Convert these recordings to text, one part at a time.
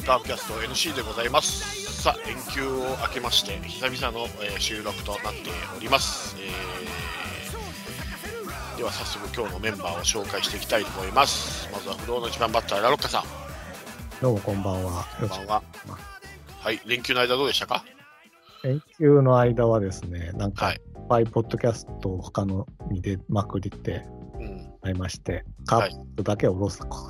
カープキャスト NC でございます。さあ連休を明けまして久々の、収録となっております。では早速今日のメンバーを紹介していきたいと思います。まずは不動の1番バッターラロッカさん。 どうもこんばんは。 こんばんは。はい、連休の間どうでしたか？ 連休の間はですね、なんかいっぱいポッドキャストを他のに出まくりってありまして、カープだけはおろそか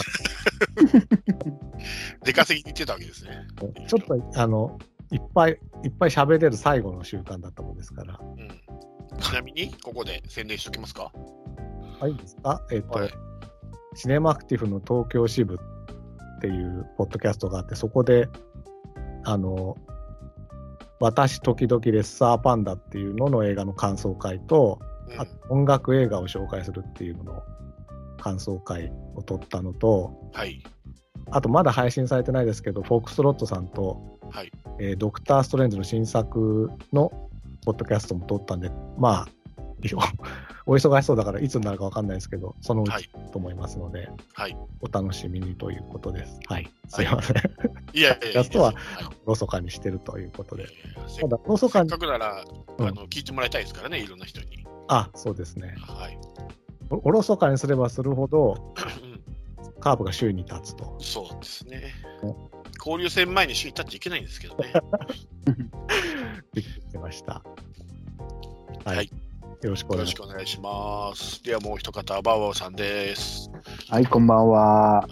出稼ぎに行ってたわけですね。 ちょっといっぱい喋れる最後の習慣だったもんですから、 ちなみにここで宣伝しておきますか？ はい、ですか。シネマアクティブの東京支部っていうポッドキャストがあって、そこで私時々レッサーパンダっていうのの映画の感想会と、あと音楽映画を紹介するっていうのの感想会を撮ったのと、あとまだ配信されてないですけど、フォックストロットさんと、ドクターストレンジの新作のポッドキャストも撮ったんで、まあお忙しそうだからいつになるか分かんないですけど、そのうちと思いますので、お楽しみにということです。すいません。 いやキャストはおろそかにしてるということで。 ただおろそかにせっかくなら、聞いてもらいたいですからね、いろんな人に。 そうですね。おろそかにすればするほど、カープが首位に立つと。 そうですね。交流戦前に首位に立っちゃいけないんですけどね。 びっくりしました。よろしくお願いします。 ではもう一方、バウバウさんです。 はい、こんばんは。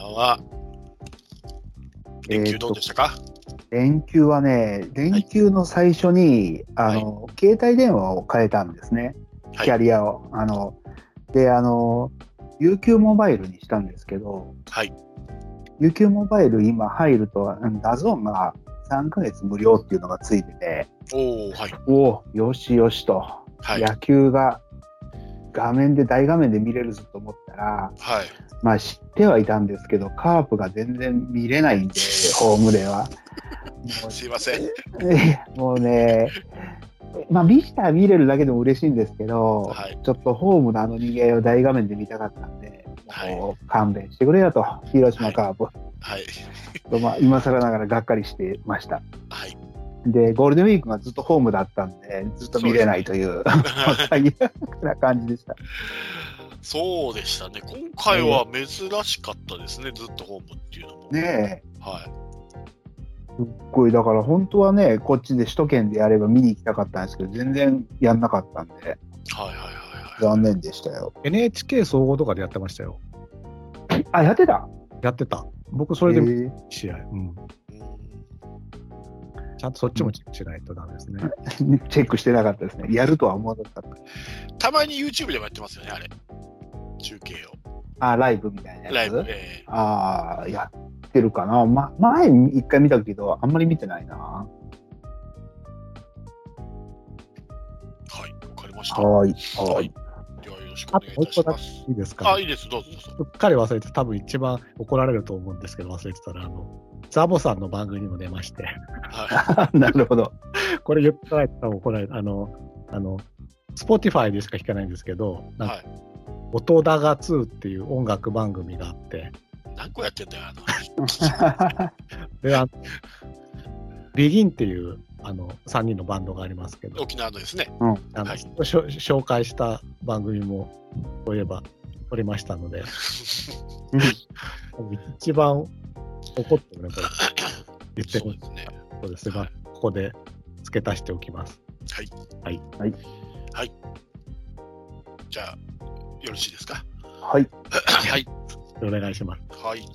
連休どうでしたか？ 連休はね、連休の最初に、携帯電話を変えたんですね。キャリアを。で、UQ モバイルにしたんですけど、UQ モバイル今入ると、ダゾーンが3ヶ月無料っていうのがついてて、よしよしと。野球が大画面で見れるぞと思ったら、まあ知ってはいたんですけど、カープが全然見れないんで、ホームでは。 すいません。 もうね、まあビジター見れるだけでも嬉しいんですけど、ちょっとホームの人間を大画面で見たかったんで、もう勘弁してくれよと、広島カープ。まあ今更ながらがっかりしてました。で、ゴールデンウィークがずっとホームだったんで、ずっと見れないという、最悪な感じでした。 そうでしたね。今回は珍しかったですね、ずっとホームっていうのも。 ねえ。すっごい、だから本当はね、こっちで首都圏でやれば見に行きたかったんですけど、全然やんなかったんで、残念でしたよ。 NHK 総合とかでやってましたよ。 やってた？ やってた。僕、それで試合。ちゃんとそっちもチェックしないとダメですね。 チェックしてなかったですね。やるとは思わなかった。 たまに YouTube でもやってますよね、あれ。中継を。 ライブみたいなやつ。 ライブ、 やってるかな。前に一回見たけど、あんまり見てないな。 わかりました。ではよろしくお願いいたします。 いいですか？ いいです、どうぞ。 うっかり忘れて、多分一番怒られると思うんですけど、忘れてたら、ザボさんの番組にも出まして。 なるほど。 これ言ってないと怒られる。Spotify でしか聞かないんですけど、音だが2っていう音楽番組があって。 何個やってんだよ、 で、ビギンっていう3人のバンドがありますけど、 沖縄のですね。 紹介した番組も、そういえば撮りましたので、一番怒ってるね、これ。言ってるんですね。そうですが、ここで付け足しておきます。 じゃあ、よろしいですか？ お願いします。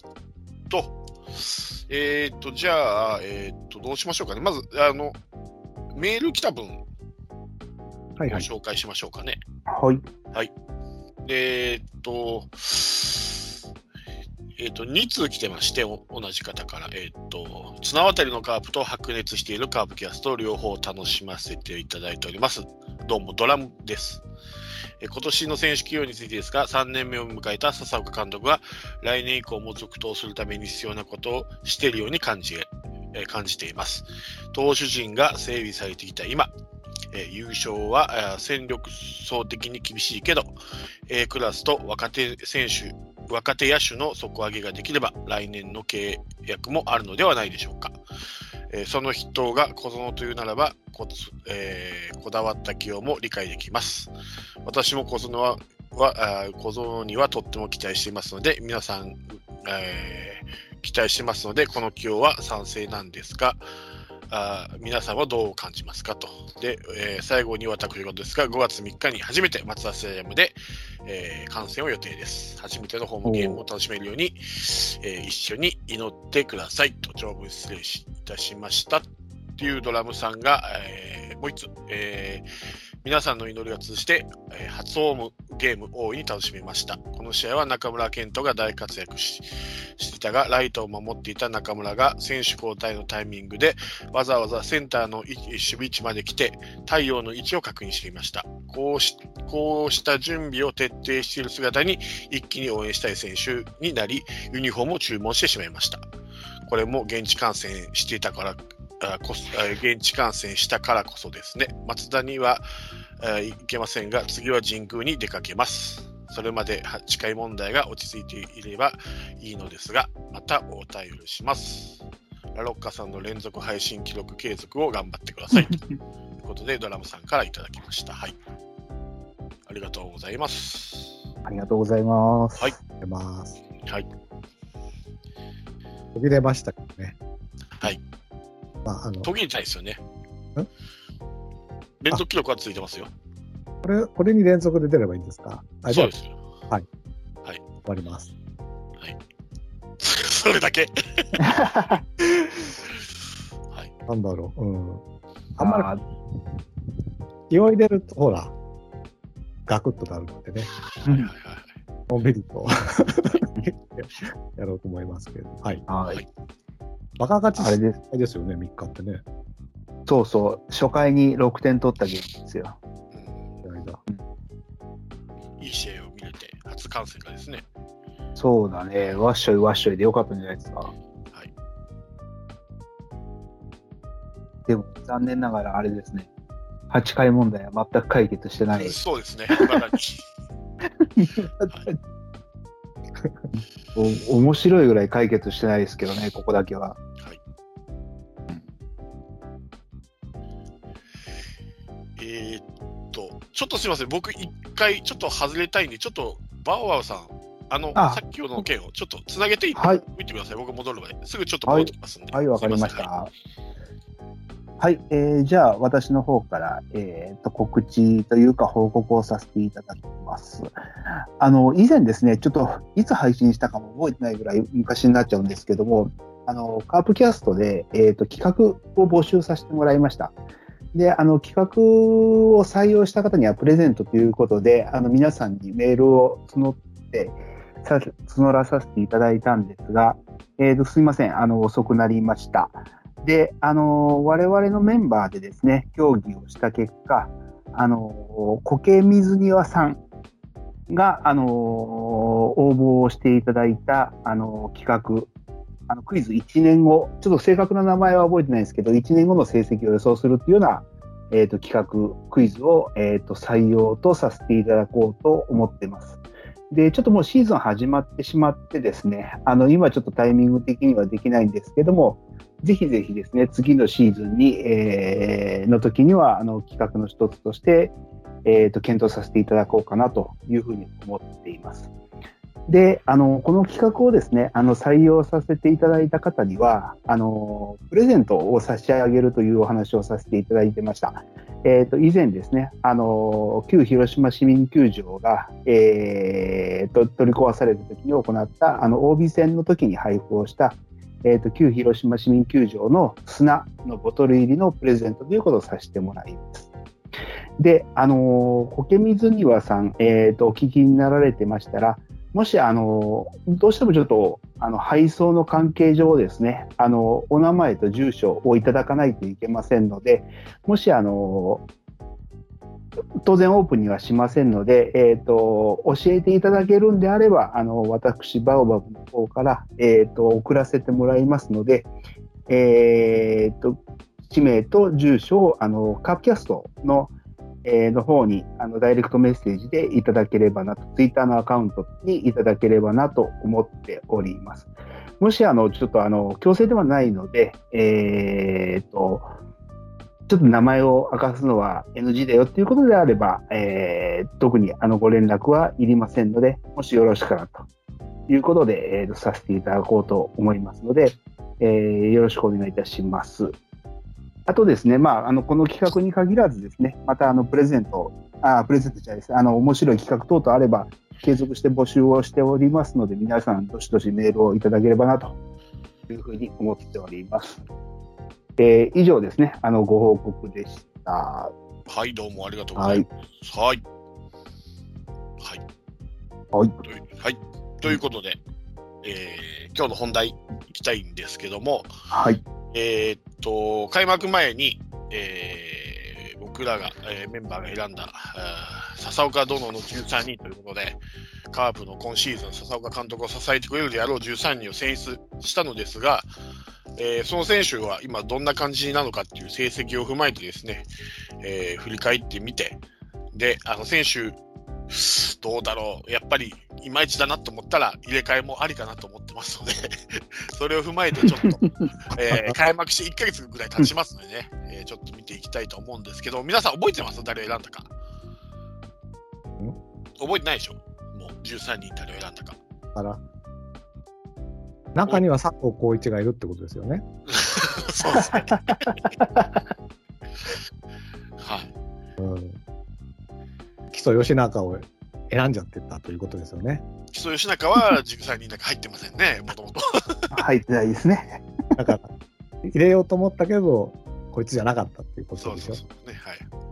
じゃあ、どうしましょうかね。まず、メール来た分を紹介しましょうかね。2通来てまして、同じ方から、綱渡りのカープと白熱しているカープキャストを両方楽しませていただいております。どうも、ドラムです。今年の選手起用についてですが、3年目を迎えた笹岡監督は来年以降も続投するために必要なことをしているように感じています。投手陣が整備されてきた今、優勝は戦力層的に厳しいけど A クラスと若手選手若手野手の底上げができれば来年の契約もあるのではないでしょうか。その筆頭が小園というならばこだわった起用も理解できます。私も小園にはとっても期待していますので、皆さん、期待してますので、この起用は賛成なんですが、皆さんはどう感じますかと。で、最後に私事ですが、5月3日に初めてマツダスタジアムで、観戦を予定です。初めてのホームゲームを楽しめるように、一緒に祈ってくださいと長文失礼いたしましたっていうドラムさんが、もう一つ、皆さんの祈りが通じて、初ホームゲームを大いに楽しめました。この試合は中村健人が大活躍していたが、ライトを守っていた中村が選手交代のタイミングでわざわざセンターの守備位置まで来て太陽の位置を確認していました。こうした準備を徹底している姿に一気に応援したい選手になり、ユニフォームを注文してしまいました。これも現地観戦していたから現地観戦したからこそですね。松田には行けませんが、次は神宮に出かけます。それまで8回問題が落ち着いていればいいのですが、またお便りします。ラロッカさんの連続配信記録継続を頑張ってくださいということで、ドラムさんからいただきました。はい、ありがとうございます。 ありがとうございます。 はい、 はい、途切れましたけどね。 はい、途切れたいですよね。連続記録はついてますよ。 これに連続で出ればいいんですか？ そうですよ。 はい。 はい。 終わります。 はい。それだけ。はい。 なんだろう。あんまり気を入れるとほらガクッとなるんでね。のんびりとやろうと思いますけど。はい。 はい。 バカ勝ちあれですよね、3日ってね。 そうそう、初回に6点取ったゲームですよ。 いい試合を見れて、初観戦がですね。 そうだね、わっしょいわっしょいでよかったんじゃないですか。 はい。 でも、残念ながらあれですね、8回問題は全く解決してない。 そうですね、まだ面白いぐらい解決してないですけどね、ここだけは。はい。 ちょっとすみません、僕一回ちょっと外れたいんで、ちょっとバオバオさん、さっきの件をちょっとつなげてみてください。僕戻るまで。すぐちょっと戻ってきますんで。 はい、わかりました。はい、じゃあ私の方から、告知というか報告をさせていただきます。以前ですね、ちょっといつ配信したかも覚えてないぐらい昔になっちゃうんですけども、カープキャストで、企画を募集させてもらいました。で、企画を採用した方にはプレゼントということで、皆さんにメールを募らさせていただいたんですが、すいません、遅くなりました。で、我々のメンバーでですね、協議をした結果、苔水庭さんが、応募をしていただいた、企画、クイズ1年後、ちょっと正確な名前は覚えてないですけど、1年後の成績を予想するというような、企画、クイズを、採用とさせていただこうと思っています。で、ちょっともうシーズン始まってしまってですね、今ちょっとタイミング的にはできないんですけども、ぜひぜひですね、次のシーズンに、の時には、企画の一つとして、検討させていただこうかなというふうに思っています。で、この企画をですね、採用させていただいた方には、プレゼントを差し上げるというお話をさせていただいてました。以前ですね、旧広島市民球場が、取り壊された時に行った、OB 戦の時に配布をした、旧広島市民球場の砂のボトル入りのプレゼントということをさせてもらいます。で、苔水庭さん、お聞きになられてましたら、もしどうしてもちょっと配送の関係上ですね、お名前と住所をいただかないといけませんので、もし当然オープンにはしませんので、教えていただけるんであれば、私バオバブの方から、送らせてもらいますので、氏名と住所をカープキャストのの方にダイレクトメッセージでいただければなと、ツイッターのアカウントにいただければなと思っております。もしちょっと強制ではないので、ちょっと名前を明かすのは NG だよということであれば、特にご連絡はいりませんので、もしよろしかったということで、させていただこうと思いますので、よろしくお願いいたします。あとですね、この企画に限らずですね、またプレゼントじゃないです。面白い企画等々あれば、継続して募集をしておりますので、皆さん、どしどしメールをいただければなというふうに思っております。以上ですね、ご報告でした。 はい、どうもありがとうございます。はい。はい。ということで、今日の本題いきたいんですけども、 はい。 開幕前に、僕らが、メンバーが選んだ笹岡殿の13人ということで、カープの今シーズン笹岡監督を支えてくれるであろう13人を選出したのですが、その選手は今どんな感じなのかっていう成績を踏まえてですね、振り返ってみて、で選手どうだろう、やっぱりいまいちだなと思ったら入れ替えもありかなと思ってますのでそれを踏まえてちょっと、開幕して1ヶ月ぐらい経ちますのでね、ちょっと見ていきたいと思うんですけど、皆さん覚えてます？誰を選んだか。覚えてないでしょ？もう13人誰を選んだか。 中には佐藤浩市がいるってことですよね。 そうですねはい、 木曽義仲を選んじゃってたということですよね。 木曽義仲は13人中入ってませんね、もともと。 入ってないですね。 だから入れようと思ったけど、こいつじゃなかったっていうことでしょ。 そうね、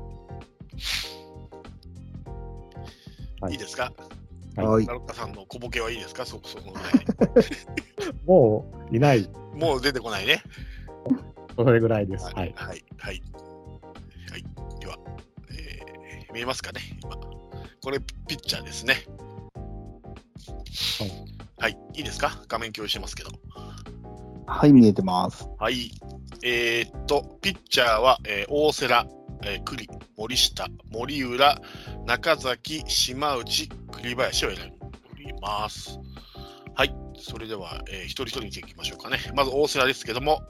はい。いいですか？ はい。 ナロッカさんの小ボケはいいですか？そのぐらい。 もういない。 もう出てこないね。 それぐらいです。 はい。では、見えますかね？今これピッチャーですね。はい、いいですか？画面共有してますけど。 はい、見えてます。 はい。ピッチャーは、大瀬良、栗、森下、森浦、中崎、島内、栗林を選んでおります。はい。それでは、一人一人見ていきましょうかね。まず大瀬良ですけども、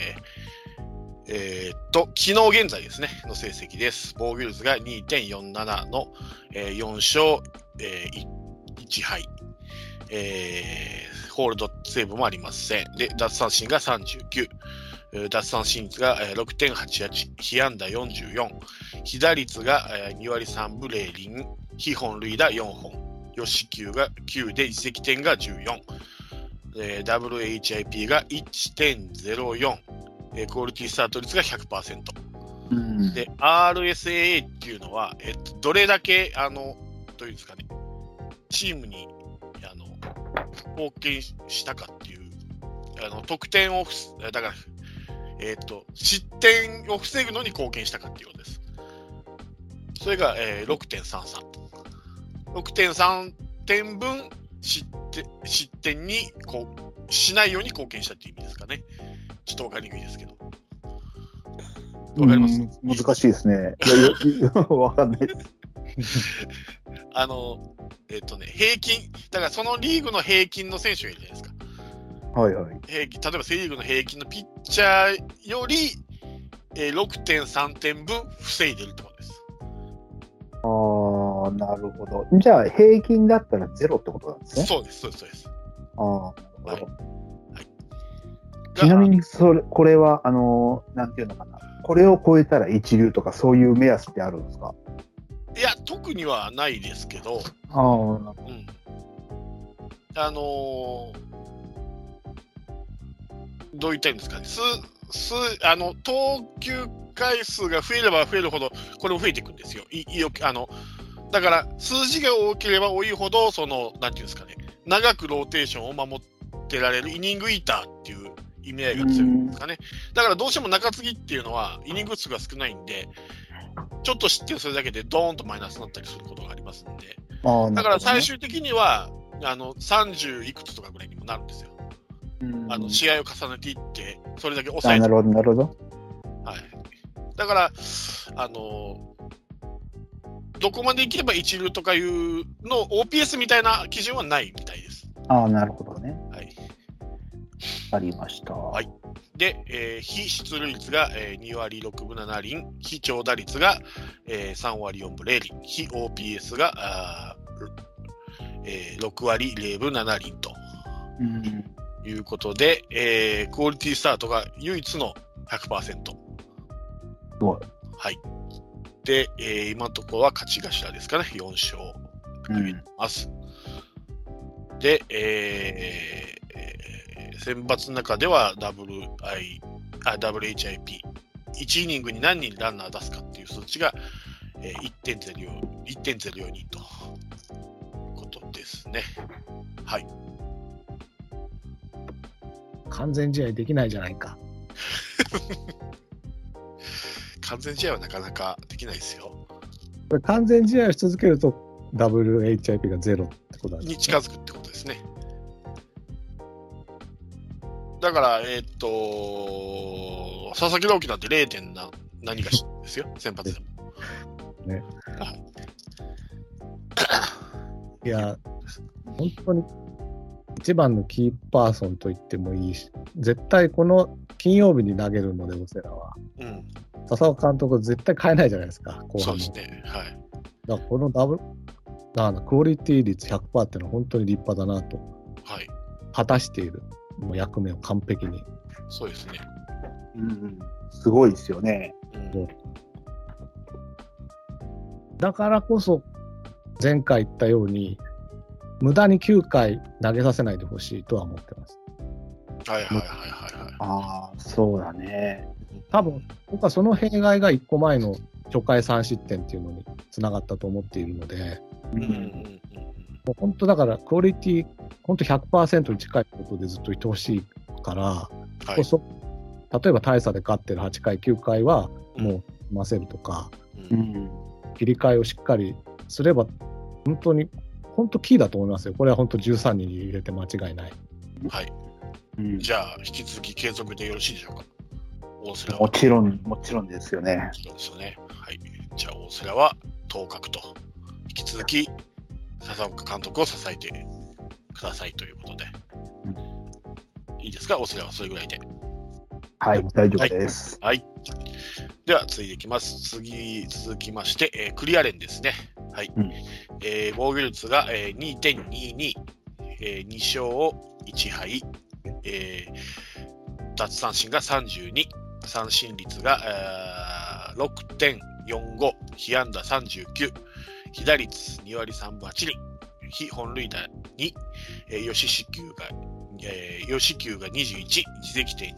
昨日現在ですね、の成績です。防御率が 2.47 の、4勝、1敗。ホールドセーブもありません。で、奪三振が39。奪三振率が 6.88、被安打44、被打率が2割3分0厘、被本塁打4本、与四球が9で自責点が14、WHIP が 1.04、クオリティスタート率が 100%、で RSAA っていうのは、どれだけどういうんですかね、チームに貢献したかっていう得点をだから失点を防ぐのに貢献したかっていうことです。それが、6.33。6.3 点分失点にしないように貢献したっていう意味ですかね。ちょっと分かりにくいですけど。わかります？ 難しいですね。わかんないです。 平均、だからそのリーグの平均の選手がいるじゃないですか。 はいはい。 例えばセリーグの平均のピッチャーより、6.3 点分防いでるってことです。 なるほど。じゃあ平均だったらゼロってことなんですね。 そうです。 なるほど。ちなみにこれはなんていうのかな。これを超えたら一流とかそういう目安ってあるんですか？ いや、特にはないですけど。どう言ったらいいんですかね。投球回数が増えれば増えるほど、これも増えていくんですよ。だから、数字が多ければ多いほど、なんていうんですかね、長くローテーションを守ってられるイニングイーターっていう意味合いが強いんですかね。だからどうしても中継ぎっていうのは、イニング数が少ないんで、ちょっと失点するだけでドーンとマイナスになったりすることがありますんで、だから最終的には、30いくつとかぐらいにもなるんですよ。試合を重ねていってそれだけ抑えて。 なるほど。 はい。だからどこまでいけば一流とかいうの OPS みたいな基準はないみたいです。 ああ、なるほどね。 はい。 ありました。 はい。で、非出塁率が、2割6分7厘、非長打率が、3割4分0厘、非 OPS が6割0分7厘ということで、クオリティスタートが唯一の 100%。すごい。 はい。で、今のところは勝ち頭ですかね、4勝挙げてます。で、選抜の中では WHIP、1イニングに何人ランナー出すかっていう数値が、1.042 ということですね。はい。 完全試合できないじゃないか。 完全試合はなかなかできないですよ。 これ完全試合をし続けると WHIP がゼロってことなんですね。 に近づくってことですね。だから、佐々木朗希なんて 0. 何がしですよ、先発でも。 ね。 はい。 いや、本当に一番のキーパーソンと言ってもいいし、絶対この金曜日に投げるので、オセラは。うん。笹岡監督絶対変えないじゃないですか、後半の。 そうですね。はい。 だからこのクオリティ率 100% っていうのは本当に立派だなと。 はい。 果たしている。もう役目を完璧に。 そうですね。 すごいですよね。 だからこそ、前回言ったように、無駄に9回投げさせないでほしいとは思ってます。 はいはいはいはい。 ああ、そうだね。 多分、僕はその弊害が1個前の初回3失点っていうのにつながったと思っているので、もう本当だからクオリティ、本当 100% に近いことでずっといてほしいから、はい、こそ例えば大差で勝ってる8回、9回はもうませるとか、切り替えをしっかりすれば、本当キーだと思いますよ。これは本当13人に入れて間違いない。 はい。じゃあ、引き続き継続でよろしいでしょうか。大瀬良はもちろんですよね。 もちろんですよね。はい。じゃあ、大瀬良は当確と、引き続き笹岡監督を支えてくださいということで。いいですか、大瀬良はそれぐらいで。 はい、大丈夫です。 はい。はい、では、続いていきます。続きまして、クリアレンですね。はい。防御率が、2.22、2勝1敗、奪三振が32、三振率が 6.45、被安打39、被打率2割3分8厘、被本塁打2、吉四球が21、自責点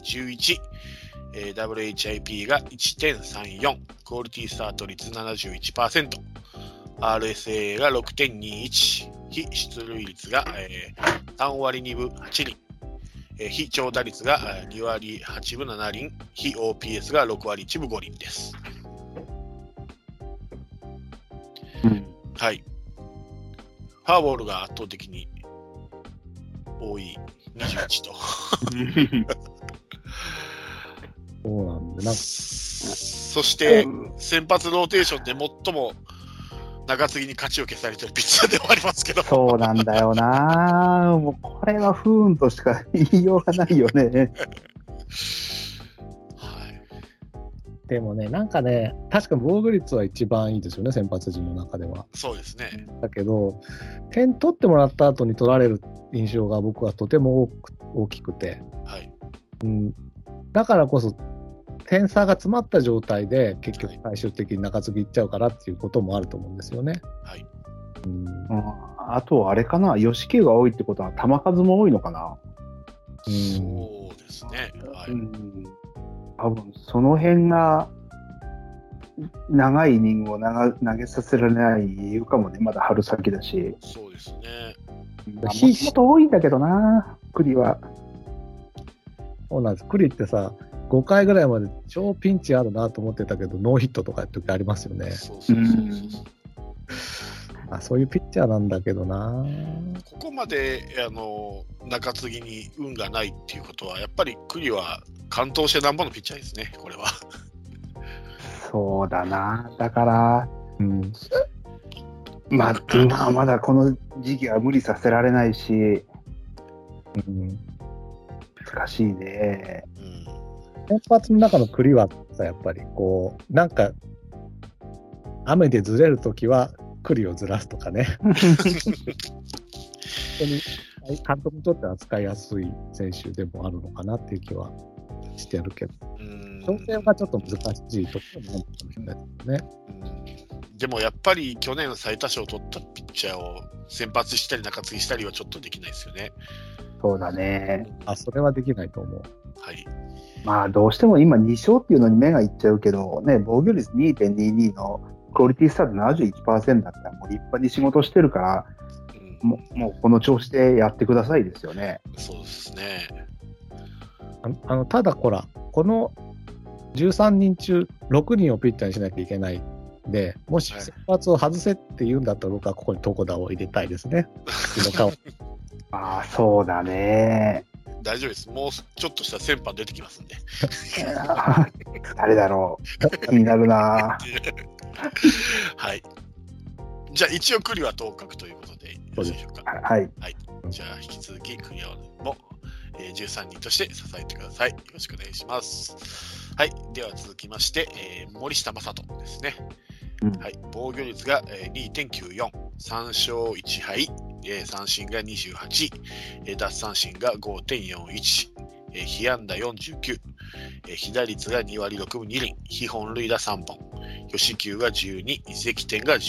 11、WHIP が 1.34、クオリティスタート率 71%、RSA が 6.21、非出塁率が、3割2分8厘、非長打率が2割8分7厘、非 OPS が6割1分5厘です。はい。フォアボールが圧倒的に多い21と。 そうなんだな。 そして、先発ローテーションで最も中継ぎに勝ちを消されているピッチャーではありますけど。 そうなんだよな。もうこれは不運としか言いようがないよね。 でもね、なんかね、確か防御率は一番いいですよね、先発陣の中では。 そうですね。 だけど、点取ってもらった後に取られる印象が僕はとても大きくて、 はいだからこそ、点差が詰まった状態で、結局最終的に中継ぎいっちゃうからっていうこともあると思うんですよね。 はい。 あと、あれかな、吉木が多いってことは、球数も多いのかな。 そうですね。はい。 多分その辺が長いイニングを投げさせられない理由かもね。まだ春先だし。 そうですね。 もともと多いんだけどな、栗は。 そうなんです。栗ってさ、5回ぐらいまで超ピンチあるなと思ってたけど、ノーヒットとかやって時ありますよね。そういうピッチャーなんだけどな。 ここまで中継ぎに運がないっていうことは、やっぱり栗は完投してなんぼのピッチャーですね、これは。 そうだな。だから、 まだこの時期は無理させられないし、難しいね。 先発の中の栗はさ、やっぱりこう、なんか、雨でずれるときは栗をずらすとかね。本当に監督にとっては扱いやすい選手でもあるのかなっていう気はしてるけど、調整がちょっと難しいところもあるかもしれないですね。 でもやっぱり去年最多勝を取ったピッチャーを先発したり中継ぎしたりはちょっとできないですよね。 そうだね。 それはできないと思う。 はい。 まあどうしても今2勝っていうのに目がいっちゃうけどね、防御率 2.22 のクオリティスタート 71% だったらもう立派に仕事してるから、もうこの調子でやってくださいですよね。 そうですね。 ただこの13人中6人をピッチャーにしなきゃいけないんで、もし先発を外せって言うんだったら僕はここに床田を入れたいですね。 そうだね。 大丈夫です。もうちょっとした先般出てきますんで。 誰だろう。気になるな。 はい。じゃあ一応栗は当確ということでよろしいでしょうか。 はい。 じゃあ引き続き栗はも13人として支えてください。よろしくお願いします。はい。では続きまして、森下正人ですね。はい。防御率が 2.94、3勝1敗、三振が28、奪三振が 5.41、被安打49、被打率が2割6分2厘、被本塁打3本、与四球が12、移籍点が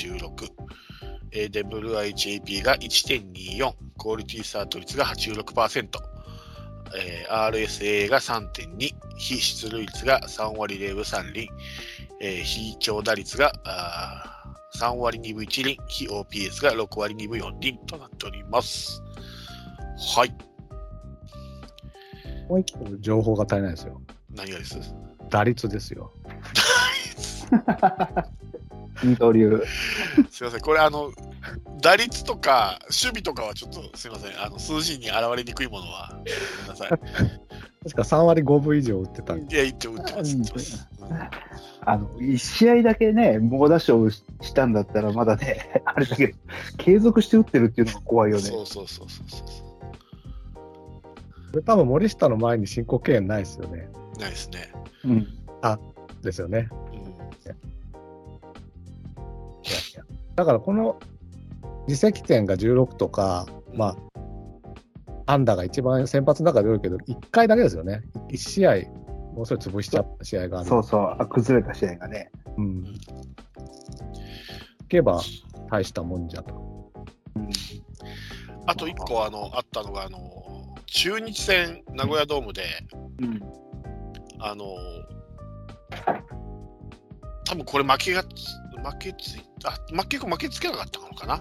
16、WHAP が 1.24、クオリティスタート率が 86%、RSA が 3.2、被出塁率が3割0分3厘、被長打率が3割2分1厘、被 OPS が6割2分4厘となっております。はい。 もう一個情報が足りないですよ。 何がです？ 打率ですよ。 二刀流。 すみません、これ打率とか守備とかはちょっとすみません、数字に現れにくいものはごめんなさい。 確か3割5分以上打ってたんで。 いや、打ってます。 1試合だけね、猛打賞したんだったらまだね、あれだけど、継続して打ってるっていうのが怖いよね。 そう。 これ多分森下の前に申告敬遠ないですよね。 ないですね。 ですよね。だからこの自責点が16とか、安打が一番先発の中で多いけど、1回だけですよね。1試合、もうそれ潰しちゃった試合がある。 崩れた試合がね。 いけば大したもんじゃと。 あと1個あったのが、中日戦名古屋ドームで、多分これ負けつけなかったのかな。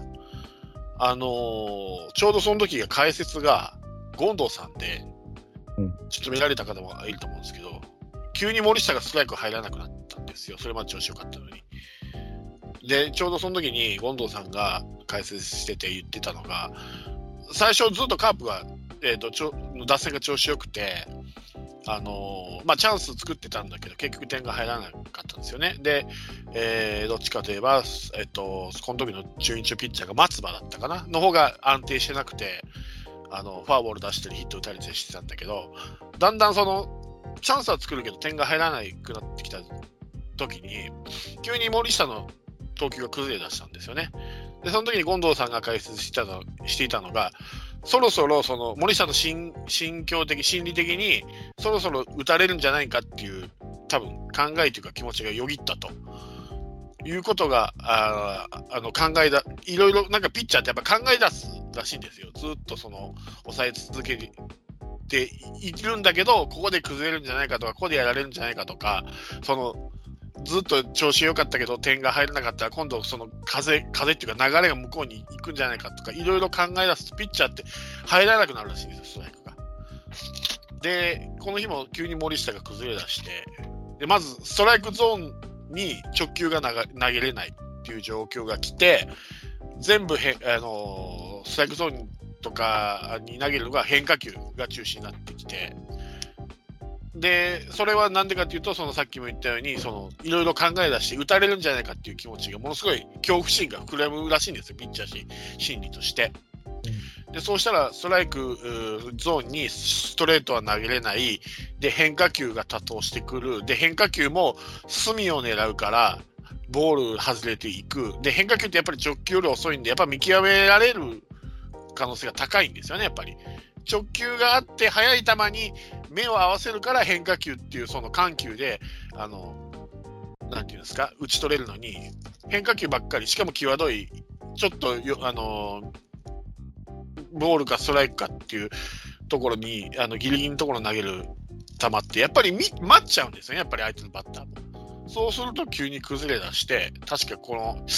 ちょうどその時が解説が権藤さんで、ちょっと見られた方もいると思うんですけど、急に森下がストライク入らなくなったんですよ。それまで調子良かったのに。で、ちょうどその時に権藤さんが解説してて言ってたのが、最初ずっとカープが、打線が調子良くて、チャンス作ってたんだけど結局点が入らなかったんですよね。で、どっちかといえば、この時の中日のピッチャーが松葉だったかなの方が安定してなくて、フォアボール出したりヒット打たれたりしてたんだけど、だんだんそのチャンスは作るけど点が入らなくなってきた時に急に森下の投球が崩れ出したんですよね。でその時に権藤さんが解説していたのが、そろそろその森下の心理的にそろそろ打たれるんじゃないかっていう多分考えというか気持ちがよぎったということがいろいろなんかピッチャーってやっぱ考え出すらしいんですよ。ずっとその抑え続けているんだけど、ここで崩れるんじゃないかとか、ここでやられるんじゃないかとか、そのずっと調子良かったけど点が入らなかったら今度その風っていうか流れが向こうに行くんじゃないかとかいろいろ考え出すとピッチャーって入らなくなるらしいんですよ、ストライクが。でこの日も急に森下が崩れ出して、でまずストライクゾーンに直球が投げれないっていう状況が来て、全部ストライクゾーンとかに投げるのが変化球が中心になってきて、 で、それはなんでかっていうと、さっきも言ったように、いろいろ考え出して、打たれるんじゃないかっていう気持ちが、ものすごい恐怖心が膨らむらしいんですよ、ピッチャー心理として。で、そうしたら、ストライクゾーンにストレートは投げれない、で、変化球が多投してくる、で、変化球も隅を狙うから、ボール外れていく、で、変化球ってやっぱり直球より遅いんで、やっぱ見極められる可能性が高いんですよね、やっぱり。直球があって速い球に目を合わせるから変化球っていう緩急でなんていうんですか、打ち取れるのに、変化球ばっかり、しかも際どい、ちょっとボールかストライクかっていうところにギリギリのところに投げる球ってやっぱり待っちゃうんですよね、やっぱり相手のバッターも。そうすると急に崩れ出して、確か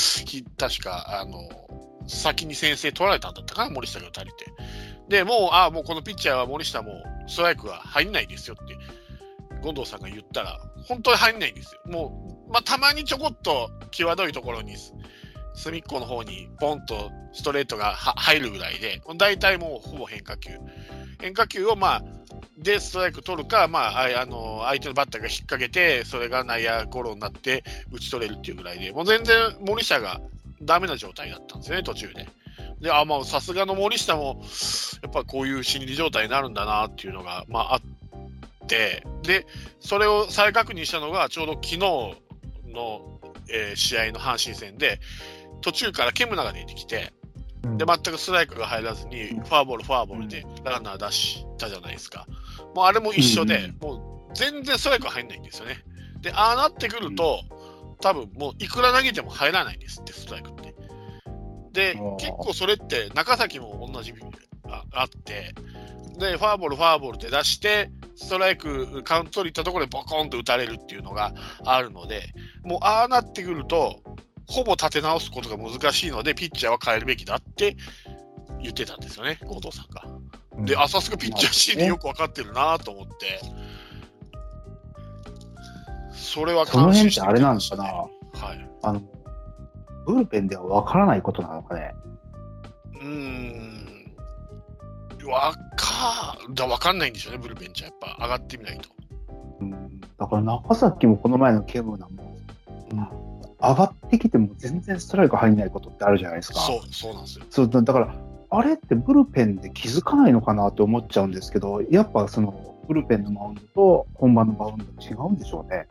先に先制取られたんだったかな、森下が打たれて。で、もうこのピッチャーは森下もストライクは入んないですよって、権藤さんが言ったら、本当に入んないんですよ。もう、たまにちょこっと際どいところに、隅っこの方にポンとストレートが入るぐらいで、大体もうほぼ変化球。変化球をでストライク取るか、相手のバッターが引っ掛けて、それが内野ゴロになって打ち取れるっていうぐらいで、もう全然森下がダメな状態だったんですよね、途中で。で、さすがの森下も、やっぱこういう心理状態になるんだなっていうのが、あって、で、それを再確認したのが、ちょうど昨日の、試合の阪神戦で、途中からケムナが出てきて、で、全くストライクが入らずに、フォアボールでランナー出したじゃないですか。もうあれも一緒で、もう全然ストライクが入んないんですよね。で、ああなってくると、多分もういくら投げても入らないんですって、ストライクって。で、結構それって中崎も同じあって、で、フォアボールで出して、ストライクカウント取りいったところでボコンと打たれるっていうのがあるので、もうああなってくると、ほぼ立て直すことが難しいので、ピッチャーは変えるべきだって言ってたんですよね、後藤さんが。で、さすがピッチャー心理よく分かってるなと思って、それは感心して、その辺ってあれなんですかな、 はい、 ブルペンでは分からないことなのかね。 分かんないんでしょうね、ブルペンじゃやっぱ上がってみないと。 だから中崎もこの前のケムナも、上がってきても全然ストライク入んないことってあるじゃないですか。 そうなんですよ。 そうだからあれってブルペンで気づかないのかなって思っちゃうんですけど、やっぱブルペンのマウンドと本番のマウンド違うんでしょうね。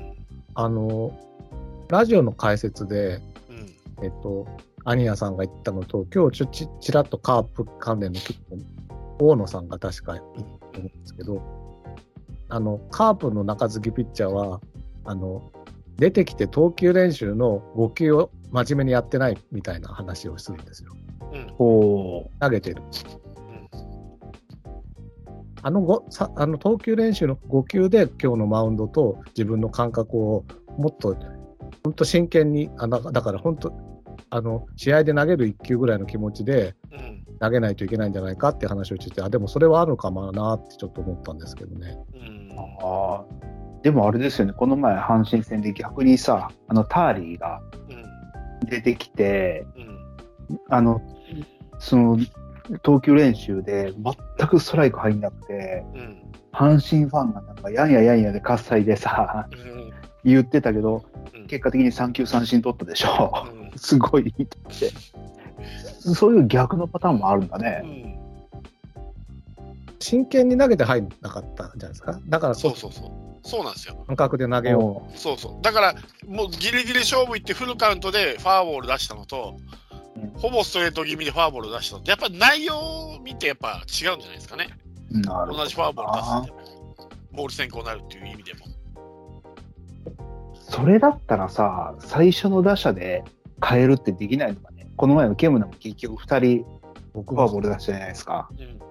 ラジオの解説で、アニヤさんが言ったのと、今日ちらっとカープ関連の大野さんが確か言ったんですけど、カープの中継ぎピッチャーは出てきて投球練習の5球を真面目にやってないみたいな話をするんですよ。投げてる。投球練習の5球で今日のマウンドと自分の感覚をもっと本当真剣にだから本当試合で投げる1球ぐらいの気持ちで投げないといけないんじゃないかって話をしてて、でもそれはあるかもなってちょっと思ったんですけどね。 でもあれですよね、この前阪神戦で逆にさ、ターリーが出てきて、その投球練習で全くストライク入んなくて、阪神ファンがなんかやんやで喝采でさ、言ってたけど、結果的に3球三振取ったでしょ。すごいって。そういう逆のパターンもあるんだね。 真剣に投げて入んなかったんじゃないですか。だからそうなんですよ。 感覚で投げよう。だからもうギリギリ勝負いってフルカウントでフォアボール出したのと、ほぼストレート気味でフォアボール出したのってやっぱ内容を見てやっぱ違うんじゃないですかね。同じフォアボール出すんでもボール先行になるっていう意味でも。 それだったらさ、最初の打者で変えるってできないのかね。この前のケムナも結局2人フォアボール出したじゃないですか。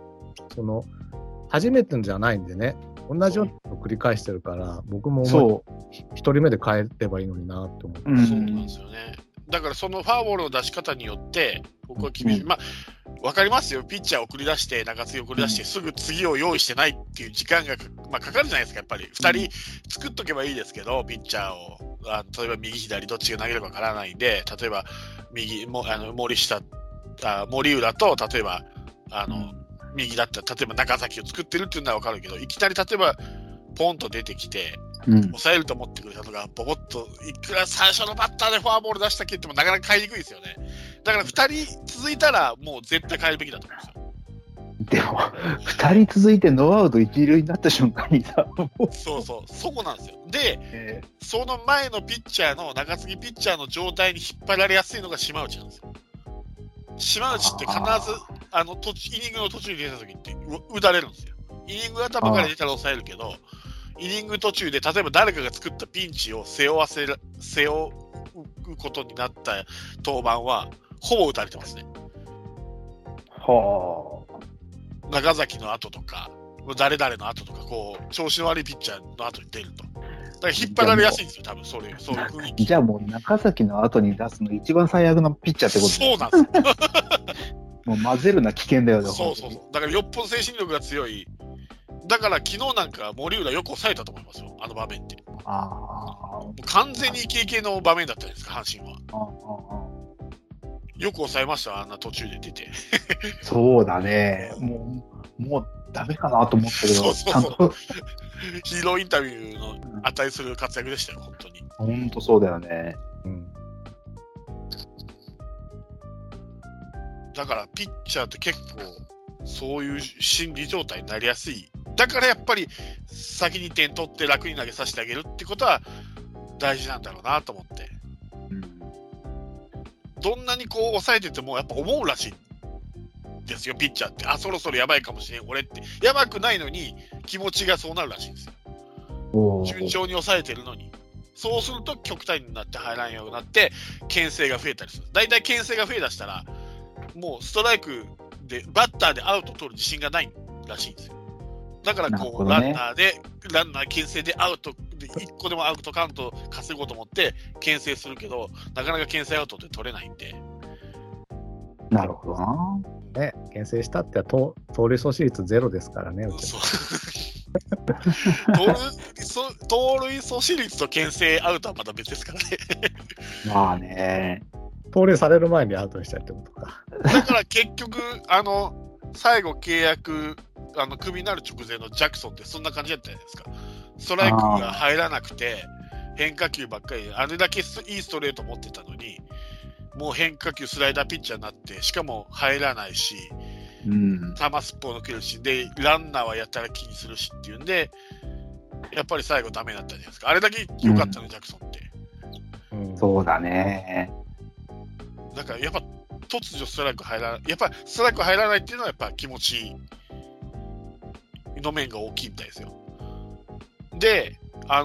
初めてじゃないんでね、同じようなことを繰り返してるから、僕も1人目で変えればいいのになって思って。 そうなんですよね。だからそのフォアボールの出し方によって僕は分かりますよ。ピッチャーを送り出して中継ぎを送り出して、すぐ次を用意してないっていう時間がかかるじゃないですか。やっぱり2人作っとけばいいですけど、ピッチャーを例えば右左どっちが投げればわからないんで、例えば森浦と例えば右だったら例えば中崎を作ってるっていうのは分かるけど、いきなり例えばポンと出てきて、抑えると思ってくれたのが、ボボッといくら最初のバッターでフォアボール出したけってもなかなか買いにくいですよね。だから2人続いたらもう絶対変えるべきだと思うんですよ。 でも2人続いてノーアウト1塁になった瞬間にさ、 そこなんですよ。で、その前のピッチャーの中継ぎピッチャーの状態に引っ張られやすいのが島内なんですよ。島内って必ずイニングの途中に出た時って打たれるんですよ。イニング頭から出たら抑えるけど、イニング途中で例えば誰かが作ったピンチを背負うことになった登板はほぼ打たれてますね。 はあ。中崎の後とか誰々の後とかこう調子の悪いピッチャーの後に出ると。だから引っ張られやすいんですよ、多分そういう雰囲気。 じゃあもう中崎の後に出すの一番最悪のピッチャーってことそうなんですよ。 もう混ぜるな危険だよね。 そう。だからよっぽど精神力が強い。だから昨日なんか森浦よく抑えたと思いますよ、あの場面って。完全にイケイケの場面だったじゃないですか、阪神は。よく抑えました、あんな途中で出て。 そうだね。もうダメかなと思ったけど、ちゃんとヒーローインタビューの値する活躍でしたよ、本当に。 本当そうだよね。 だからピッチャーって結構そういう心理状態になりやすい。だからやっぱり先に点取って楽に投げさせてあげるってことは大事なんだろうなと思って、どんなにこう抑えててもやっぱ思うらしいんですよ、ピッチャーって。そろそろやばいかもしれん俺って。やばくないのに気持ちがそうなるらしいんですよ。順調に抑えてるのに。そうすると極端になって入らんようになって牽制が増えたりする。だいたい牽制が増えだしたらもうストライクでバッターでアウト取る自信がないらしいんですよ。だからこう、ランナー牽制でアウトで1個でもアウトカウント稼ごうと思って牽制するけど、なかなか牽制アウトって取れないんで。 なるほどな。 ね、牽制したっては盗塁阻止率ゼロですからね。 盗塁阻止率と牽制アウトはまた別ですからね。 まあね。 盗塁される前にアウトにしたりってことか。 だから結局最後契約クビになる直前のジャクソンってそんな感じだったじゃないですか。ストライクが入らなくて変化球ばっかりで、あれだけいいストレート持ってたのにもう変化球スライダーピッチャーになって、しかも入らないし、球すっぽ抜けるしでランナーはやったら気にするしっていうんで、やっぱり最後ダメだったじゃないですか。あれだけ良かったね、ジャクソンって。 そうだね。 だからやっぱ突如ストライク入らない、やっぱストライク入らないっていうのはやっぱ気持ちの面が大きいみたいですよ。で、アン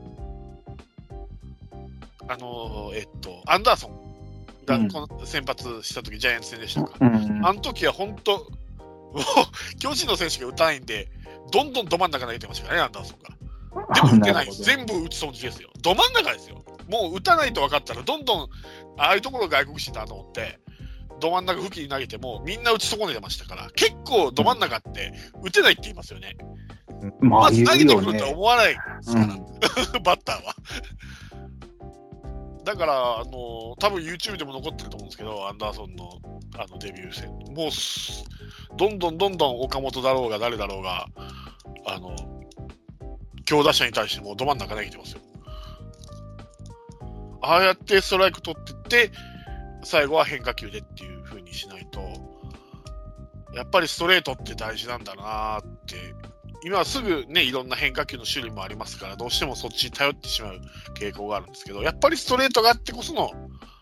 ダーソンがこの先発した時、ジャイアンツ戦でしたか。あの時は本当もう巨人の選手が打たないんで、どんどんど真ん中投げてましたからね、アンダーソンが。でも打てない、全部打ち損じですよ。ど真ん中ですよ。もう打たないと分かったらどんどんああいうところ外国人だと思ってど真ん中付近に投げてもみんな打ち損ねてましたから、結構ど真ん中って打てないって言いますよね。まず投げてくるとは思わないですから、バッターは。だから多分 YouTube でも残ってると思うんですけど、アンダーソンのデビュー戦、もうどんどん岡本だろうが誰だろうが強打者に対してもど真ん中投げてますよ。ああやってストライク取ってって最後は変化球でっていう風にしないと、やっぱりストレートって大事なんだなって。今はすぐね、いろんな変化球の種類もありますから、どうしてもそっちに頼ってしまう傾向があるんですけど、やっぱりストレートがあってこその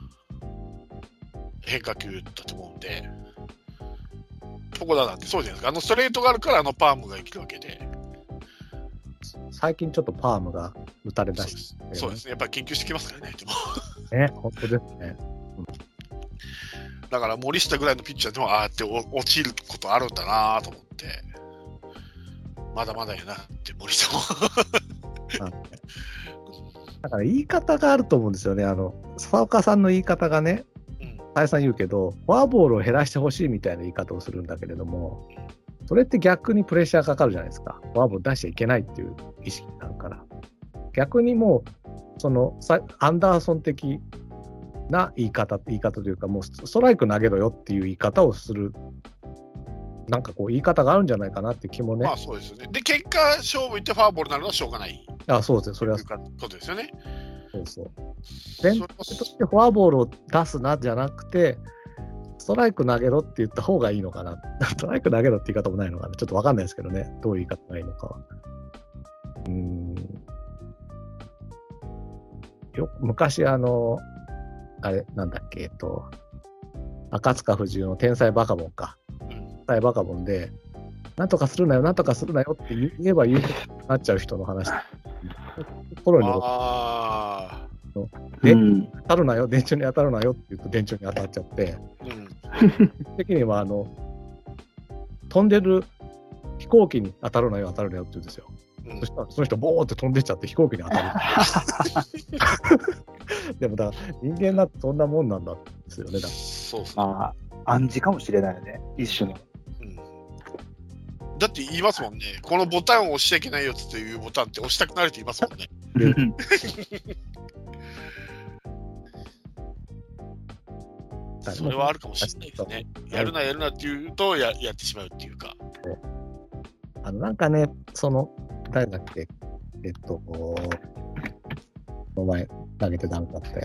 変化球だと思うんで、床田なんてそうじゃないですか。ストレートがあるからパームが生きるわけで。 最近ちょっとパームが打たれだし、 そうですね。やっぱり研究してきますからね、でも。 ね、本当ですね。 だから森下ぐらいのピッチャーでもああやって落ちることあるんだなと思って、まだまだやなって森下も。 だから言い方があると思うんですよね。笹岡さんの言い方がね、再三言うけど、フォアボールを減らしてほしいみたいな言い方をするんだけれども、それって逆にプレッシャーかかるじゃないですか。フォアボール出しちゃいけないっていう意識があるから。逆にもう、アンダーソン的な言い方というか、もうストライク投げろよっていう言い方をするなんかこう言い方があるんじゃないかなって気もね。 まあそうですよね。で、結果、勝負いってフォアボールになるのはしょうがない。 そうですね、それは。 ことですよね。 そうそう。前提としてフォアボールを出すなじゃなくて、ストライク投げろって言った方がいいのかな。ストライク投げろって言い方もないのかな。ちょっとわかんないですけどね。どういう言い方がいいのか。昔あれ、なんだっけ、赤塚不二夫の天才バカボンか。天才バカボンで、なんとかするなよ、なんとかするなよって言えば言うことになっちゃう人の話。コロに当たるなよ、電柱に当たるなよって言うと電柱に当たっちゃって、的には飛んでる飛行機に当たるなよ、当たるなよって言うんですよ。そしたらその人ボーって飛んでっちゃって飛行機に当たる。でもだ人間だってそんなもんなんだですよね。 そうそう。 暗示かもしれないよね、一種の。 だって言いますもんね。このボタンを押しちゃいけないよっていうボタンって押したくなるって言いますもんね。それはあるかもしれないですね。やるなやるなって言うと やってしまうっていうか。 なんかね、誰だっけ、この前投げてダメだったよ。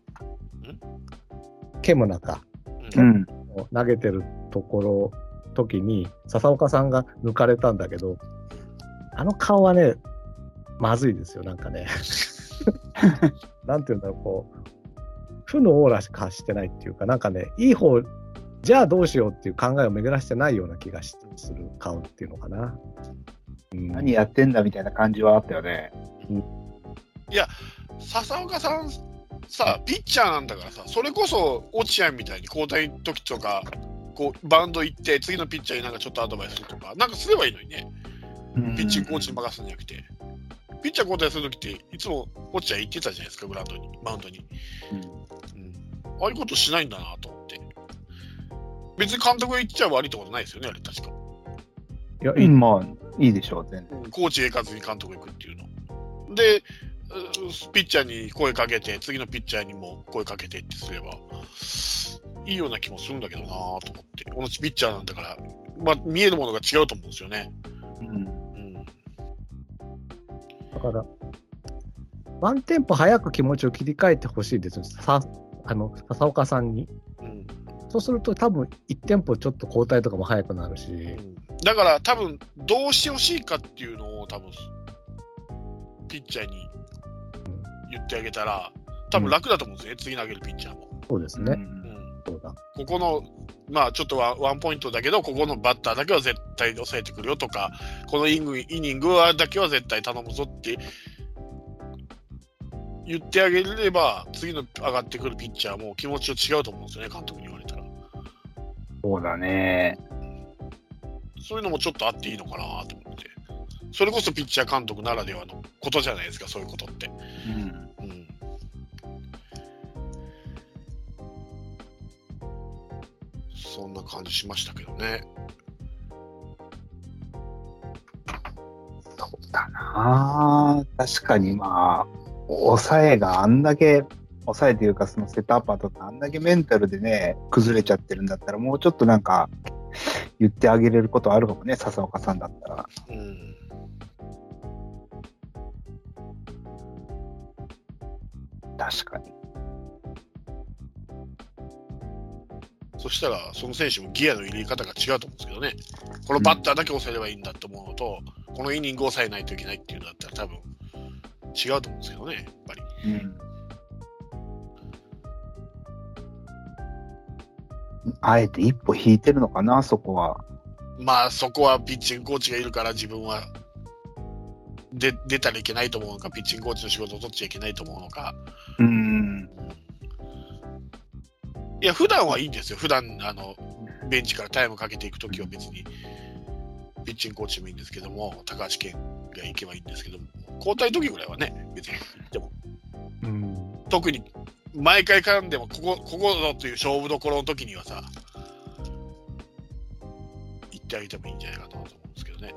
ケムナか。投げてる時に笹岡さんが抜かれたんだけど、あの顔はね、まずいですよ、なんかね。なんていうんだろう、こう、負のオーラしかしてないっていうか、なんかね、いい方、じゃあどうしようっていう考えを巡らしてないような気がする顔っていうのかな。 何やってんだみたいな感じはあったよね。 いや、笹岡さんさ、ピッチャーなんだからさ、それこそ落合みたいに交代の時とか、こうバウンド行って次のピッチャーになんかちょっとアドバイスするとか、なんかすればいいのにね。ピッチングコーチに任すんじゃなくて、ピッチャー交代する時っていつも落合行ってたじゃないですか、グラウンドに、マウンドに。ああいうことしないんだなと思って。別に監督が言っちゃ悪いってことないですよね、あれ確か。 いや、まあいいでしょう、全然。 コーチへ行かずに監督行くっていうの。で、ピッチャーに声かけて、次のピッチャーにも声かけてってすれば、いいような気もするんだけどなと思って。同じピッチャーなんだから、まあ、見えるものが違うと思うんですよね。 だから、ワンテンポ早く気持ちを切り替えてほしいですよ、笹岡さんに。そうすると多分1テンポちょっと交代とかも早くなるし、 だから多分どうしてほしいかっていうのを多分ピッチャーに言ってあげたら多分楽だと思うんですよね、次投げるピッチャーも。 そうですね、 そうだ、ここのまあちょっとワンポイントだけどここのバッターだけは絶対抑えてくるよとか、このイニングだけは絶対頼むぞって言ってあげれば次の上がってくるピッチャーも気持ちは違うと思うんですよね、監督に言われたら。 そうだね。 そういうのもちょっとあっていいのかなと思って。それこそピッチャー監督ならではのことじゃないですか、そういうことって。そんな感じしましたけどね。 そうだな。確かにまあ抑えがあんだけ、抑えというかそのセットアッパーとかあんだけメンタルでね崩れちゃってるんだったら、もうちょっとなんか言ってあげれることあるかもね、笹岡さんだったら。確かに。 そしたらその選手もギアの入れ方が違うと思うんですけどね。このバッターだけ抑えればいいんだと思うのと、このイニングを抑えないといけないっていうのだったら多分違うと思うんですけどね、やっぱり。 あえて一歩引いてるのかな、そこは。 まあそこはピッチングコーチがいるから自分は出たらいけないと思うのか、ピッチングコーチの仕事を取っちゃいけないと思うのか。いや普段はいいんですよ。普段ベンチからタイムかけていくときは別にピッチングコーチもいいんですけども、高橋健が行けばいいんですけども、交代時ぐらいはね別に行っても、特に毎回絡んでもここぞという勝負どころの時にはさ行ってあげてもいいんじゃないかなと思うんですけどね。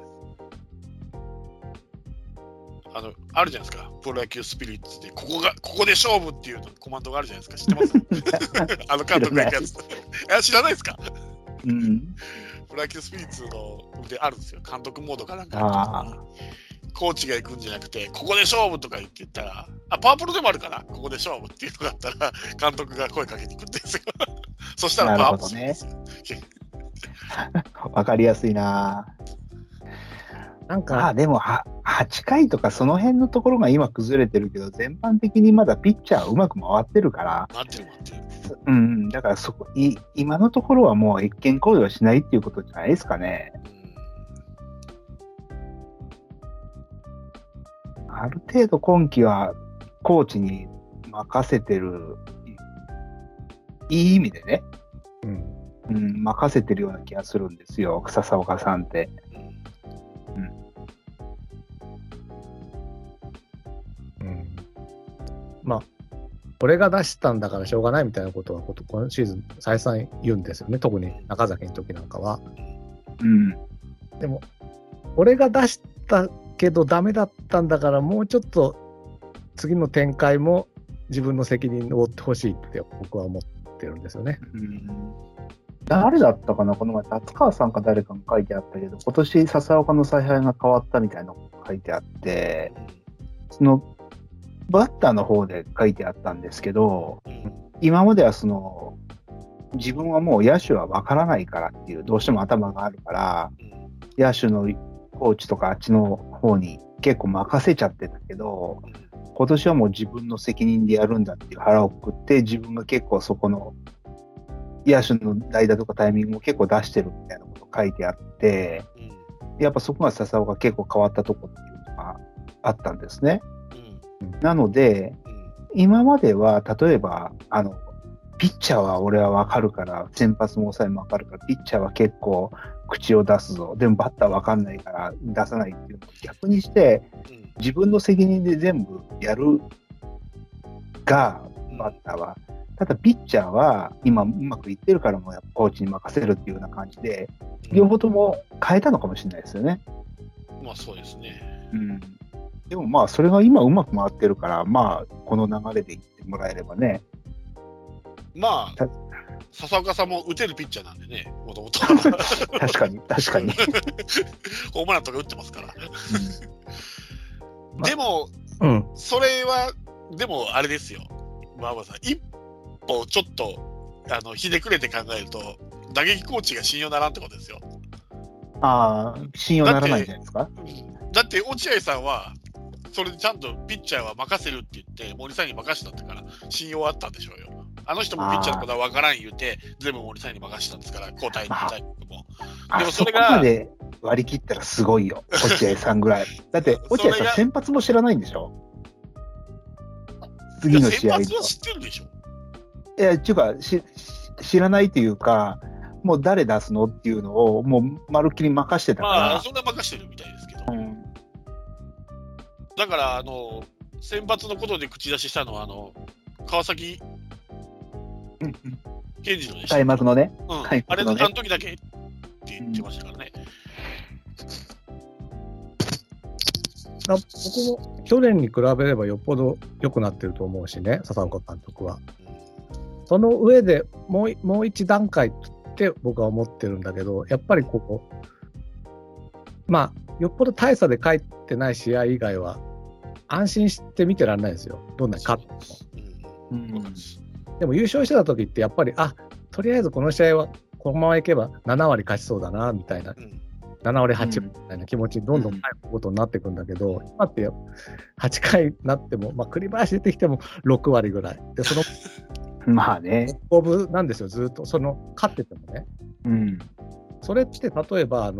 あるじゃないですか、プロ野球スピリッツでここで勝負っていうコマンドがあるじゃないですか。知ってます？監督が行くやつ。知らないですか？ プロ野球スピリッツのであるんですよ。監督モードかなんかの時にコーチが行くんじゃなくて、ここで勝負とか言って言ったら、パワープロでもあるかな、ここで勝負っていうのがあったら、監督が声かけに行くんですよ。そしたらパワープロですよ。 わかりやすいな。なんか、でも8回とかその辺のところが今崩れてるけど、全般的にまだピッチャーうまく回ってるから、うん、だから今のところはもう越権行為はしないっていうことじゃないですかね。ある程度今季はコーチに任せてる、いい意味でね、任せてるような気がするんですよ、笹岡さんって。 まあ、俺が出したんだからしょうがないみたいなことは今シーズン再三言うんですよね、特に中崎の時なんかは。でも、俺が出したけどダメだったんだから、もうちょっと次の展開も自分の責任を負ってほしいって僕は思ってるんですよね。 誰だったかな、この前達川さんか誰かが書いてあったけど、今年笹岡の采配が変わったみたいなのが書いてあって、そのバッターの方で書いてあったんですけど、今までは自分はもう野手は分からないからっていうどうしても頭があるから、野手のコーチとかあっちの方に結構任せちゃってたけど、今年はもう自分の責任でやるんだっていう腹をくって、自分が結構そこの野手の代打とかタイミングも結構出してるみたいなこと書いてあって、やっぱそこが笹岡結構変わったとこっていうのがあったんですね。なので、今までは例えばピッチャーは俺は分かるから、先発も抑えも分かるから、ピッチャーは結構口を出すぞ、でもバッター分かんないから出さないっていうのを逆にして、自分の責任で全部やるがバッターは。ただピッチャーは今うまくいってるからもうやっぱコーチに任せるっていうような感じで、両方とも変えたのかもしれないですよね。 まあそうですね。 でもまあそれが今うまく回ってるから、まあこの流れでいってもらえればね。 まあ笹岡さんも打てるピッチャーなんでね、もともと。 確かに。 ホームランとか打ってますから。でも、それは、でもあれですよ。馬場さん、一歩ちょっとひねくれて考えると、打撃コーチが信用ならんってことですよ。 信用ならないんじゃないですか。 だって落合さんは、それでちゃんとピッチャーは任せるって言って、森さんに任せたんだから、信用あったんでしょうよ。あの人もピッチャーのことは分からん言うて、全部森さんに任せたんですから、交代も。でもそれが。 そこまで割り切ったらすごいよ、落合さんぐらい。だって、落合さん、先発も知らないんでしょ、次の試合。 先発は知ってるでしょ。 っていうか知らないというか、もう誰出すのっていうのを、もうまるっきり任してたから。 そんな任してるみたいですけど。だから、先発のことで口出ししたのは、川崎健次郎でした。 開幕のね。 あれの時だけって言ってましたからね。 僕も去年に比べればよっぽど良くなってると思うしね、笹岡監督は。その上でもう一段階って僕は思ってるんだけど、やっぱりまあ、よっぽど大差で帰ってない試合以外は、安心して見てられないですよ、どんなに勝っても。でも優勝してた時って、やっぱり、とりあえずこの試合はこのままいけば7割勝ちそうだなみたいな、7割8割みたいな気持ちにどんどん入ることになっていくんだけど、今って8回になっても、栗林出てきても6割ぐらい。で、そのまあね。 五分なんですよ、ずっと。勝っててもね。それって、例えば、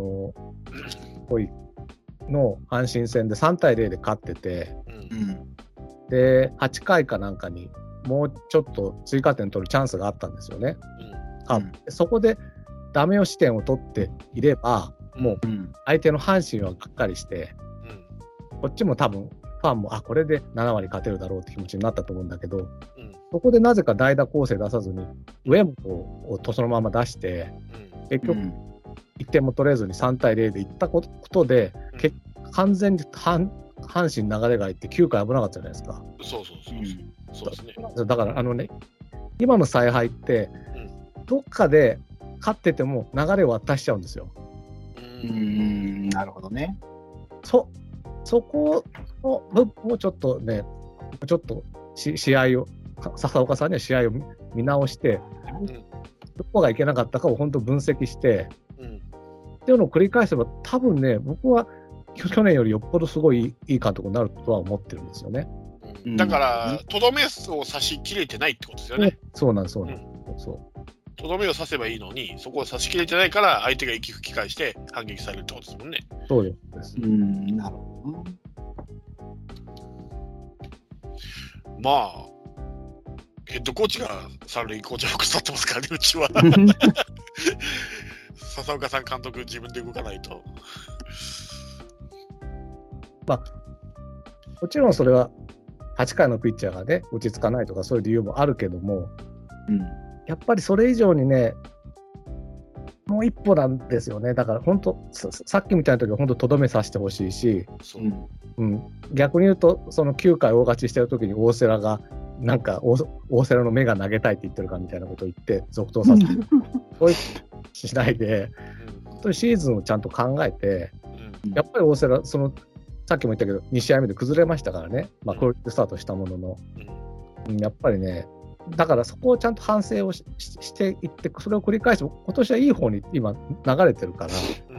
の阪神戦で3対0で勝ってて、で、8回かなんかにもうちょっと追加点取るチャンスがあったんですよね。そこでダメ押し点を取っていれば、もう相手の阪神はがっかりして、こっちも多分、ファンもこれで7割勝てるだろうって気持ちになったと思うんだけど、そこでなぜか代打構成出さずに上本をそのまま出して、結局1点も取れずに3対0でいったことで、完全に阪神流れがいって9回危なかったじゃないですか。そうですね。だから今の采配って、どっかで勝ってても流れを渡しちゃうんですよ。 なるほどね。 そこの部分をちょっとね、ちょっと試合を、笹岡さんには試合を見直して、どこがいけなかったかを本当分析して、っていうのを繰り返せば、多分ね、僕は去年よりよっぽどすごいいい監督になるとは思ってるんですよね。 だから、とどめを刺し切れてないってことですよね。 そうなんです。 とどめを刺せばいいのに、そこを刺し切れてないから、相手が息吹き返して反撃されるってことですもんね。 そうです。 なるほど。 まあ、ヘッドコーチが三塁コーチを腐ってますからね、うちは。笹岡さん監督、自分で動かないと。 まあ、もちろんそれは8回のピッチャーがね、落ち着かないとかそういう理由もあるけども、やっぱりそれ以上にね、もう一歩なんですよね。だから本当、さっきみたいな時は本当とどめさせてほしいし、逆に言うと、その9回大勝ちしてる時に大瀬良が、なんか大瀬良の目が投げたいって言ってるかみたいなことを言って続投させてそういうしないで、本当にシーズンをちゃんと考えて、やっぱり大瀬良、さっきも言ったけど2試合目で崩れましたからね、まあ、こういうスタートしたものの、やっぱりね、だからそこをちゃんと反省を していって、それを繰り返して、今年はいい方に今流れてるから、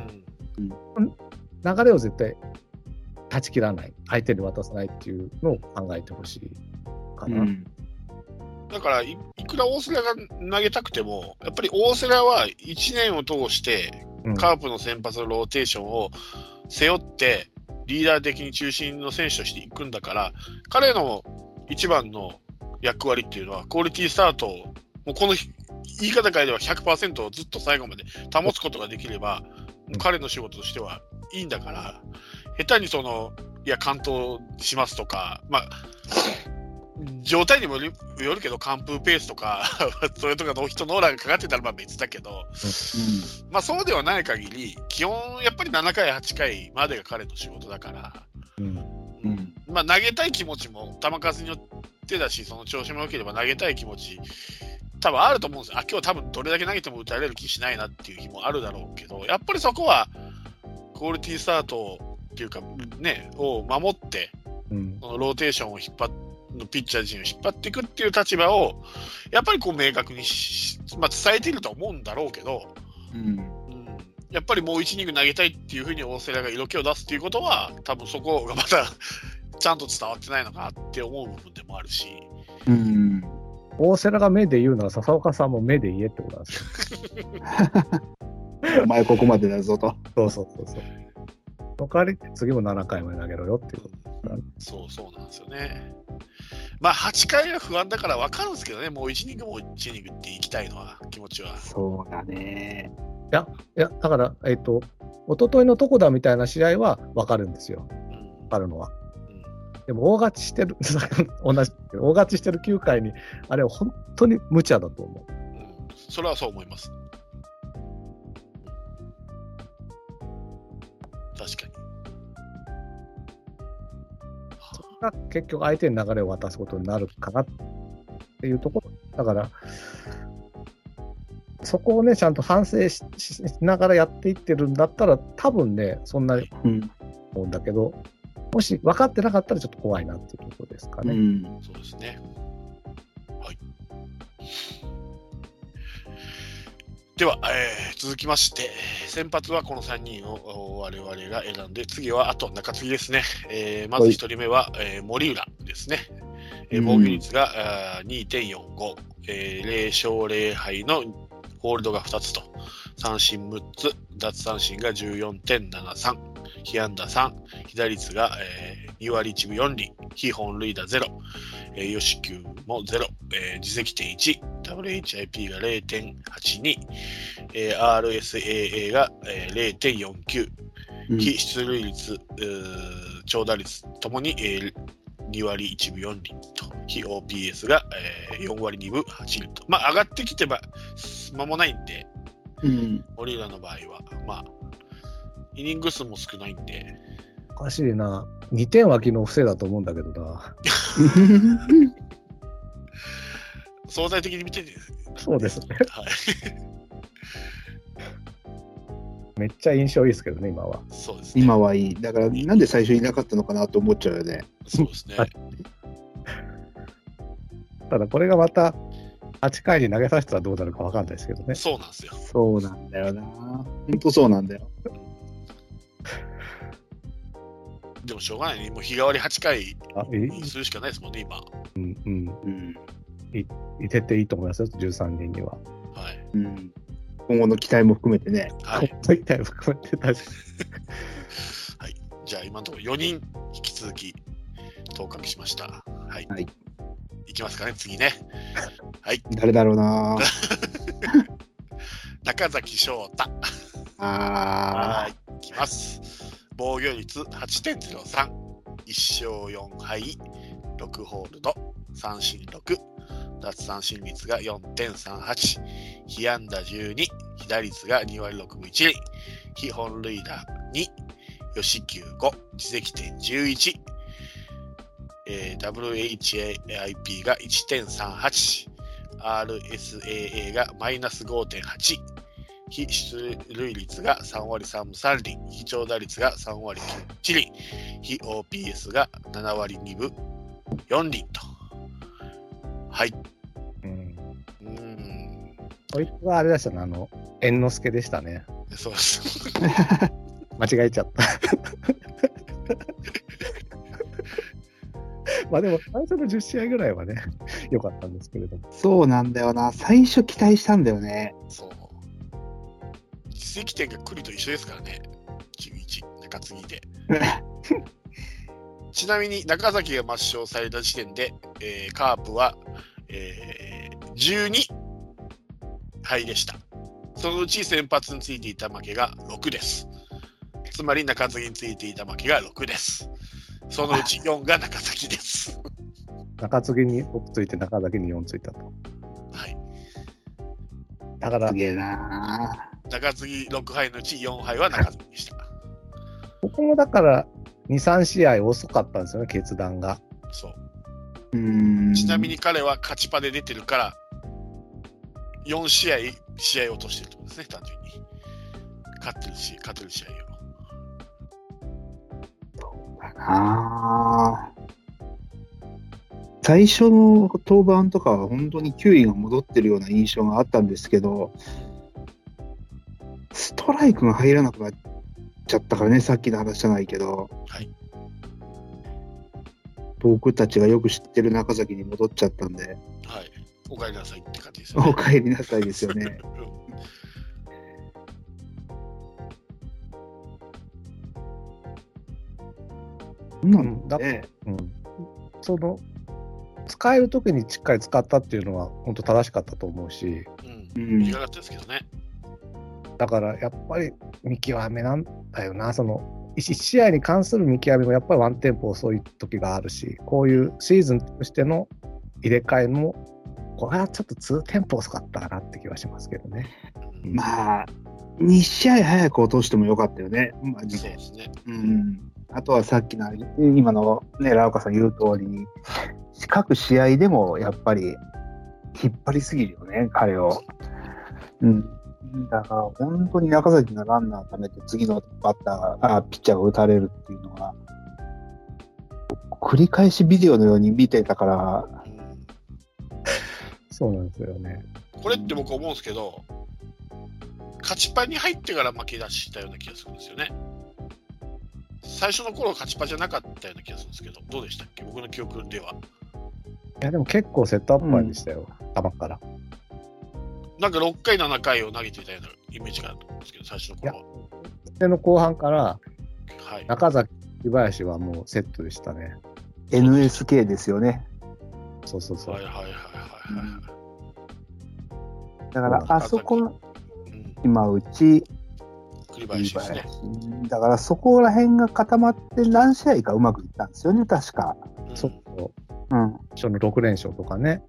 流れを絶対断ち切らない、相手に渡さないっていうのを考えてほしいかな。 だからいくら大瀬良が投げたくても、やっぱり大瀬良は1年を通してカープの先発のローテーションを背負ってリーダー的に中心の選手としていくんだから、彼の一番の役割っていうのはクオリティスタートを、もうこの言い方変えれば 100% をずっと最後まで保つことができれば、彼の仕事としてはいいんだから、下手に完投しますとか、まあ状態にもよるけど、完封ペースとかそれとかノーヒットノーランがかかってたらまあ別だけど、まあそうではない限り、基本やっぱり7回8回までが彼の仕事だから、まあ投げたい気持ちも球数によってだし、その調子も良ければ投げたい気持ち多分あると思うんですよ。今日多分どれだけ投げても打たれる気しないなっていう日もあるだろうけど、やっぱりそこはクオリティスタートっていうかねを守って、そのローテーションを引っ張ってピッチャー陣を引っ張っていくっていう立場をやっぱりこう明確にまあ、伝えていると思うんだろうけど、やっぱりもう1イニング投げたいっていうふうに大瀬良が色気を出すっていうことは、多分そこがまたちゃんと伝わってないのかなって思う部分でもあるし、 大瀬良が目で言うなら笹岡さんも目で言えってことなんですよ。 お前ここまでだぞと。 そう。その代わり次も7回まで投げろよっていうこと、 そうなんですよね。まあ8回は不安だから分かるんですけどね、もう1イニングもう1イニングっていきたいのは気持ちは。 そうだね。 いやだから一昨日の床田みたいな試合は分かるんですよ。分かるのは。でも大勝ちしてる同じ大勝ちしてる9回にあれは本当に無茶だと思う。 それはそう思います。確かに。 それが結局相手に流れを渡すことになるかなっていうところだから、そこをねちゃんと反省 しながらやっていってるんだったら多分ねそんなに思うんだけど、もし分かってなかったらちょっと怖いなっていうところですかね。 そうですね。はい。では、続きまして先発はこの3人を我々が選んで、次はあと中継ぎですね。まず1人目は、森浦ですね。防御率が 2.45、0勝0敗のホールドが2つと、三振6つ、奪三振が 14.73、被安打3、被打率が、2割1分4厘、被本塁打0、与四球も0、自責点1、WHIP が 0.82、RSAA が、0.49、被出塁率、長打率ともに、2割1分4厘と、被 OPS が、4割2分8厘と、まあ上がってきて間もないんで、森浦の場合はまあイニング数も少ないんで。 おかしいな、2点は昨日不正だと思うんだけどな。 相対的に見てて、 そうですね。 はい。 めっちゃ印象いいですけどね、今は。 そうですね。 今はいい。だから、なんで最初いなかったのかなと思っちゃうよね。 そうですね。 ただ、これがまた、8回に投げさせたらどうなるか分かんないですけどね。 そうなんですよ。 そうなんだよな。本当そうなんだよ。 でもしょうがないね。もう日替わり8回あにするしかないですもんね、今。 いてていいと思いますよ、13人には。 はい。 今後の期待も含めてね。 はい。 今後の期待も含めて確かに。 はい。じゃあ、今のところ4人引き続き当確しました。はい。いきますかね、次ね。はい。 誰だろうな。 中崎翔太。はい。いきます。防御率 8.03、1勝4敗、6ホールド、三振6、奪三振率が 4.38、被安打12、被打率が2割6分1厘、被本塁打2、吉球5、自責点11、WHIP が 1.38、RSAA がマイナス 5.8、被出塁率が3割3分3厘、被長打率が3割1厘、被 OPS が7割2分4厘と。はい。 こいつはあれでしたね、猿之助でしたね。 そうです。 間違えちゃった。まあでも、最初の10試合ぐらいはね、良かったんですけれども。 そうなんだよな。最初期待したんだよね。 そう。実績点が来ると一緒ですからね。11、中継ぎで。ちなみに中崎が抹消された時点で、カープは、12敗でした。そのうち先発についていた負けが6です。つまり中継ぎについていた負けが6です。そのうち4が中崎です。 中継ぎに6ついて中崎に4ついたと。 はい。 だから、 すげえな。 中継ぎ6敗のうち4敗は中継ぎでした。 ここもだから、2、3試合遅かったんですよね、決断が。 そう。ちなみに彼は勝ちパで出てるから、4試合を落としてるってことですね、単純に。勝ってる試合を。 そうだな。最初の登板とかは本当に球威が戻ってるような印象があったんですけど、ストライクが入らなくなっちゃったからね、さっきの話じゃないけど、 はい、 僕たちがよく知ってる中崎に戻っちゃったんで、はい、 お帰りなさいって感じですよね。 お帰りなさいですよね。 その使えるときにしっかり使ったっていうのは本当正しかったと思うし、 短かったですけどね。 だからやっぱり見極めなんだよな。その1試合に関する見極めもやっぱりワンテンポ遅い時があるし、こういうシーズンとしての入れ替えもこれはちょっと2テンポ遅かったかなって気はしますけどね。 まあ2試合早く落としてもよかったよね、マジで。 そうですね。 あとはさっきの今のね、ラオカさん言う通りに、各試合でもやっぱり引っ張りすぎるよね、彼を。だから本当に中崎がランナー貯めて次のバッター、ピッチャーが打たれるっていうのは、繰り返しビデオのように見てたから。 そうなんですよね。 これって僕思うんですけど、勝ちパンに入ってから負け出したような気がするんですよね。最初の頃勝ちパンじゃなかったような気がするんですけど、どうでしたっけ、僕の記憶では。 いやでも結構セットアップパンでしたよ、球から。 なんか6回、7回を投げていたようなイメージがあると思うんですけど、最初の頃は。 での後半から、中崎、林はもうセットでしたね。 NSK ですよね。 そう。 だからあそこの今うち栗林ですね。 だからそこら辺が固まって何試合かうまくいったんですよね、確か。 その6連勝とかね。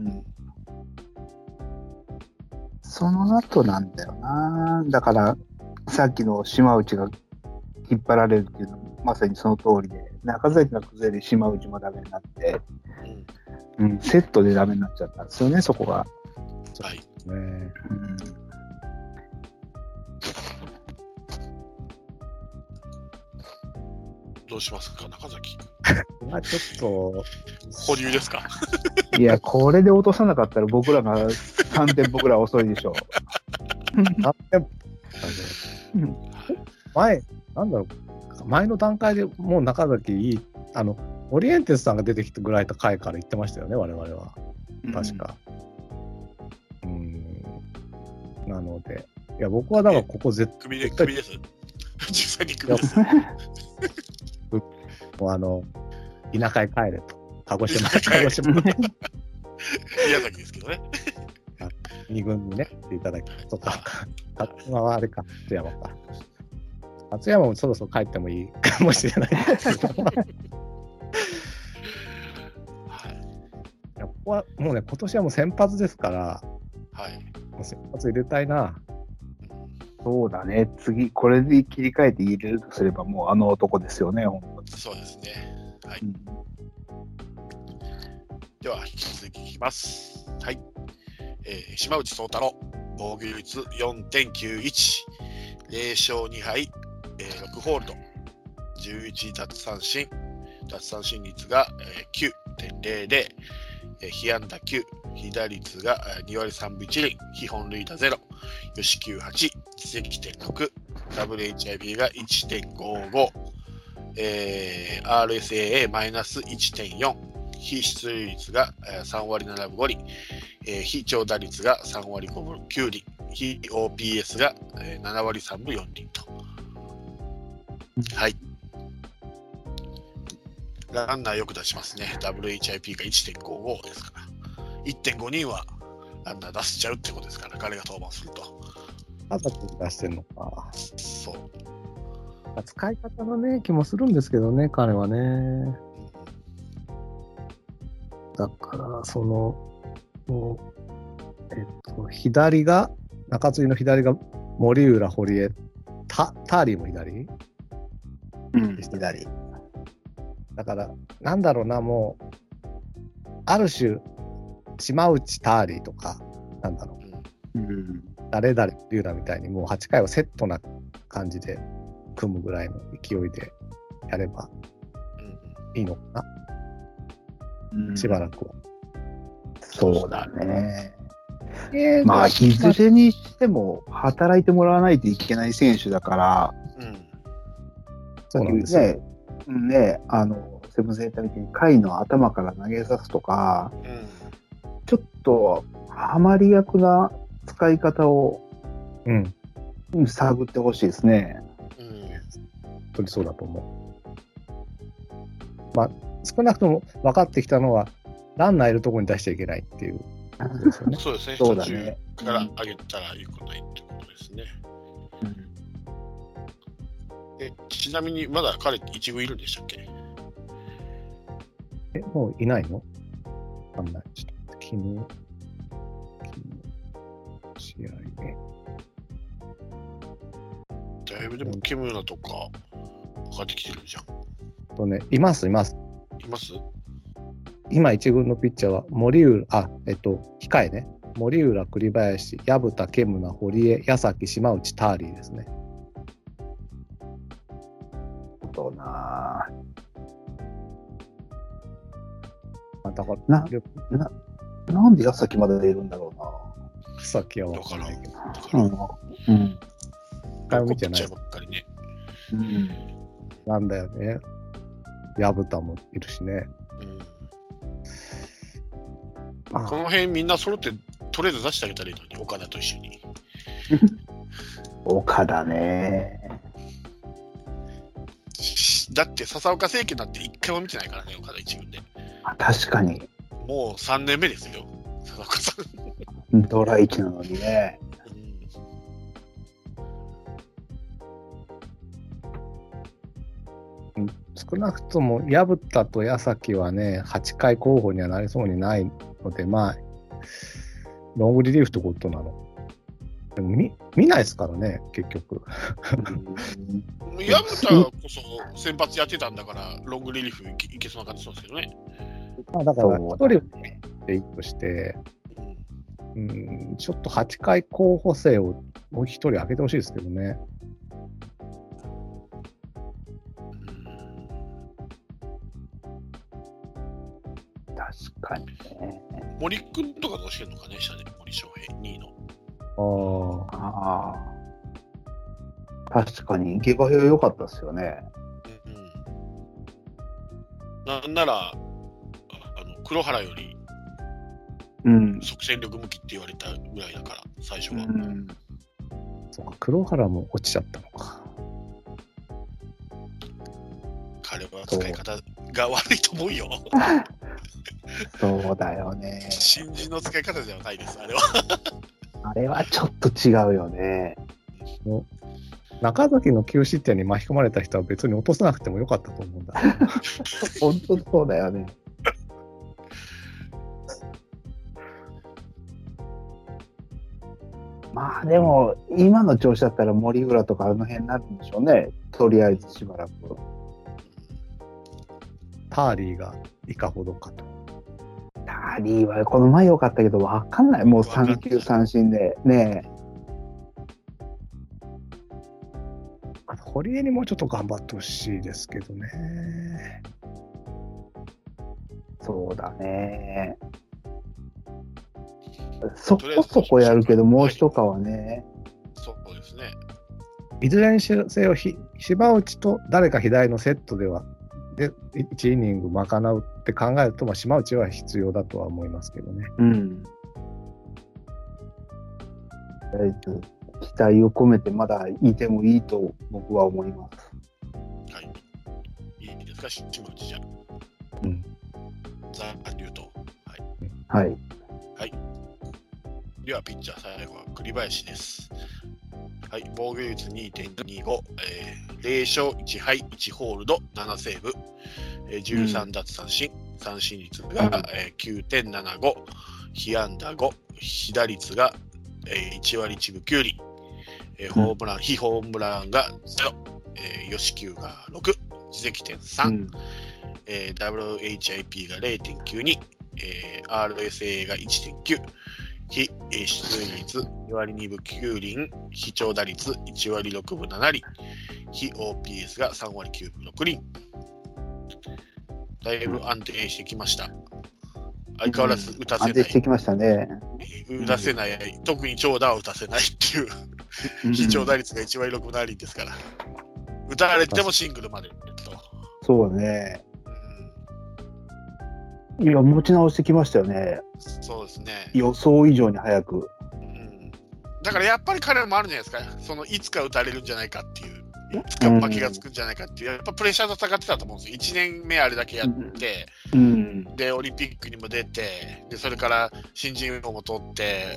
その後なんだよな。だからさっきの島内が引っ張られるっていうのもまさにその通りで、中崎が崩れて島内もダメになって、セットでダメになっちゃったんですよね、そこが。 はい。 どうしますか、中崎。 まあちょっと。 保留ですか。 いや、これで落とさなかったら僕らが3店舗ぐらい遅いでしょう。 前の段階でもう中崎いい、オリエンテスさんが出てきてぐらいた回から言ってましたよね、我々は。確か。なので、いや、僕はだからここ首です。実際に首です。 もう田舎へ帰れと。鹿児島。 宮崎ですけどね。 2軍にね、っていただきとか、勝山はあれか、勝山か。勝山もそろそろ帰ってもいいかもしれないですけど。ここはもうね、今年はもう先発ですから、 はい、 もう先発入れたいな。 そうだね、次、これで切り替えて入れるとすれば、もうあの男ですよね、本当に。 そうですね。はい。では、引き続きいきます。はい。島内宗太郎、防御率 4.91、0勝2敗、6ホールド、11奪三振、奪三振率が 9.00、被安打9、被打率が2割3分1厘、被本塁打0、よし98、実績点6、WHIP が 1.55、RSAA マイナス 1.4、被出塁率が3割7分5厘、被長打率が3割5分9厘、被 OPS が7割3分4厘と。はい。ランナーよく出しますね。WHIP が 1.55 ですから。1.5 人はランナー出しちゃうってことですから、彼が登板すると。 朝出してんのか。 そう。 使い方のね、気もするんですけどね、彼はね。だから、左が、中継ぎの左が森浦、堀江、ターリーも左？ 左。 だから、なんだろうな、もう、ある種、島内ターリーとか、なんだろう、誰々龍太みたいに、もう8回をセットな感じで組むぐらいの勢いでやればいいのかな、しばらくは。 そうだね。まあ、いずれにしても働いてもらわないといけない選手だから、 そうなんですよ。 セブンセンターみたいに回の頭から投げさすとか、ちょっとハマり役な使い方を、探ってほしいですね。 本当にそうだと思う。まあ、少なくとも分かってきたのは、ランナーいるところに出しちゃいけないっていうことですよね。 そうですね。 そうだね。 途中から上げたらいいことないってことですね。ちなみにまだ彼一軍いるんでしたっけ？ もういないの？わかんない。ちょっと昨日試合ね。 だいぶでもケムナとか分かってきてるじゃん。 います。今一軍のピッチャーは森浦、控えね。森浦、栗林、薮田、ケムナ、堀江、矢崎、島内、ターリーですね。 そうなだからなんで矢崎までいるんだろうな。 さっきは分からないけど。 回見てないばっかりね。 なんだよね。薮田もいるしね。 この辺みんな揃ってとりあえず出してあげたらいいのに、岡田と一緒に。 岡田ね。 だって笹岡政権なんて一回も見てないからね、岡田一軍で。 確かに。 もう3年目ですよ、笹岡さん。ドラ1なのにね。 少なくとも薮田と矢崎はね、8回候補にはなりそうにないので、まあ、ロングリリーフってことなの。でも見ないですからね、結局。 薮田こそ先発やってたんだから、ロングリリーフいけそうな感じそうですけどね。 だから、1人でいいとして、ちょっと8回候補生をもう1人上げてほしいですけどね。 かにね。 森君とかどうしてんのかね、下で森翔平、2位の。 ああ。確かに、下馬評良かったですよね。 なんなら、黒原より、即戦力向きって言われたぐらいだから、最初は。 そうか、黒原も落ちちゃったのか。 彼は使い方が悪いと思うよ。 そうだよね。 新人の使い方じゃないです、あれは。 あれはちょっと違うよね。 中崎の9失点に巻き込まれた人は別に落とさなくてもよかったと思うんだ。 本当そうだよね。まあでも今の調子だったら森浦とかあの辺になるんでしょうね。とりあえずしばらく。 ターリーがいかほどかと。 ターリーはこの前良かったけど分かんない。もう3球三振でね。 堀江にもうちょっと頑張ってほしいですけどね。 そうだね。そこそこやるけどもう一皮ね。 そうですね。 いずれにせよ芝内と誰か左のセットで1イニング賄うって考えると、島内は必要だとは思いますけどね。 期待を込めてまだいてもいいと僕は思います。 はい。いいですか、島内じゃ。ザ・リュート。 はい。 はい。では、ピッチャー最後は栗林です。はい。防御率 2.25、0勝1敗1ホールド7セーブ、13奪三振、三振率が、9.75、被安打5、被打率が、1割1分9厘、非ホームランが0、吉球が6、自責点3、WHIP が 0.92、RSA が 1.9、非出塁率2割2分9厘、非長打率1割6分7厘、非 OPS が3割9分6厘。だいぶ安定してきました。相変わらず打たせない。 安定してきましたね。 打たせない、特に長打を打たせないっていう、非長打率が1割6分7厘ですから、打たれてもシングルまでと。 そうね。いや、持ち直してきましたよね。 そうですね。 予想以上に早く。 だからやっぱり彼もあるんじゃないですか。いつか打たれるんじゃないかっていう、いつか負けがつくんじゃないかっていう、やっぱプレッシャーと戦ってたと思うんですよ。1年目あれだけやって、で、オリンピックにも出て、で、それから新人王も取って、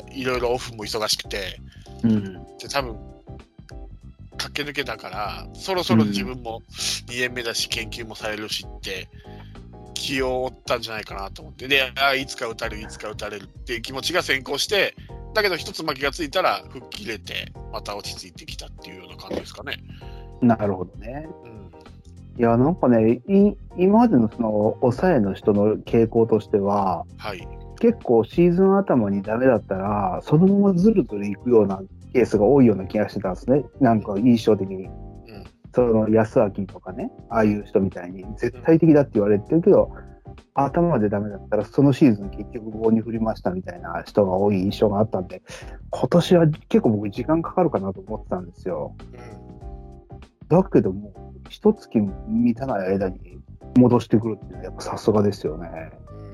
いろいろオフも忙しくて、で、多分、駆け抜けたから、そろそろ自分も2年目だし、研究もされるしって、気を負ったんじゃないかなと思って、で、いつか打たれるっていう気持ちが先行して、だけど一つ負けがついたら吹っ切れて、また落ち着いてきたっていうような感じですかね。 なるほどね。いや、なんかね、今までのその抑えの人の傾向としては、結構シーズン頭にダメだったら、そのままずるずるいくようなケースが多いような気がしてたんですね。なんか印象的に。その安明とかね、ああいう人みたいに絶対的だって言われてるけど、頭でダメだったらそのシーズン結局棒に振りましたみたいな人が多い印象があったんで、今年は結構僕時間かかるかなと思ってたんですよ。だけども一月満たない間に戻してくるっていうのはやっぱさすがですよね。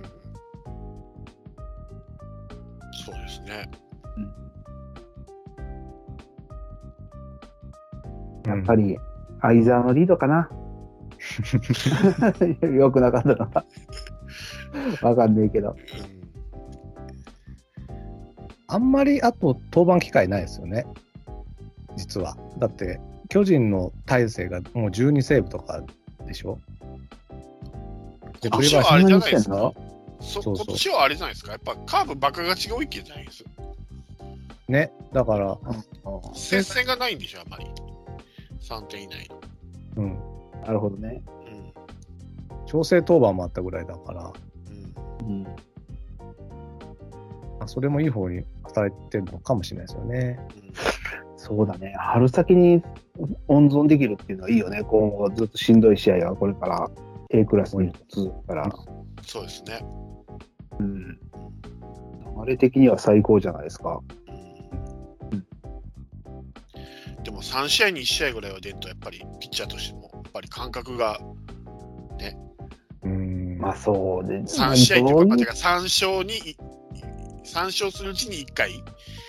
そうですね。 やっぱり相沢のリードかな。よくなかったな。わかんないけど。 あんまりあと登板機会ないですよね。実は。だって巨人の大勢がもう12セーブとかでしょ。 今年はあれじゃないですか。今年はあれじゃないですか。やっぱカーブバカ勝ちが多いけじゃないです。 ね、だから接戦がないんでしょ、あんまり。3点以内の。なるほどね。 調整登板もあったぐらいだから、それもいい方に働いてるのかもしれないですよね。 そうだね。春先に温存できるっていうのはいいよね。今後ずっとしんどい試合がこれから A クラスに続くから。 そうですね。 流れ的には最高じゃないですか。 でも3試合に1試合ぐらいは出んとやっぱりピッチャーとしてもやっぱり感覚がね。 まあそうで、 3試合というか3勝するうちに1回。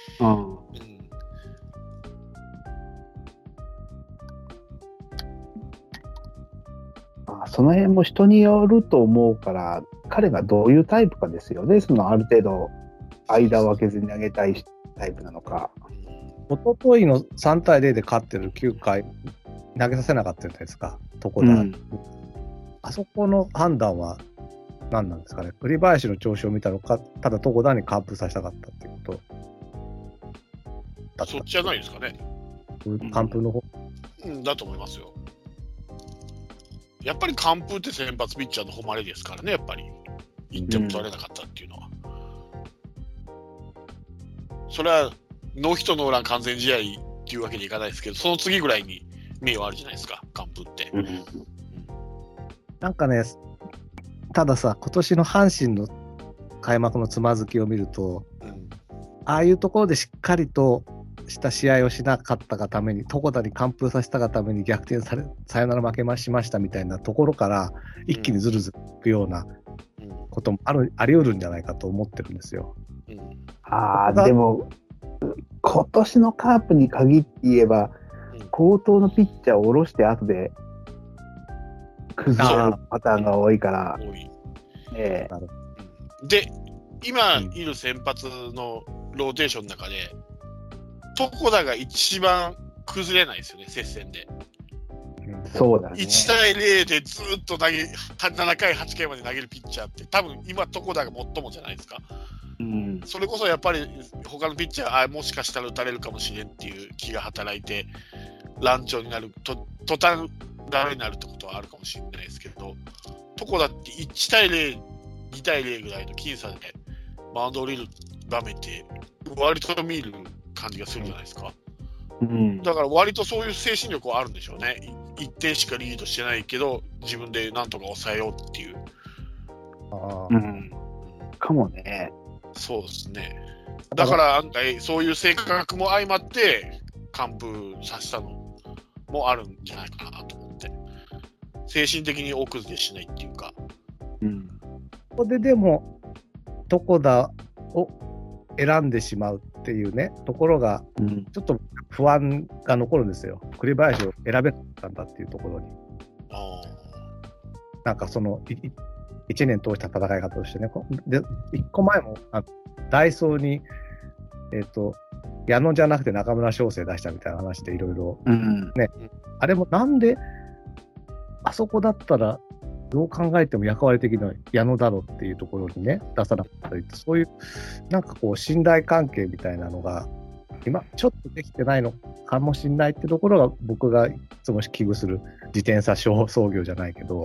その辺も人によると思うから、彼がどういうタイプかですよね。そのある程度間を空けずに投げたいタイプなのか。 一昨日の3対0で勝ってる9回投げさせなかったじゃないですか、床田、あそこの判断は何なんですかね。栗林の調子を見たのか、ただ床田に完封させたかったっていうことそっちじゃないですかね。 完封の方、 だと思いますよ。やっぱり完封って先発ピッチャーの誉れですからね、やっぱり1点も取れなかったっていうのは、それはノーヒットノーラン完全試合っていうわけにいかないですけど、その次ぐらいに名誉あるじゃないですか、完封って。 なんかね、たださ、今年の阪神の開幕のつまずきを見ると、ああいうところでしっかりとした試合をしなかったがために、床田に完封させたがために逆転され、サヨナラ負けしましたみたいなところから一気にずるずるいくようなこともあり得るんじゃないかと思ってるんですよ。 でも今年のカープに限って言えば、好投のピッチャーを下ろして後で崩れるパターンが多いから。 で、今いる先発のローテーションの中で、床田が一番崩れないですよね、接戦で。 そうだね。 1対0でずっと7回、8回まで投げるピッチャーって、多分今、床田が最もじゃないですか。それこそやっぱり他のピッチャーもしかしたら打たれるかもしれんっていう気が働いて乱調になる途端ダメになるってことはあるかもしれないですけど、床田って1対0、2対0ぐらいの僅差でマウンド降りる場面って割と見る感じがするじゃないですか。だから割とそういう精神力はあるんでしょうね。1点しかリードしてないけど自分でなんとか抑えようっていう。 かもね。 そうですね。だから案外そういう性格も相まって完封させたのもあるんじゃないかなと思って、精神的に大崩れしないっていうか。 ここででも床田を選んでしまうっていうねところがちょっと不安が残るんですよ。栗林を選べなかったんだっていうところに。なんかその1年通した戦い方としてね。で1個前もダイソーに矢野じゃなくて中村翔成出したみたいな話でいろいろね、あれもなんであそこだったらどう考えても役割的な矢野だろうっていうところにね出さなかったりって、そういうなんかこう信頼関係みたいなのが今ちょっとできてないのかもしれないってところが僕がいつも危惧する自転車操業じゃないけど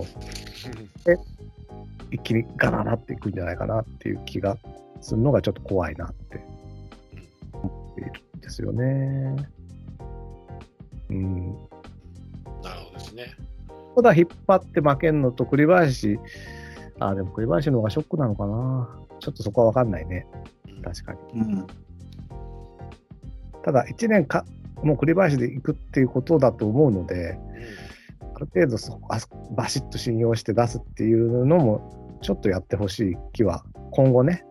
一気にガラガラっていくんじゃないかなっていう気がするのがちょっと怖いなって思っているんですよね。 なるほどですね。 ただ引っ張って負けんのと栗林、でも栗林の方がショックなのかな。ちょっとそこは分かんないね。確かに。ただ1年もう栗林でいくっていうことだと思うので、ある程度バシッと信用して出すっていうのもちょっとやってほしい気は今後ね、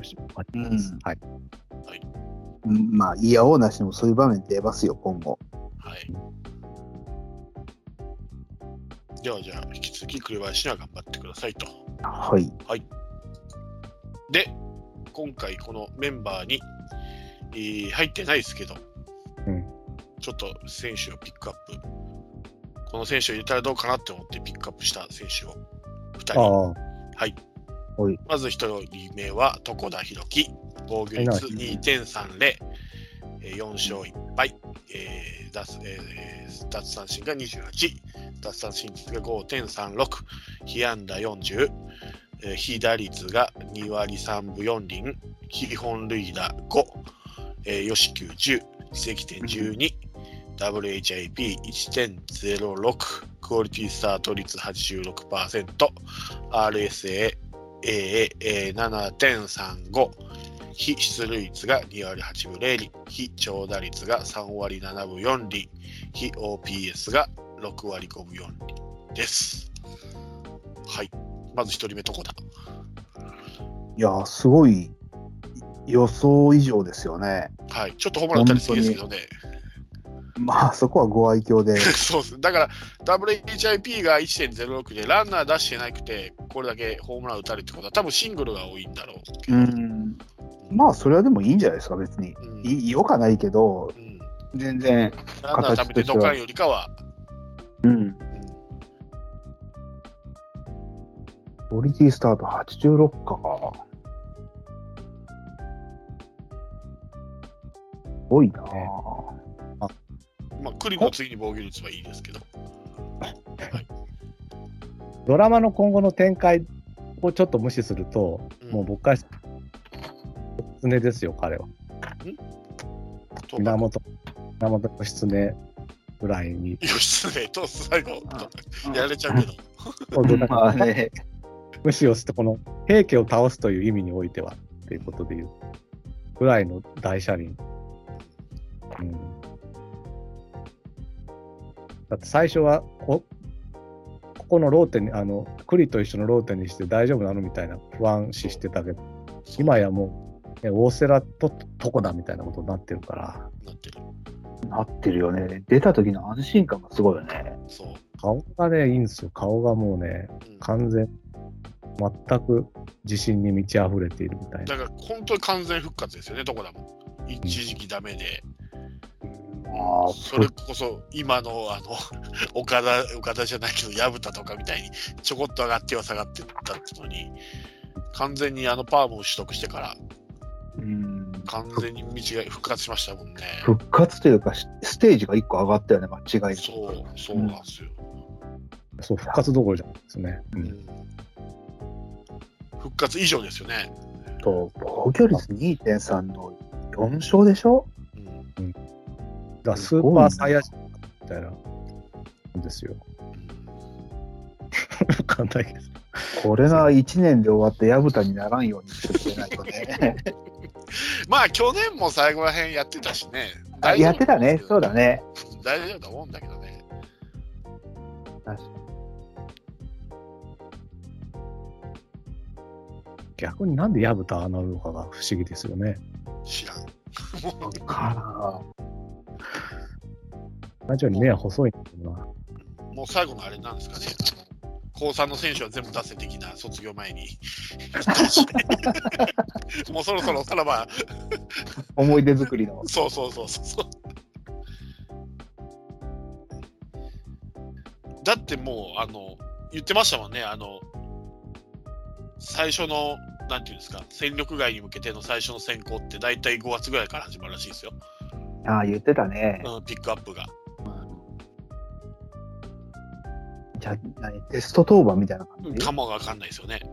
まあいやおうなしもそういう場面出ますよ今後。 じゃあ引き続き栗林には頑張ってくださいと。で今回このメンバーに、入ってないですけど、ちょっと選手をピックアップ、この選手を入れたらどうかなって思ってピックアップした選手を2人。まず1人目は床田裕樹、防御率 2.30、4勝1敗、奪三振が28、奪三振率が 5.36、被安打40、被打率が2割3分4厘、被本塁打5、与四球10、自責点12、WHIP1.06、クオリティスタート率 86%、RSA ERA7.35、被出塁率が2割8分0厘、被長打率が3割7分4厘、被 OPS が6割5分4厘です。はい。まず1人目どこだ？ いや、すごい予想以上ですよね。 はい。ちょっとホームラン打たれすぎですけどね。 まあ、そこはご愛嬌で。 そうです。だから、WHIP が 1.06 で、ランナー出してなくて、これだけホームラン打たれるってことは、多分シングルが多いんだろうけど。 まあ、それはでもいいんじゃないですか、別に。よかないけど、全然、 ランナー食べてドカンよりかは。 クオリティスタート86か。すごいなぁ。 まあ、クリの次に防御率はいいですけど。はい、 ドラマの今後の展開をちょっと無視すると、もう僕から狐ですよ、彼は。源義経ぐらいに。 義経と最後やれちゃうけど。 まあね、 無視をして、この平家を倒すという意味においてはっていうことでいうぐらいの大車輪。だって最初はここのローテに栗と一緒のローテにして大丈夫なのみたいな不安視してたけど、今やもう、大瀬良とどこだみたいなことになってるから。 なってるよね。出た時の安心感がすごいよね。 そう。 顔がね、いいんですよ。顔がもうね、完全、全く自信に満ち溢れているみたいな。 だから本当に完全復活ですよね、どこだもん。一時期ダメで。それこそ今の岡田じゃないけど薮田とかみたいにちょこっと上がっては下がってったってのに、完全にパームを取得してから完全に道が復活しましたもんね。 復活というかステージが1個上がったよね、間違いなく。 そうなんですよ。 そう、復活どころじゃないですね。 復活以上ですよね。 と防御率 2.3 の4勝でしょ。 だスーパーサイヤ人みたいなんですよ。わかんないです。 これが1年で終わって薮田にならんようにしてくれないとね。 まあ去年も最後らへんやってたしね。 やってたね、そうだね。 大丈夫だと思うんだけどね。 確かに。 逆になんで薮田ああなるのかが不思議ですよね。 知らん。 同じように目は細いんだけどな。 もう最後のあれなんですかね。高3の選手は全部出せ的な卒業前にもうそろそろさらば思い出作りの。 そう。だってもう言ってましたもんね。最初のなんていうんですか、戦力外に向けての最初の選考って大体5月ぐらいから始まるらしいですよ。 ああ、言ってたね。 ピックアップが。 じゃあテスト当番みたいな感じかもわかんないですよね。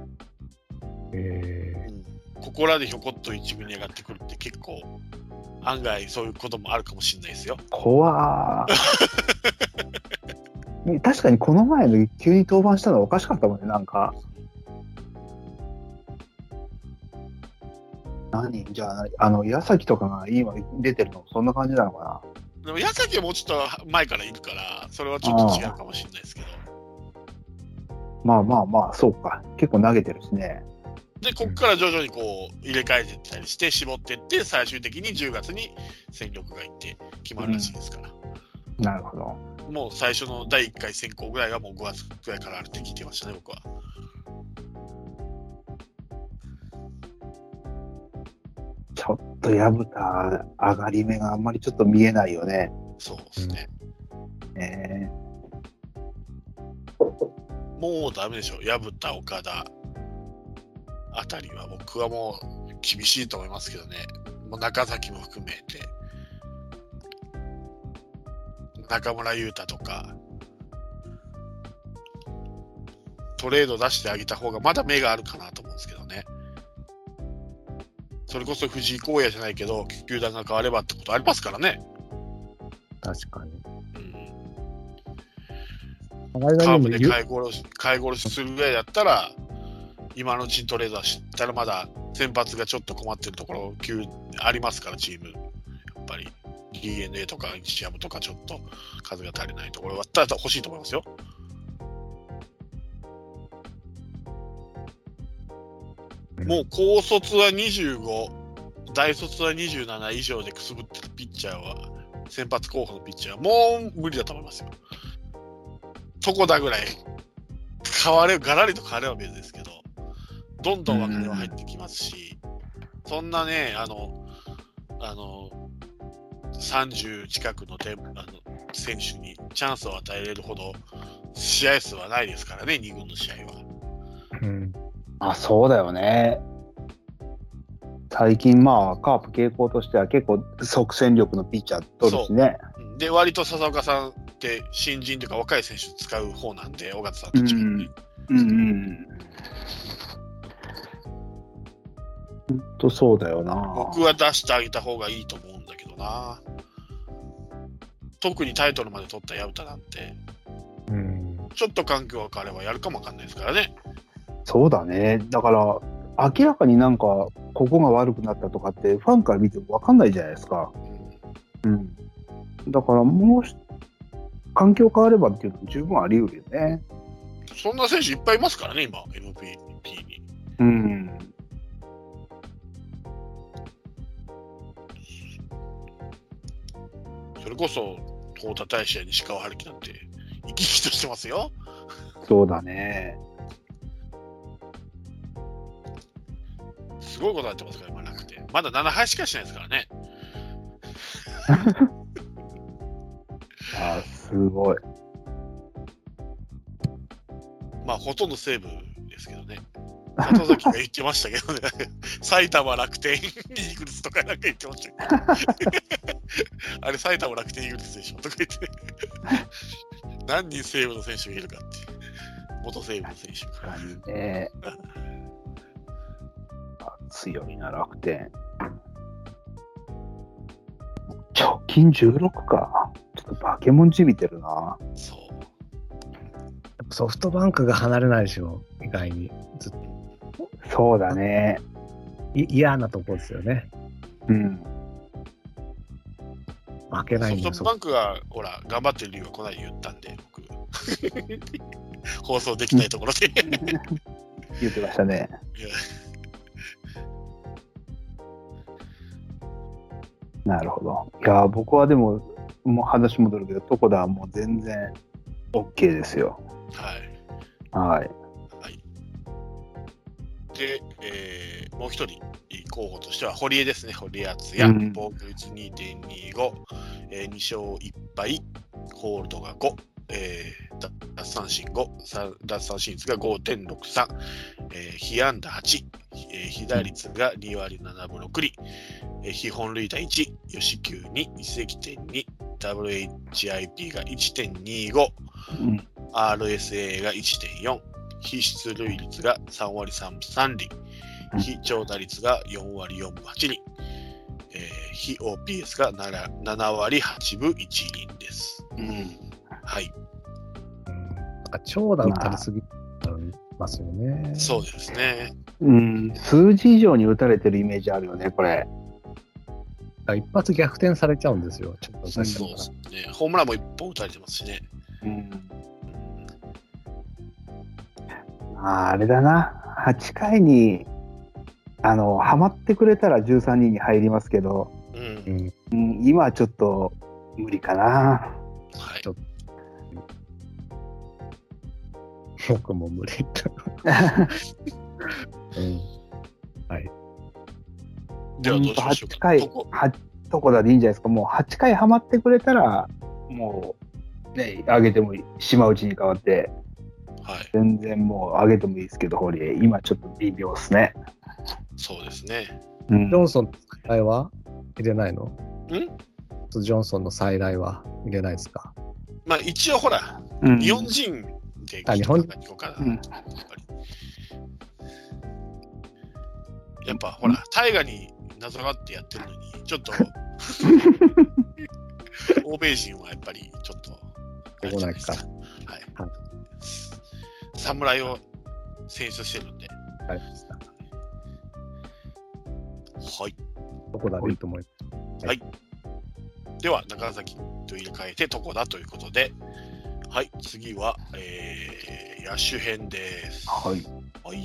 ここらでひょこっと一部に上がってくるって結構案外そういうこともあるかもしれないですよ。 怖ー確かにこの前の急に登板したのはおかしかったもんね、なんか。じゃあ矢崎とかが今出てるのそんな感じなのかな。 でも矢崎はもうちょっと前からいるからそれはちょっと違うかもしれないですけど。 まあそうか、結構投げてるしね。 でここから徐々にこう入れ替えていったりして絞っていって最終的に10月に戦力外って決まるらしいですから、 なるほど。 もう最初の第1回選考ぐらいはもう5月ぐらいからあるって聞いてましたね、僕は。 ちょっと薮田上がり目があんまりちょっと見えないよね。 そうですね。もうダメでしょ、薮田、岡田あたりは僕はもう厳しいと思いますけどね。もう中崎も含めて中村優太とかトレード出してあげた方がまだ目があるかなと思うんですけどね。それこそ藤井耕也じゃないけど球団が変わればってことありますからね。 確かに。 カーブで買い殺しするぐらいだったら今のうちにトレードは知ったらまだ先発がちょっと困ってるところありますからチームやっぱり DNA とか日ハムとかちょっと数が足りないところはただ欲しいと思いますよ。もう高卒は25、大卒は27以上でくすぶってるピッチャーは先発候補のピッチャーはもう無理だと思いますよ。床田ぐらいガラリと変われば別ですけど、どんどん若手は入ってきますし、そんなね、30近くの選手にチャンスを与えれるほど試合数はないですからね、2軍の試合は。 うん、そうだよね。最近カープ傾向としては結構即戦力のピッチャー取るしね。 で割と笹岡さんって新人というか若い選手使う方なんで、尾形さんと違って、 そうだよな。 僕は出してあげた方がいいと思うんだけどな。特にタイトルまで取った矢蓋なんて、ちょっと環境が変わればやるかもわかんないですからね。 そうだね。だから明らかになんかここが悪くなったとかってファンから見ても分かんないじゃないですか。だからもう環境変わればっていうのも十分あり得るよね。 そんな選手いっぱいいますからね今 MVP に。それこそ東田大志や西川春樹なんて生き生きとしてますよ。 そうだね。 すごいことになってますから今楽天。まだ7敗しかしないですからね。 すごい。 ほとんど西武ですけどね。里崎が言ってましたけどね。埼玉楽天イーグルスとかなんか言ってましたけど。あれ埼玉楽天イーグルスでしょとか言って。何人西武の選手がいるかって。元西武の選手が。 強いな楽天。貯金16か。ちょっとバケモンじみてるな。 ソフトバンクが離れないでしょ、意外に。ずっとそうだね。 嫌なとこですよね。負けないんだ。 ソフトバンクがほら頑張ってる理由はこない言ったんで、僕放送できないところで言ってましたね。なるほど。いや僕はでももう話戻るけど、床田はもう全然 OK ですよ。はい。 で、もう一人候補としては堀江ですね。堀江敦也、防御率 2.25、2勝1敗、ホールドが5、奪三振5、奪三振率が 5.63、被安打8、被打率が2割7分6厘、被本塁打1、吉球2、移籍点2、WHIP が 1.25、RSA が 1.4、被出塁率が3割3分3厘、被長打率が4割4分8厘、被 OPS が 7割8分1厘です。はい。 長打打たれすぎますよね。 そうですね。 数字以上に打たれてるイメージあるよね、これ。 一発逆転されちゃうんですよ。ちょっとそうですね。ホームランも1本打たれてますしね。 あれだな。8回にハマってくれたら13人に入りますけど、今はちょっと無理かな。 はい。 僕も無理。はい。 ではどうしましょうか。 床田でいいんじゃないですか。もう8回ハマってくれたら、もうね、上げてもいい。島内に代わって、全然もう上げてもいいですけど、堀江、今ちょっと微妙ですね。 そうですね。 ジョンソンの再来は入れないの？ジョンソンの再来は入れないですか？ 一応ほら、日本人で日本からやっぱほら、大河になぞらってやってるのに、ちょっと欧米人はやっぱりちょっと来ないか。 侍を選出してるんで。 ありました。 はい。 床田でいいと思います。 はい。では、中崎と入れ替えて床田ということで、はい、次は、野手編です。 はい。 はい。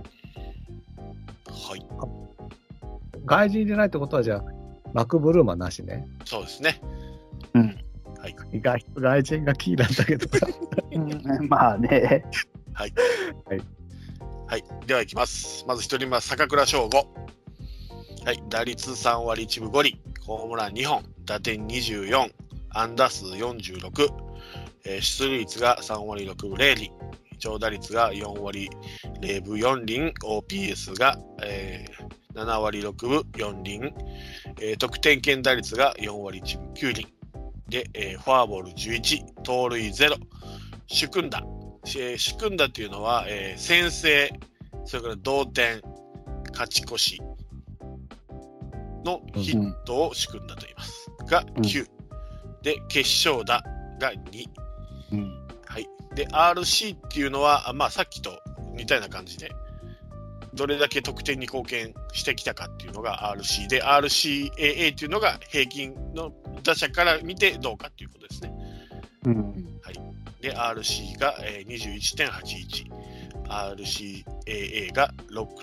はい。 外人じゃないってことは、じゃあ、マクブルーマンなしね。 そうですね。 うん。 はい。 意外と外人がキーなんだけどさ。 まあね。 はい。 はい。 はい。では、いきます。まず1人目は坂倉翔吾。はい。打率3割1分5厘。ホームラン2本。打点24。安打数46。出塁率が3割6分0厘。長打率が4割0分4厘。OPS が、7割6分4厘。得点圏打率が4割1分9厘。で、フォアボール11。盗塁0。主君打。主君打っていうのは、先制、それから同点、勝ち越しのヒットを主君打と言います。が9。で、決勝打が2。はい。で、RC っていうのは、まあ、さっきと似たような感じで、どれだけ得点に貢献してきたかっていうのが RC で、RCAA っていうのが平均の打者から見てどうかっていうことですね。はい。で、RC が 21.81、RCAA が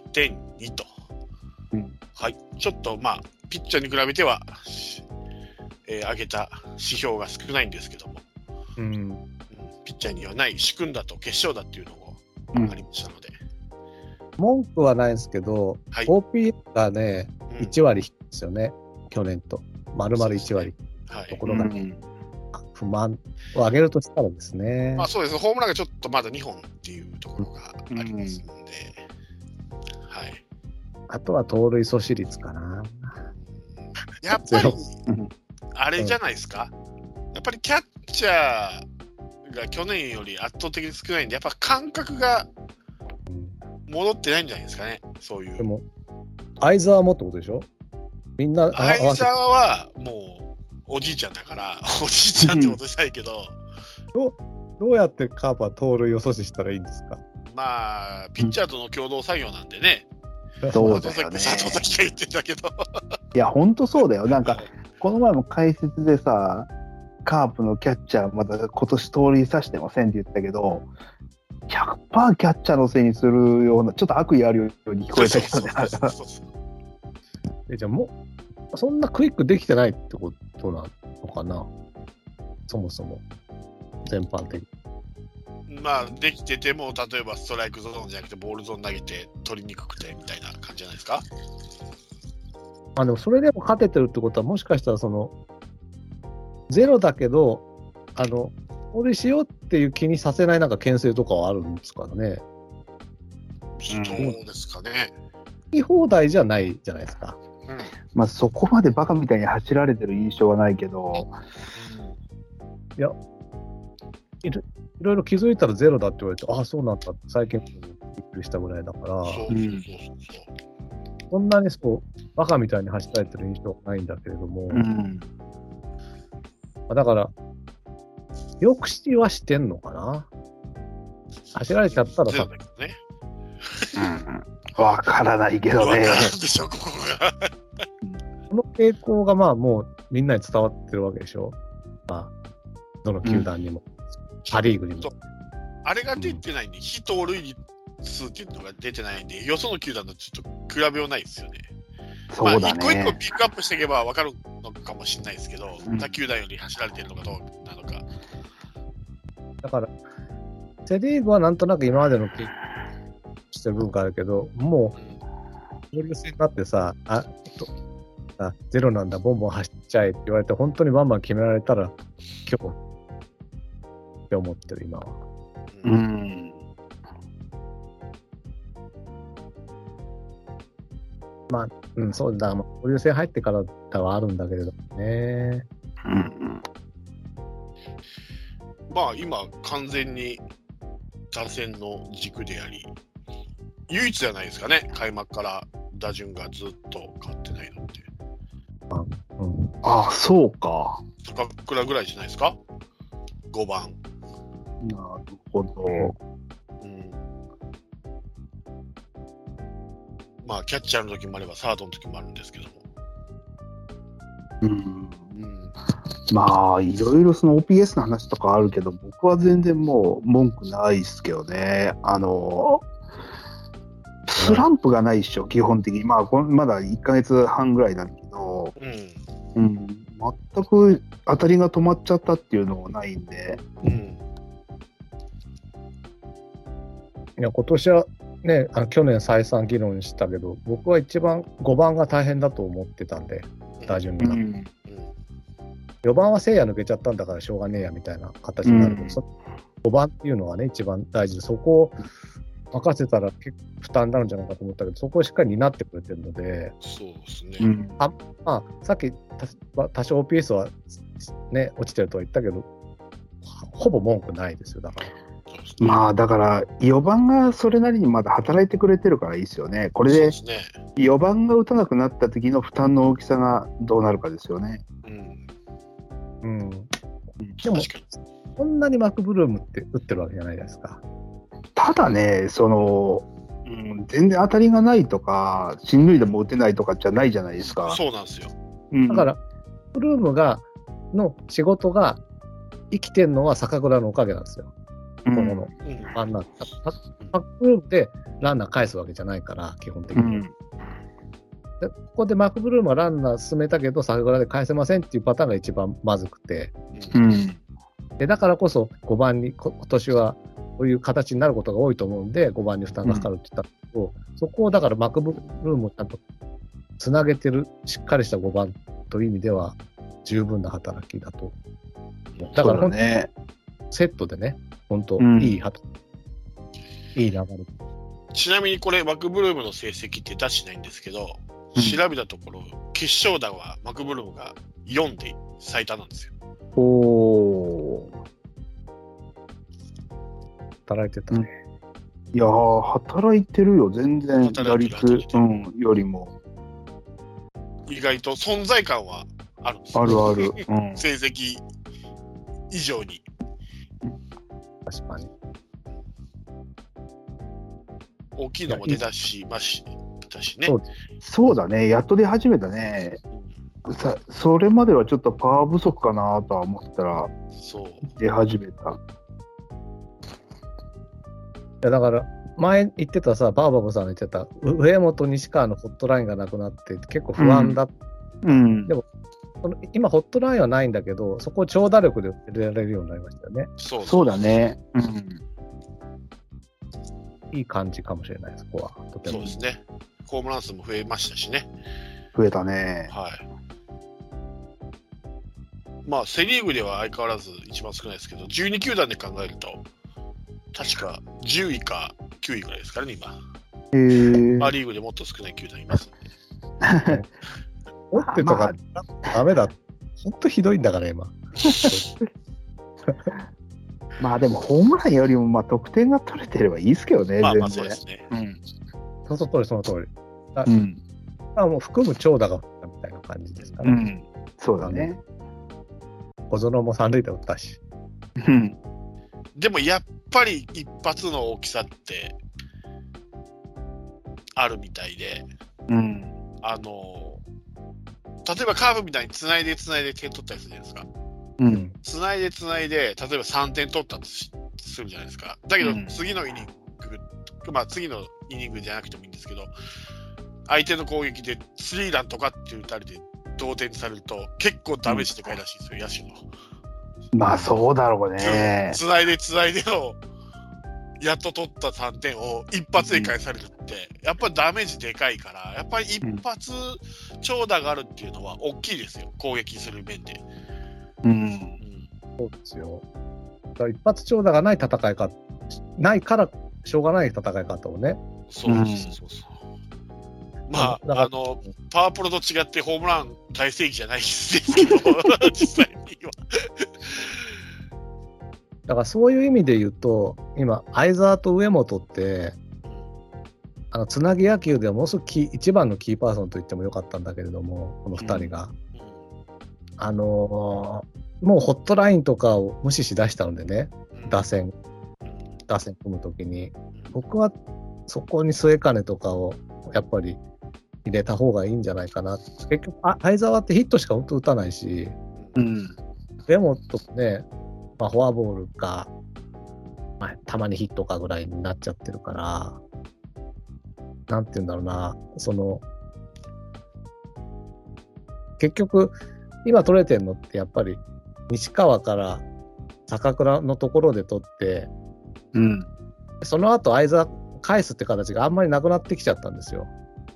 6.2 と。はい。ちょっとまあ、ピッチャーに比べては、上げた指標が少ないんですけども、ピッチャーにはない主君打と決勝打っていうのもありましたので。 文句はないですけど、はい、OPS がね、1割ですよね、去年と。丸々1割。はい、ところが、不満を上げるとしたらですね。 まあそうです。ホームランがちょっとまだ2本っていうところがありますので、はい。 あとは盗塁阻止率かな。 やっぱり、あれじゃないですか。やっぱりキャッチャーが去年より圧倒的に少ないんで、やっぱ感覚が戻ってないんじゃないですかね。そういう。 でも、相澤もってことでしょ？みんな、 相澤はもうおじいちゃんだから、おじいちゃんってことしたいけど、 どうやってカープは盗塁を阻止したらいいんですか？ まあ、ピッチャーとの共同作業なんでね。 そうだよね。 佐藤崎が言ってたけど。 いや、ほんとそうだよ。なんか、この前も解説でさ、カープのキャッチャー、まだ今年盗塁さしてませんって言ったけど、100% キャッチャーのせいにするような、ちょっと悪意あるように聞こえたけどね。 じゃあもう、そんなクイックできてないってことなのかな、そもそも、全般的に。 まあ、できてても、例えばストライクゾーンじゃなくて、ボールゾーン投げて、取りにくくてみたいな感じじゃないですか。 まあでも、それでも勝ててるってことは、もしかしたら、ゼロだけど、盗塁しようっていう気にさせないなんか牽制とかはあるんですからね。 そうですかね。 言い放題じゃないじゃないですか。 まあそこまでバカみたいに走られてる印象はないけど、 いや、いろいろ気づいたらゼロだって言われて、ああそうなんだって最近びっくりしたぐらいだから、そんなにバカみたいに走られてる印象はないんだけれども、だから抑止はしてんのかな。走られちゃったらさ、 わからないけどね。 この傾向がまあもうみんなに伝わってるわけでしょ。まあどの球団にも、パ・リーグにも。 あれが出てないんで、非盗塁数っていうのが出てないんで、よその球団とちょっと比べようないですよね。 そうだね。 一個一個ピックアップしていけば分かるのかもしれないですけど、他球団より走られてるのかどうなのか。 だから、セ・リーグはなんとなく今までのしてる文化あるけど、もう、交流戦になってさ、ゼロなんだ、ボンボン走っちゃえって言われて、本当にバンバン決められたら、今日、って思ってる、今は。まあ、そうだ、交流戦入ってからではあるんだけれどもね。 まあ、今、完全に打線の軸であり、唯一じゃないですかね、開幕から打順がずっと変わってないのって。 あ、そうか。 高倉ぐらいじゃないですか、5番。 なるほど。 まあ、キャッチャーの時もあれば、サードの時もあるんですけども。 まあ、いろいろその OPS の話とかあるけど、僕は全然もう文句ないですけどね。スランプがないっしょ、基本的に。まあ、まだ1ヶ月半ぐらいなんだけど、全く当たりが止まっちゃったっていうのもないんで。 いや、今年はね、去年再三議論したけど、僕は一番5番が大変だと思ってたんで、打順が。4番は聖夜抜けちゃったんだからしょうがねえやみたいな形になるけど、5番っていうのはね、一番大事で、そこを任せたら結構負担になるんじゃないかと思ったけど、そこをしっかり担ってくれてるので、 そうですね。 まあ、さっき多少 OPS は、ね、落ちてるとは言ったけど、ほぼ文句ないですよ、だから。 まあだから4番がそれなりにまだ働いてくれてるからいいですよね。これで4番が打たなくなった時の負担の大きさがどうなるかですよね。 でもそんなにマクブルームって打ってるわけじゃないですか。 ただね、全然当たりがないとか進塁打も打てないとかじゃないじゃないですか。 そうなんですよ。 だからブルームの仕事が生きてるのは坂倉のおかげなんですよ。このマクブルームでランナー返すわけじゃないから、基本的に。でここでマクブルームはランナー進めたけど、坂倉で返せませんっていうパターンが一番まずくて。でだからこそ5番に今年はこういう形になることが多いと思うんで、5番に負担がかかるって言ったけど、そこをだからマクブルームをちゃんとつなげてる、しっかりした5番という意味では十分な働きだと。だから本当にセットでね、本当、いい流れ。 ちなみにこれ、マクブルームの成績って出してないんですけど、調べたところ、決勝打はマクブルームが4で最多なんですよ。 働いてたね。 いやー、働いてるよ、全然、打率よりも。 意外と存在感はあるんですよ。 ある。 成績以上に。 確かに。 大きいのも出だしましたしね。 そうだね、やっと出始めたね。それまではちょっとパワー不足かなとは思ったら、出始めた。 いやだから前言ってたさ、バーバブさんが言ってた上本西川のホットラインがなくなって結構不安だった。でも今ホットラインはないんだけど、そこを長打力で入れられるようになりましたよね。 そうだね。 いい感じかもしれない、そこは。とても。 そうですね。ホームラン数も増えましたしね。 増えたね。 はい。まあセ・リーグでは相変わらず一番少ないですけど、12球団で考えると確か10位か9位ぐらいですからね、今。ア・リーグでもっと少ない球団いますんで。 持ってとかダメだ。ほんとひどいんだから今。 まあでもホームランよりもまあ得点が取れてればいいですけどね。 まあそうですね。 その通り。もう含む長打がみたいな感じですから。 そうだね。 小園も三塁打打ったし。 でもやっぱり一発の大きさってあるみたいで、例えばカーブみたいにつないで点取ったりするじゃないですか。つないで、例えば3点取ったとするじゃないですか。だけど次のイニング、まあ次のイニングじゃなくてもいいんですけど、相手の攻撃でスリーランとかって打たれて同点にされると結構ダメージでかいらしいですよ、野手の。 まあそうだろうね。 つないでのやっと取った3点を一発で返されるって、やっぱりダメージでかいから、やっぱり一発長打があるっていうのは大きいですよ、攻撃する面で。 そうですよ。だから一発長打がない戦いか、ないからしょうがない戦い方をね。 そう。まあ、パワープロと違ってホームラン大正義じゃないですけど、実際には。 だからそういう意味で言うと、今、相澤と上本って、つなぎ野球ではものすごく一番のキーパーソンと言ってもよかったんだけれども、この2人が。もうホットラインとかを無視しだしたのでね、打線組むときに。僕はそこに末金とかをやっぱり入れた方がいいんじゃないかな。結局、相澤ってヒットしか本当打たないし、上本ね、フォアボールか、たまにヒットかぐらいになっちゃってるから、なんて言うんだろうな、結局、今取れてるのってやっぱり西川から坂倉のところで取って、その後相澤返すって形があんまりなくなってきちゃったんですよ。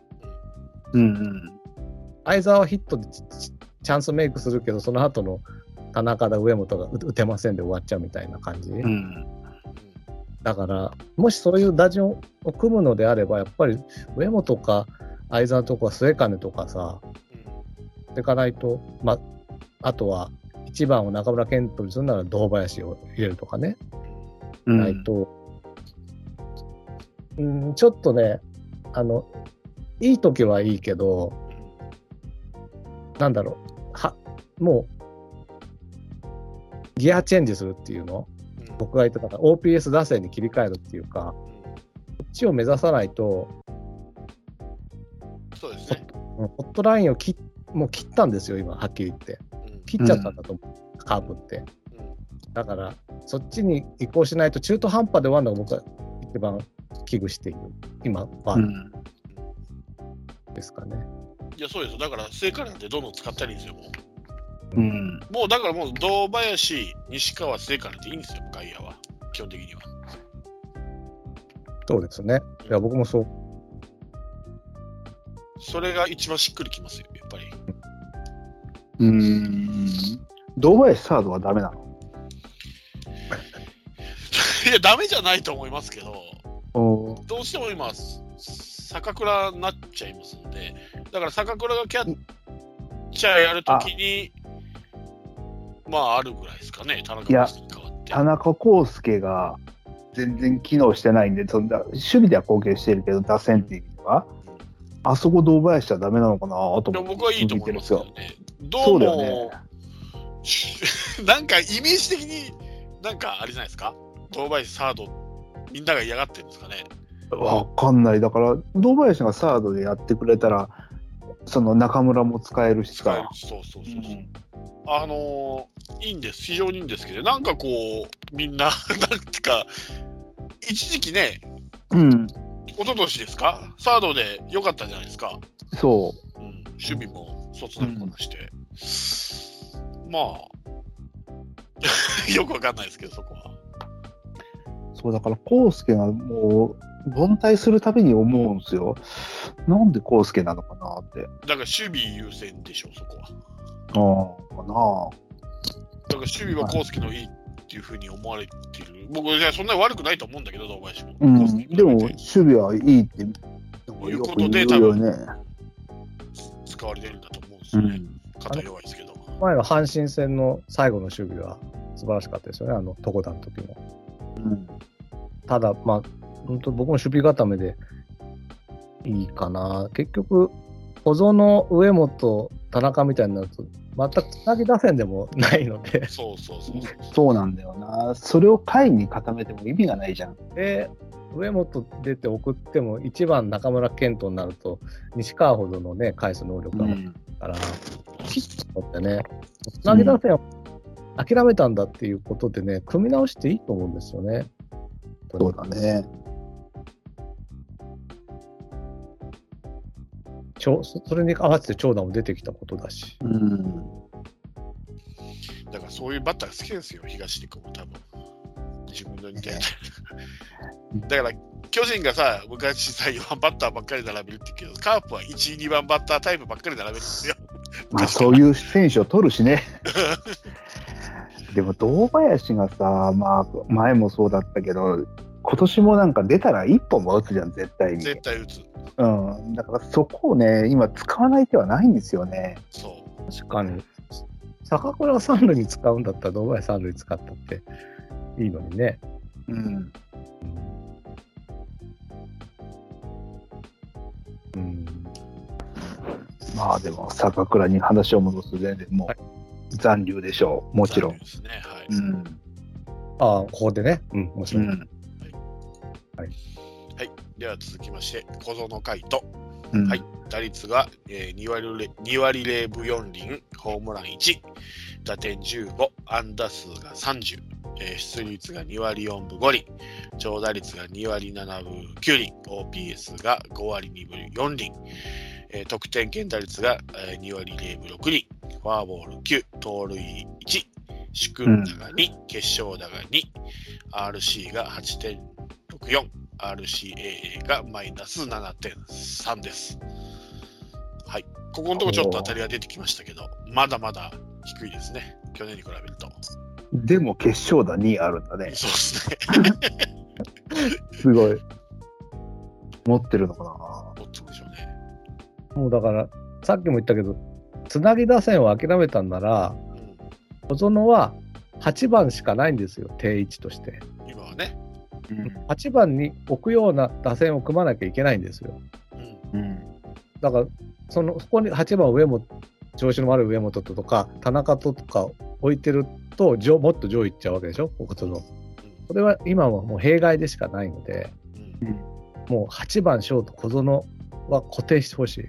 相澤はヒットでチャンスメイクするけど、その後の田中だ上本が打てませんで終わっちゃうみたいな感じ。だから、もしそういう打順を組むのであれば、やっぱり上本か相澤とか末金とかさ、していかないと、あとは1番を中村健人にするなら堂林を入れるとかね、ないと、ちょっとね、いい時はいいけど、なんだろう、もうギアチェンジするっていうの、僕が言ってたから OPS 打線に切り替えるっていうか、こっちを目指さないと、 そうですね、 ホットラインをもう切ったんですよ、今、はっきり言って。切っちゃったんだと思う、カーブって。だから、そっちに移行しないと中途半端で終わるのが僕は一番危惧している、今は、ですかね。 いや、そうですよ。だから、末金ってどんどん使ったらいいんですよ、もう。もうだからもう堂林、西川、末金っていいんですよ、外野は、基本的には。 そうですね。いや、僕もそう。 それが一番しっくりきますよ、やっぱり。 堂林サードはダメなの？ いや、ダメじゃないと思いますけど、どうしても今、坂倉になっちゃいますので、だから坂倉がキャッチャーやるときに、あるぐらいですかね、田中康介に変わって。 田中康介が全然機能してないんで、守備では貢献してるけど、打線っていう意味では、あそこ堂林じゃダメなのかなと思って。 僕はいいと思いますけどね。どうも、なんかイメージ的に、なんかあれじゃないですか、堂林サード、みんなが嫌がってるんですかね。 わかんない。だから、堂林がサードでやってくれたら、その中村も使えるしさ。 そう。いいんです。非常にいいんですけど、なんかこう、みんな、なんか、一時期ね、一昨年ですか、サードで良かったじゃないですか。 そう。 守備もそつなくこなして。よくわかんないですけど、そこは。 そう、だから、康介がもう、凡退するたびに思うんですよ。なんで康介なのかなって。 だから、守備優先でしょ、そこは。 かな。 だから守備は康介のいいっていうふうに思われている。僕はそんなに悪くないと思うんだけど、堂林も。 でも守備はいいっていうことで、多分使われてるんだと思うんですよね。肩弱いですけど。 前の阪神戦の最後の守備は素晴らしかったですよね、床田の時も。ただ、本当僕も守備固めでいいかな。結局、小園、上本、田中みたいになると、全くつなぎ打線でもないので。 そうなんだよな。それを下位に固めても意味がないじゃん。 上本出て送っても、1番中村健人になると、西川ほどのね、返す能力がないから、きっとってね、つなぎ打線を諦めたんだっていうことでね、組み直していいと思うんですよね。 そうだね。 それに合わせて長打も出てきたことだし。 だからそういうバッターが好きですよ、東出君も多分。自分の似てる。だから巨人がさ、昔さ、4番バッターばっかり並べるって言うけど、カープは1、2番バッタータイプばっかり並べるんですよ。 そういう選手を取るしね。でも堂林がさ、前もそうだったけど、今年もなんか出たら1本も打つじゃん、絶対に。 絶対打つ。 だからそこをね、今使わない手はないんですよね。 確かに。坂倉が三塁に使うんだったら堂林三塁使ったっていいのにね。 でも坂倉に話を戻すと全然もう残留でしょう、もちろん。 ですね、 ここでね。面白い。 では続きまして、小園海斗。 うんはい。打率が、2割0分4厘、ホームラン1、打点15、安打数が30、出塁率が2割4分5厘、長打率が2割7分9厘、OPS が5割2分4厘、得点圏打率が、2割0分6厘、フォアボール9、盗塁1、主君打が2、決勝打が2、RC が 8.64、RCAA がマイナス 7.3 です。はい。ここのところちょっと当たりが出てきましたけど、まだまだ低いですね。去年に比べると。 でも決勝打2あるんだね。 そうですね。 すごい。持ってるのかな。 持ってるでしょうね。 もうだから、さっきも言ったけど、つなぎ打線を諦めたんなら、小園は8番しかないんですよ、定位置として。 今はね。 8番に置くような打線を組まなきゃいけないんですよ。だからそこに8番上も調子の悪い上本とか田中とか置いてるともっと上位いっちゃうわけでしょ、これは今はもう弊害でしかないので、もう8番ショート小園は固定してほしい。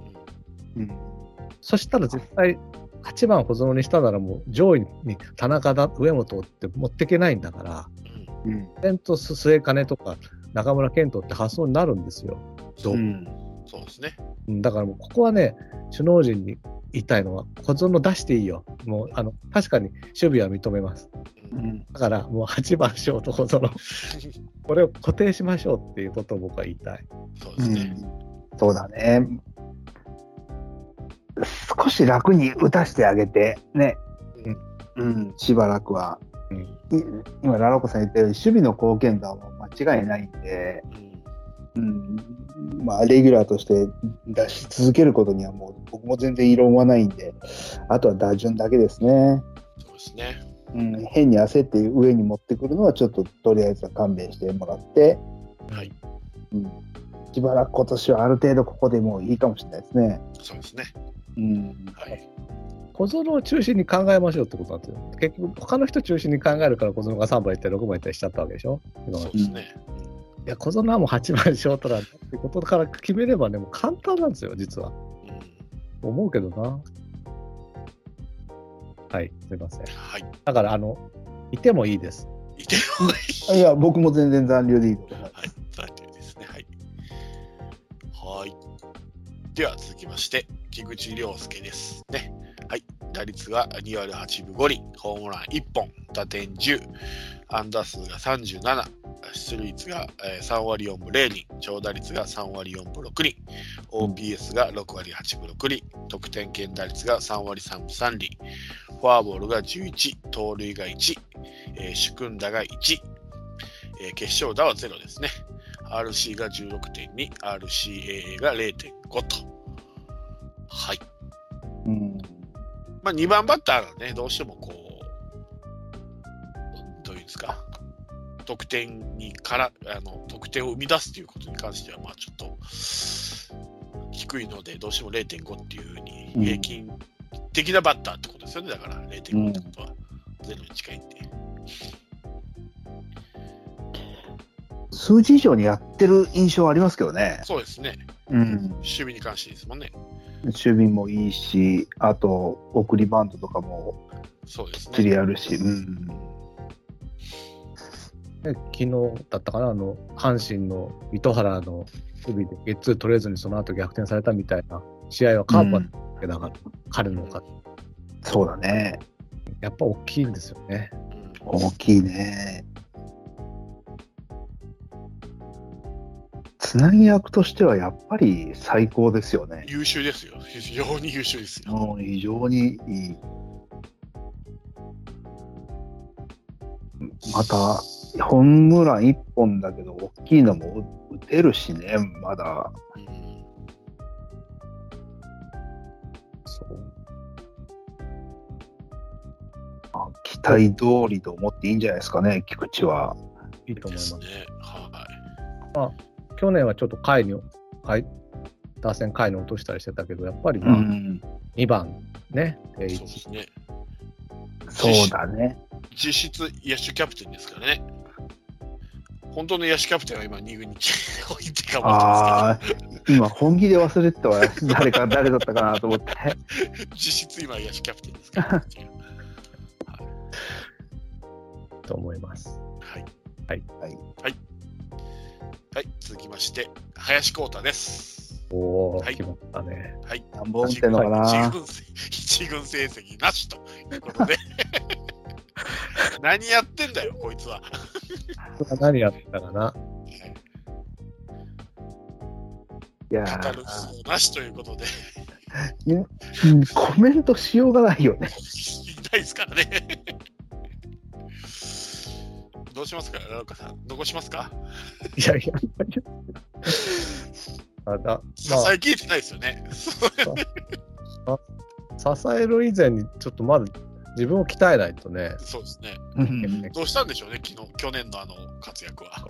そしたら絶対8番小園にしたならもう上位に田中だ上本って持っていけないんだから、末金とか中村健人って発想になるんですよ。 そうですね。 だからもうここはね、首脳陣に言いたいのは小園出していいよ。もう確かに守備は認めます。だからもう8番ショート小園これを固定しましょうっていうことを僕は言いたい。 そうですね。 そうだね。少し楽に打たせてあげてね。しばらくは。今ラロコさん言ったように守備の貢献度は間違いないんで、レギュラーとして出し続けることにはもう僕も全然異論はないんで、あとは打順だけですね。 そうですね。 変に焦って上に持ってくるのはちょっととりあえずは勘弁してもらって、しばらく今年はある程度ここでもういいかもしれないですね。 そうですね。 小園を中心に考えましょうってことなんですよ。結局他の人中心に考えるから小園が3番いったり6番いったりしちゃったわけでしょ。 そうですね。 いや小園はもう8番ショートなんだってことから決めればね、もう簡単なんですよ実は。思うけどな。はい、すいません。だからいてもいいです。 いてもいい。 いや僕も全然残留でいいと思います。 残留ですね。はい。では続きまして木口亮介ですね。打率が2割8分5厘、ホームラン1本、打点10、安打数が37、出塁率が3割4分0厘、長打率が3割4分6厘、OPS が6割8分6厘、得点圏打率が3割3分3厘、フォアボールが11、盗塁が1、主君打が1、決勝打は0ですね。RC が 16.2、RCAA が 0.5 と。はい。2番バッターがね、どうしてもどういうんですか、得点を生み出すということに関しては、ちょっと低いので、どうしても 0.5 っていうふうに平均的なバッターってことですよね。だから 0.5 ってことは0に近いんで。 数字以上にやってる印象はありますけどね。 そうですね。守備に関してですもんね。 守備もいいし、あと送りバントとかもきっちりあるし、 昨日だったかな、阪神の糸原の守備でゲッツー取れずにその後逆転されたみたいな試合はカープだけだから、彼のか。 そうだね。 やっぱ大きいんですよね。 大きいね。つなぎ役としてはやっぱり最高ですよね。 優秀ですよ。非常に優秀ですよ。 非常にいい。またホームラン1本だけど大きいのも打てるしね、まだ。期待通りと思っていいんじゃないですかね、菊池は。 いいと思います。去年はちょっと打線下位に落としたりしてたけど、やっぱり2番ね。 そうですね。 そうだね。 実質野手キャプテンですからね。 本当の野手キャプテンは今2軍に置いて頑張ってますけど。今本気で忘れてたわ。誰だったかなと思って。 実質今野手キャプテンですから、ね。 と思います。 はい。 はい。 はい。はい。続きまして、林光太です。 おー、 はい、 決まったね。 はい。 何本打ってんのかな。 一軍成績なしということで。何やってんだよ、こいつは。 何やってたかな。 いや語る必要なしということで。 コメントしようがないよね。 いないですからね。どうしますか、ラロカさん。残しますか。 いや。 支えきれてないですよね。 支える以前にちょっとまず自分を鍛えないとね。 そうですね。どうしたんでしょうね、去年の活躍は。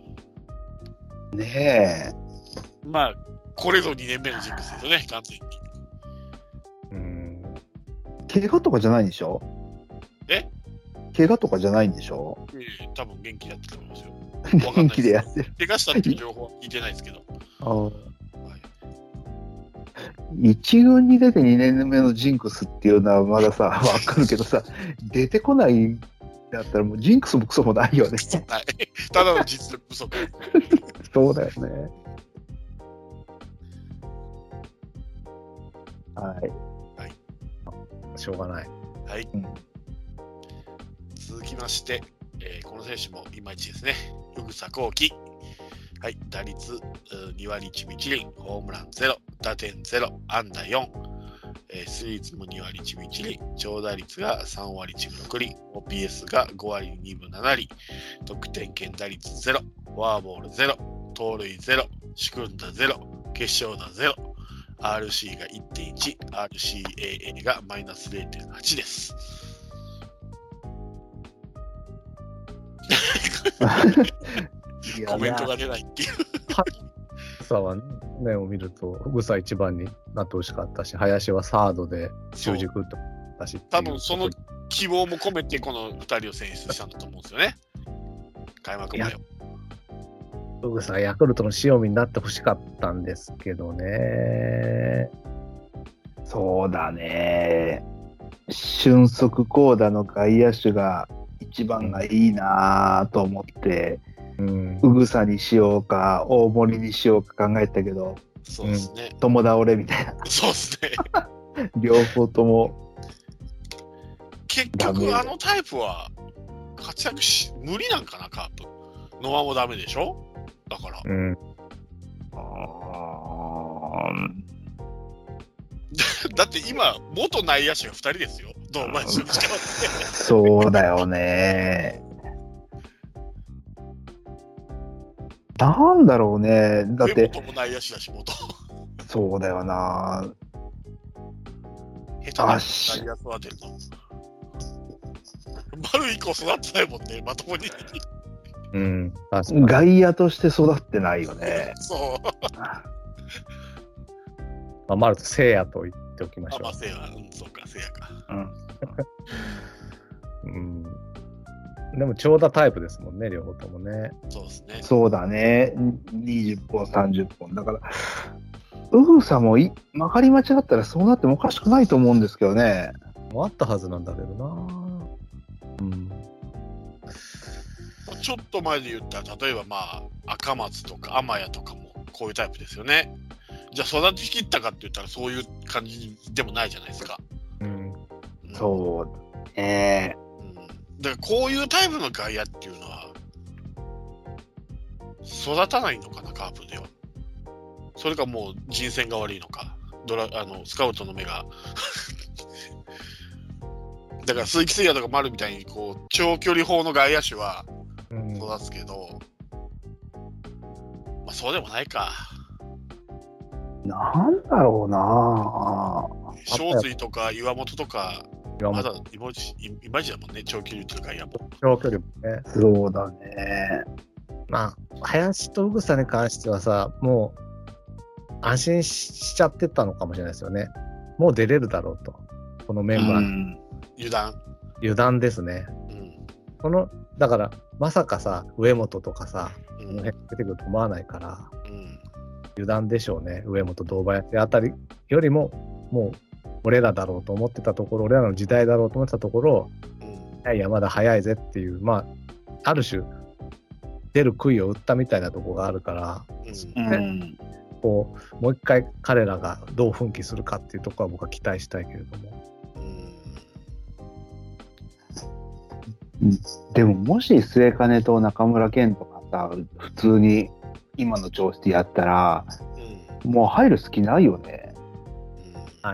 ねえ。 まあ、これぞ2年目のジンクスですよね、完全に。 怪我とかじゃないんでしょ？怪我とかじゃないんでしょ？ 多分元気でやってると思いますよ。 元気でやってる。 怪我したっていう情報は聞いてないですけど。 1軍に出て2年目のジンクスっていうのはまださ、わかるけどさ、出てこないだったらもうジンクスもクソもないよね。 はい。ただの実力不足。 そうだよね。はい。 しょうがない。 はい。続きまして、この選手もいまいちですね。宇草幸輝。はい、打率2割1分1厘、ホームラン0、打点0、安打4、出率も2割1分1厘、長打率が3割1分6厘、OPS が5割2分7厘、得点圏打率0、フォアボール0、盗塁0、主君打0、決勝打0、RC が 1.1、RCAA がマイナス 0.8 です。コメントが出ないっていう。 さは目を見ると、宇佐1番になってほしかったし、林はサードで中軸とったし、 多分その希望も込めてこの2人を選出したんだと思うんですよね。開幕前を。 宇佐はヤクルトの塩見になってほしかったんですけどね。 そうだね。俊足巧打の外野手が一番がいいなと思って、宇草にしようか大森にしようか考えたけど、 そうですね。 友倒れみたいな。 そうですね。 両方とも。 結局あのタイプは活躍無理なんかな、カープ。ノアもダメでしょ。だから。だって今元内野手が2人ですよ。どう前にそうだよね。なんだろうね。だって元も内野手だし元。 そうだよな。 下手な内野育てるの。丸以降育ってないもんね、まともに。 外野として育ってないよね。 そう。 丸と聖夜と言っておきましょう。 聖夜、そうか、聖夜か。 でも長打タイプですもんね、両方ともね。 そうですね。 そうだね。20本、30本。だから、宇草も曲がり間違ったらそうなってもおかしくないと思うんですけどね。 あったはずなんだけどな。 ちょっと前で言ったら、例えば赤松とか天谷とかもこういうタイプですよね。じゃあ育ちきったかって言ったらそういう感じでもないじゃないですか。 そう。 だからこういうタイプの外野っていうのは育たないのかな、カープでは。それかもう人選が悪いのか、スカウトの目がだから鈴木誠也とか丸みたいにこう長距離砲の外野手は育つけど、そうでもないか。 なんだろうな。 正髄とか岩本とかまだいまいちだもんね、長距離というか外野も。 長距離もね。 そうだね。 林と宇草に関してはさ、もう安心しちゃってたのかもしれないですよね。もう出れるだろうと、このメンバー。 油断ですね。だからまさかさ、上本とかさ、この辺出てくると思わないから、油断でしょうね。上本、堂林あたりよりも、もう俺らだろうと思ってたところ、俺らの時代だろうと思ってたところ、いや、まだ早いぜっていう、まあ、ある種、出る杭を打ったみたいなところがあるから、こうもう一回彼らがどう奮起するかっていうところは僕は期待したいけれども。 でももし末金と中村健とかさ、普通に今の調子でやったら、もう入る隙ないよね。 はい。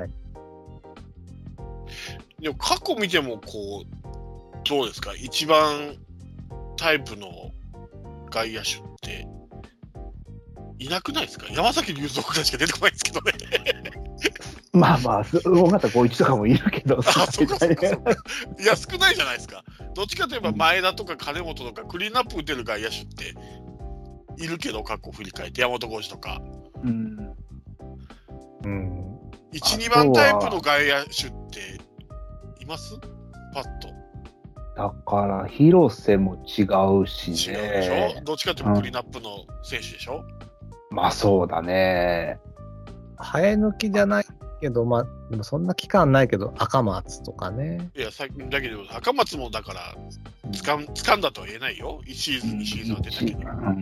でも過去見てもこうどうですか、一番タイプの外野手っていなくないですか？山崎龍三くらいしか出てこないですけどね。 まあまあ、尾形浩一とかもいるけど、 そうかいや、少ないじゃないですか。どっちかといえば前田とか金本とかクリーンアップ打てる外野手っているけど、過去振り返って山本浩二とか。1、2番タイプの外野手っています？パッと。 だから広瀬も違うしね。 違うでしょ？どっちかというとクリーンアップの選手でしょ？ まあそうだね。 生え抜きじゃないけど、まあでもそんな期間ないけど、赤松とかね。 いや、だけど赤松もだから掴んだとは言えないよ。1シーズン、2シーズンは出たけど。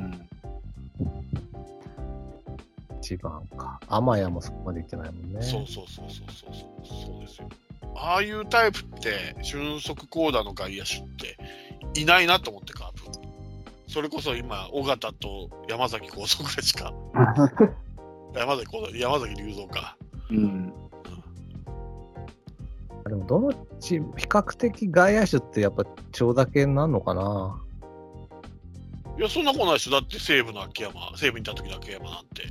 1番か。天谷もそこまで行ってないもんね。 そうですよ。ああいうタイプって俊足巧打の外野手っていないなと思って、カープ。それこそ今尾形と山崎幸三ぐらいしか。山崎龍三か。 でもどのチーム比較的外野手ってやっぱ長打系になるのかな。 いや、そんなことないでしょ。だって西武の秋山、西武にいた時の秋山なんて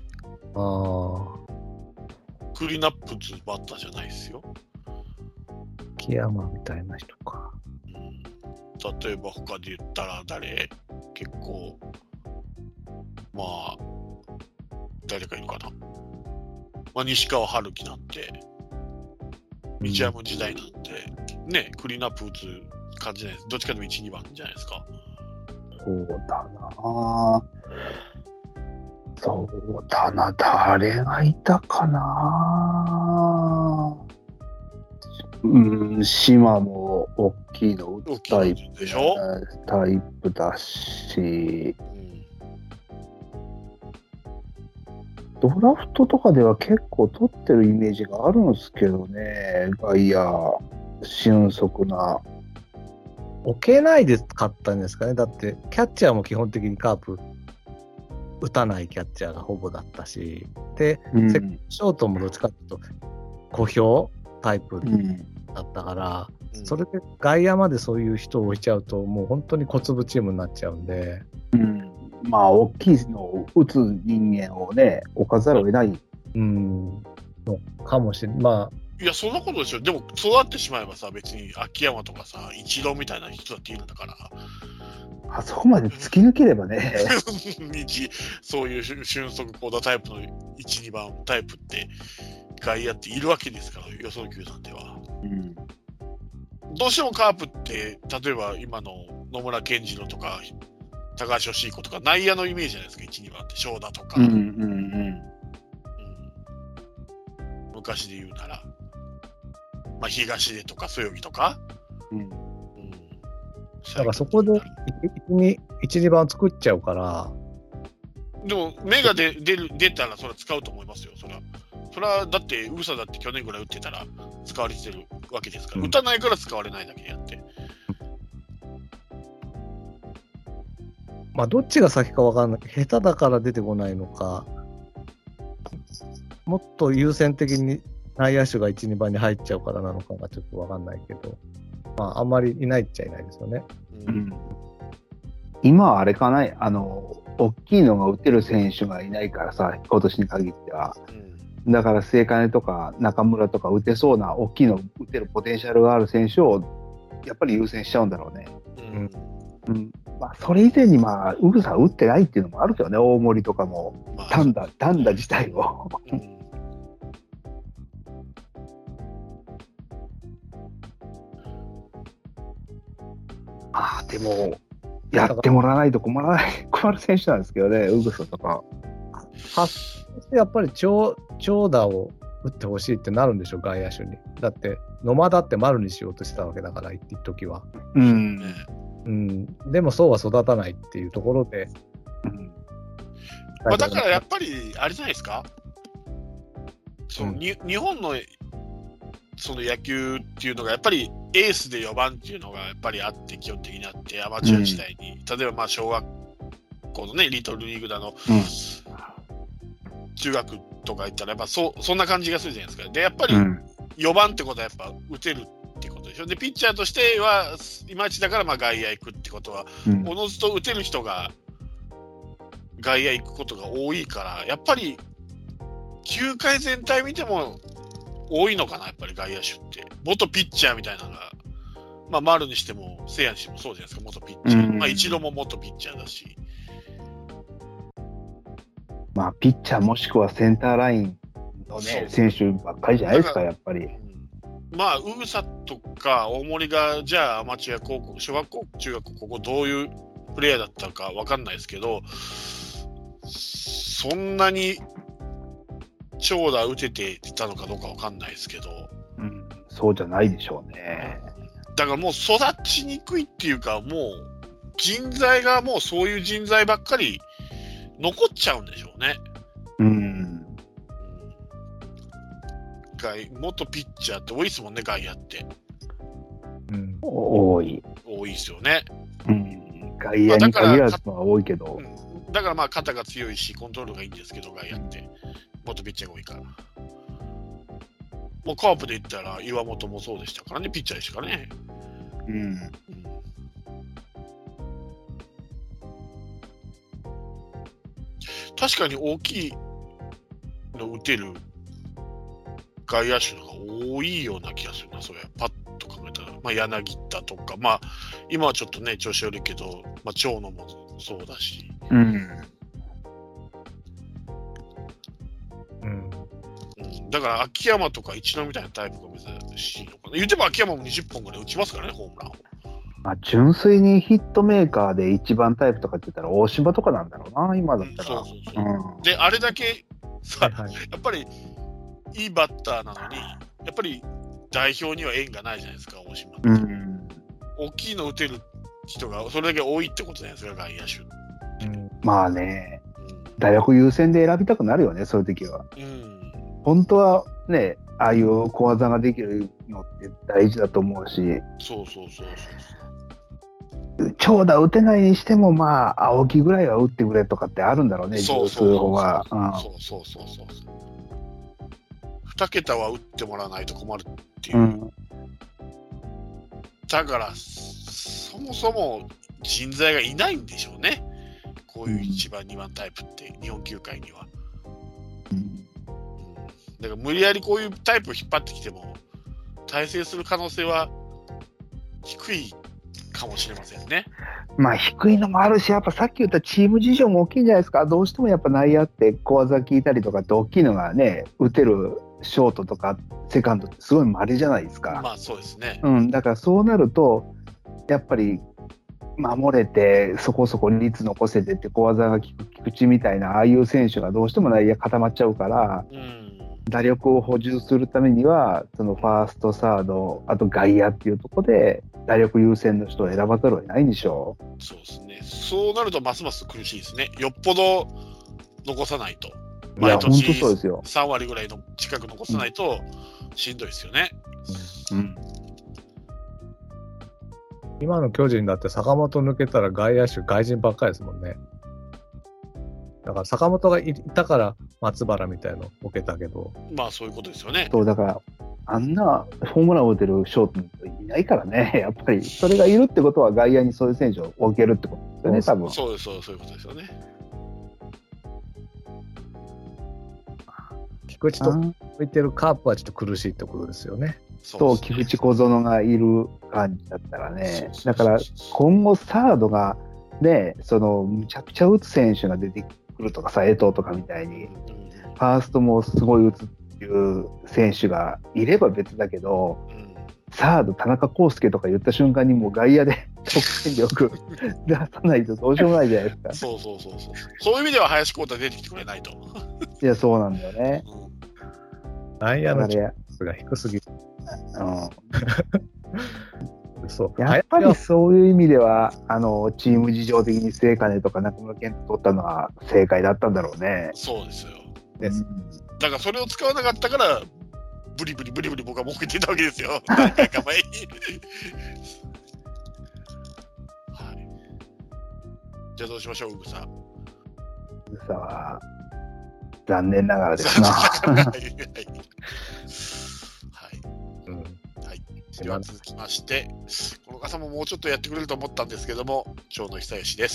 クリーンアップ打つバッターじゃないですよ。 秋山みたいな人か。 例えば他で言ったら結構まあ誰かいるかな。まあ西川春樹なんて日ハム時代なんてね、クリーンアップ打つ感じじゃないです。どっちかでも 1,2 番じゃないですか。 そうだな、誰がいたかな。島も大きいの打つタイプでしょ？ タイプだし、ドラフトとかでは結構取ってるイメージがあるんですけどね、外野俊足な。 置けないで買ったんですかね。だってキャッチャーも基本的にカープ打たないキャッチャーがほぼだったし、で、ショートもどっちかというと小兵タイプだったから、それで外野までそういう人を置いちゃうともう本当に小粒チームになっちゃうんで、 まあ大きいのを打つ人間をね置かざるを得ないのかもしれない。まあいや、そんなことですよ。でも育ってしまえばさ、別に秋山とかさ、イチローみたいな人だっているんだから。 あそこまで突き抜ければねそういう俊足巧打タイプの 1,2 番タイプって外野っているわけですから、予想球団では。どうしてもカープって例えば今の野村健次郎とか高橋義彦とか内野のイメージじゃないですか。 1,2 番って正田とか、昔で言うなら、まあ、東出とかそよぎとか、 だからそこで 1,2 番作っちゃうから。 でも目が出たらそれは使うと思いますよ。それはだって宇佐だって去年ぐらい打ってたら使われてるわけですから、打たないから使われないだけであって、 まあどっちが先か分かんない。下手だから出てこないのか、もっと優先的に内野手が 1,2 番に入っちゃうからなのかがちょっと分かんないけど、まああんまりいないっちゃいないですよね。 今はあれかない、大きいのが打てる選手がいないからさ、今年に限っては、だから末金とか中村とか打てそうな大きいの打てるポテンシャルがある選手をやっぱり優先しちゃうんだろうね。まあ、それ以前にまあウグさん打ってないっていうのもあるけどね、大森とかも単打自体をでもやってもらわないと困る選手なんですけどね、ウグソとか。 やっぱり長打を打ってほしいってなるんでしょ、外野手に。だって、野間だって丸にしようとしてたわけだから、一時は。でもそうは育たないっていうところで。 だからやっぱり、あれじゃないですか、日本のその野球っていうのが、やっぱりエースで4番っていうのがやっぱりあって、基本的にあって、アマチュア時代に、例えば小学校のね、リトルリーグだの、中学とか行ったら、やっぱそんな感じがするじゃないですか。で、やっぱり4番ってことはやっぱ打てるってことでしょ。で、ピッチャーとしてはいまいちだから外野行くってことは、おのずと打てる人が外野行くことが多いから、やっぱり球界全体見ても多いのかな、やっぱり外野手って。元ピッチャーみたいなのが、丸にしても、聖夜にしてもそうじゃないですか、元ピッチャー。一度も元ピッチャーだし。 ピッチャーもしくはセンターラインのね、選手ばっかりじゃないですか、やっぱり。 ウグサとか大森が、じゃあアマチュア高校、小学校、中学校、ここどういうプレイヤーだったか分かんないですけど、そんなに長打打ててたのかどうか分かんないですけど、 そうじゃないでしょうね。 だからもう育ちにくいっていうか、もう人材がもうそういう人材ばっかり残っちゃうんでしょうね。元ピッチャーって多いですもんね、外野って。 多いですよね。 外野に限らずは多いけど。 だから肩が強いし、コントロールがいいんですけど、外野って。元ピッチャーが多いから。カープで言ったら岩本もそうでしたからね、ピッチャーでしたからね。確かに大きいの打てる外野手の方が多いような気がするな、それパッと考えたら。柳田とか、今はちょっとね、調子悪いけど、長野もそうだし。だから秋山とか一野みたいなタイプが珍しいのかな。言っても秋山も20本ぐらい打ちますからね、ホームランを。 純粋にヒットメーカーで一番タイプとかって言ったら大島とかなんだろうな、今だったら。 で、あれだけさ、やっぱりいいバッターなのに、やっぱり代表には縁がないじゃないですか、大島って。大きいの打てる人がそれだけ多いってことじゃないですか、外野手。 打力優先で選びたくなるよね、そういう時は。本当はね、ああいう小技ができるのって大事だと思うし。長打打てないにしても、青木ぐらいは打ってくれとかってあるんだろうね、数本は。 2桁は打ってもらわないと困るっていう。だから、そもそも人材がいないんでしょうね。こういう1番、2番タイプって、日本球界には。だから無理やりこういうタイプを引っ張ってきても、大成する可能性は低いかもしれませんね。 低いのもあるし、やっぱさっき言ったチーム事情も大きいんじゃないですか。どうしてもやっぱ内野って小技効いたりとかって大きいのがね、打てるショートとかセカンドってすごい稀じゃないですか。 そうですね。 だからそうなると、やっぱり守れてそこそこ率残せてって小技が効く菊池みたいなああいう選手がどうしても内野固まっちゃうから、打力を補充するためにはそのファーストサードあと外野っていうところで打力優先の人を選ばざるを得ないんでしょう。 そうですね。そうなるとますます苦しいですね。よっぽど残さないと、毎年3割ぐらいの近く残さないとしんどいですよね。 今の巨人だって坂本抜けたら外野手外人ばっかりですもんね。だから坂本がいたから松原みたいの置けたけど、 そういうことですよね。 そうだからあんなホームランを打てるショートいないからね。やっぱりそれがいるってことは外野にそういう選手を置けるってことですよね、多分。 そういうことですよね。 菊池と置いてるカープはちょっと苦しいってことですよね。 そう、菊池小園がいる感じだったらね。だから今後サードがね、むちゃくちゃ打つ選手が出てくるとかさ、江藤とかみたいに、ファーストもすごい打つっていう選手がいれば別だけど、サード田中康介とか言った瞬間にもう外野で得点力出さないとどうしようもないじゃないですか。 そう。そういう意味では林光太出てきてくれないと。 いや、そうなんだよね。 内野のチャンスが低すぎる。 そうやっぱりそういう意味ではチーム事情的に末金とか中村健人取ったのは正解だったんだろうね。 そうですよ。 だからそれを使わなかったからブリブリ僕は文句言ってたわけですよ。何回か前に。はい。じゃあどうしましょう、ウグさん。 ウグさんは残念ながらですな。はい。 では続きまして、この方ももうちょっとやってくれると思ったんですけども、長野久義です。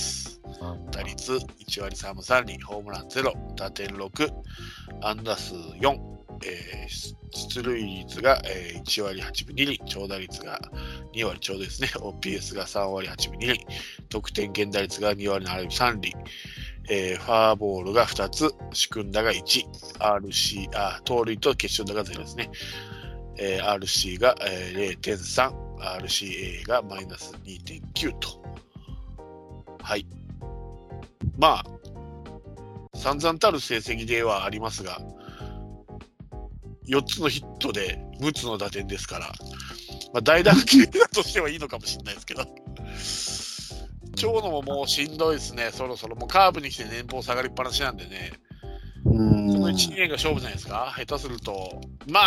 打率1割3分3厘、ホームラン0、打点6、安打数4、出塁率が1割8分2厘、長打率が2割ちょうどですね、OPS が3割8分2厘、得点圏打率が2割7分3厘、フォアボールが2つ、主君打が1、盗塁と決勝打が0ですね。RC が 0.3、RCA がマイナス 2.9 と。はい。まあ、散々たる成績ではありますが、4つのヒットで6つの打点ですから、まあ、代打系だとしてはいいのかもしれないですけど、長野ももうしんどいですね、そろそろ。もうカーブに来て年俸下がりっぱなしなんでね、その1、2年が勝負じゃないですか。下手すると、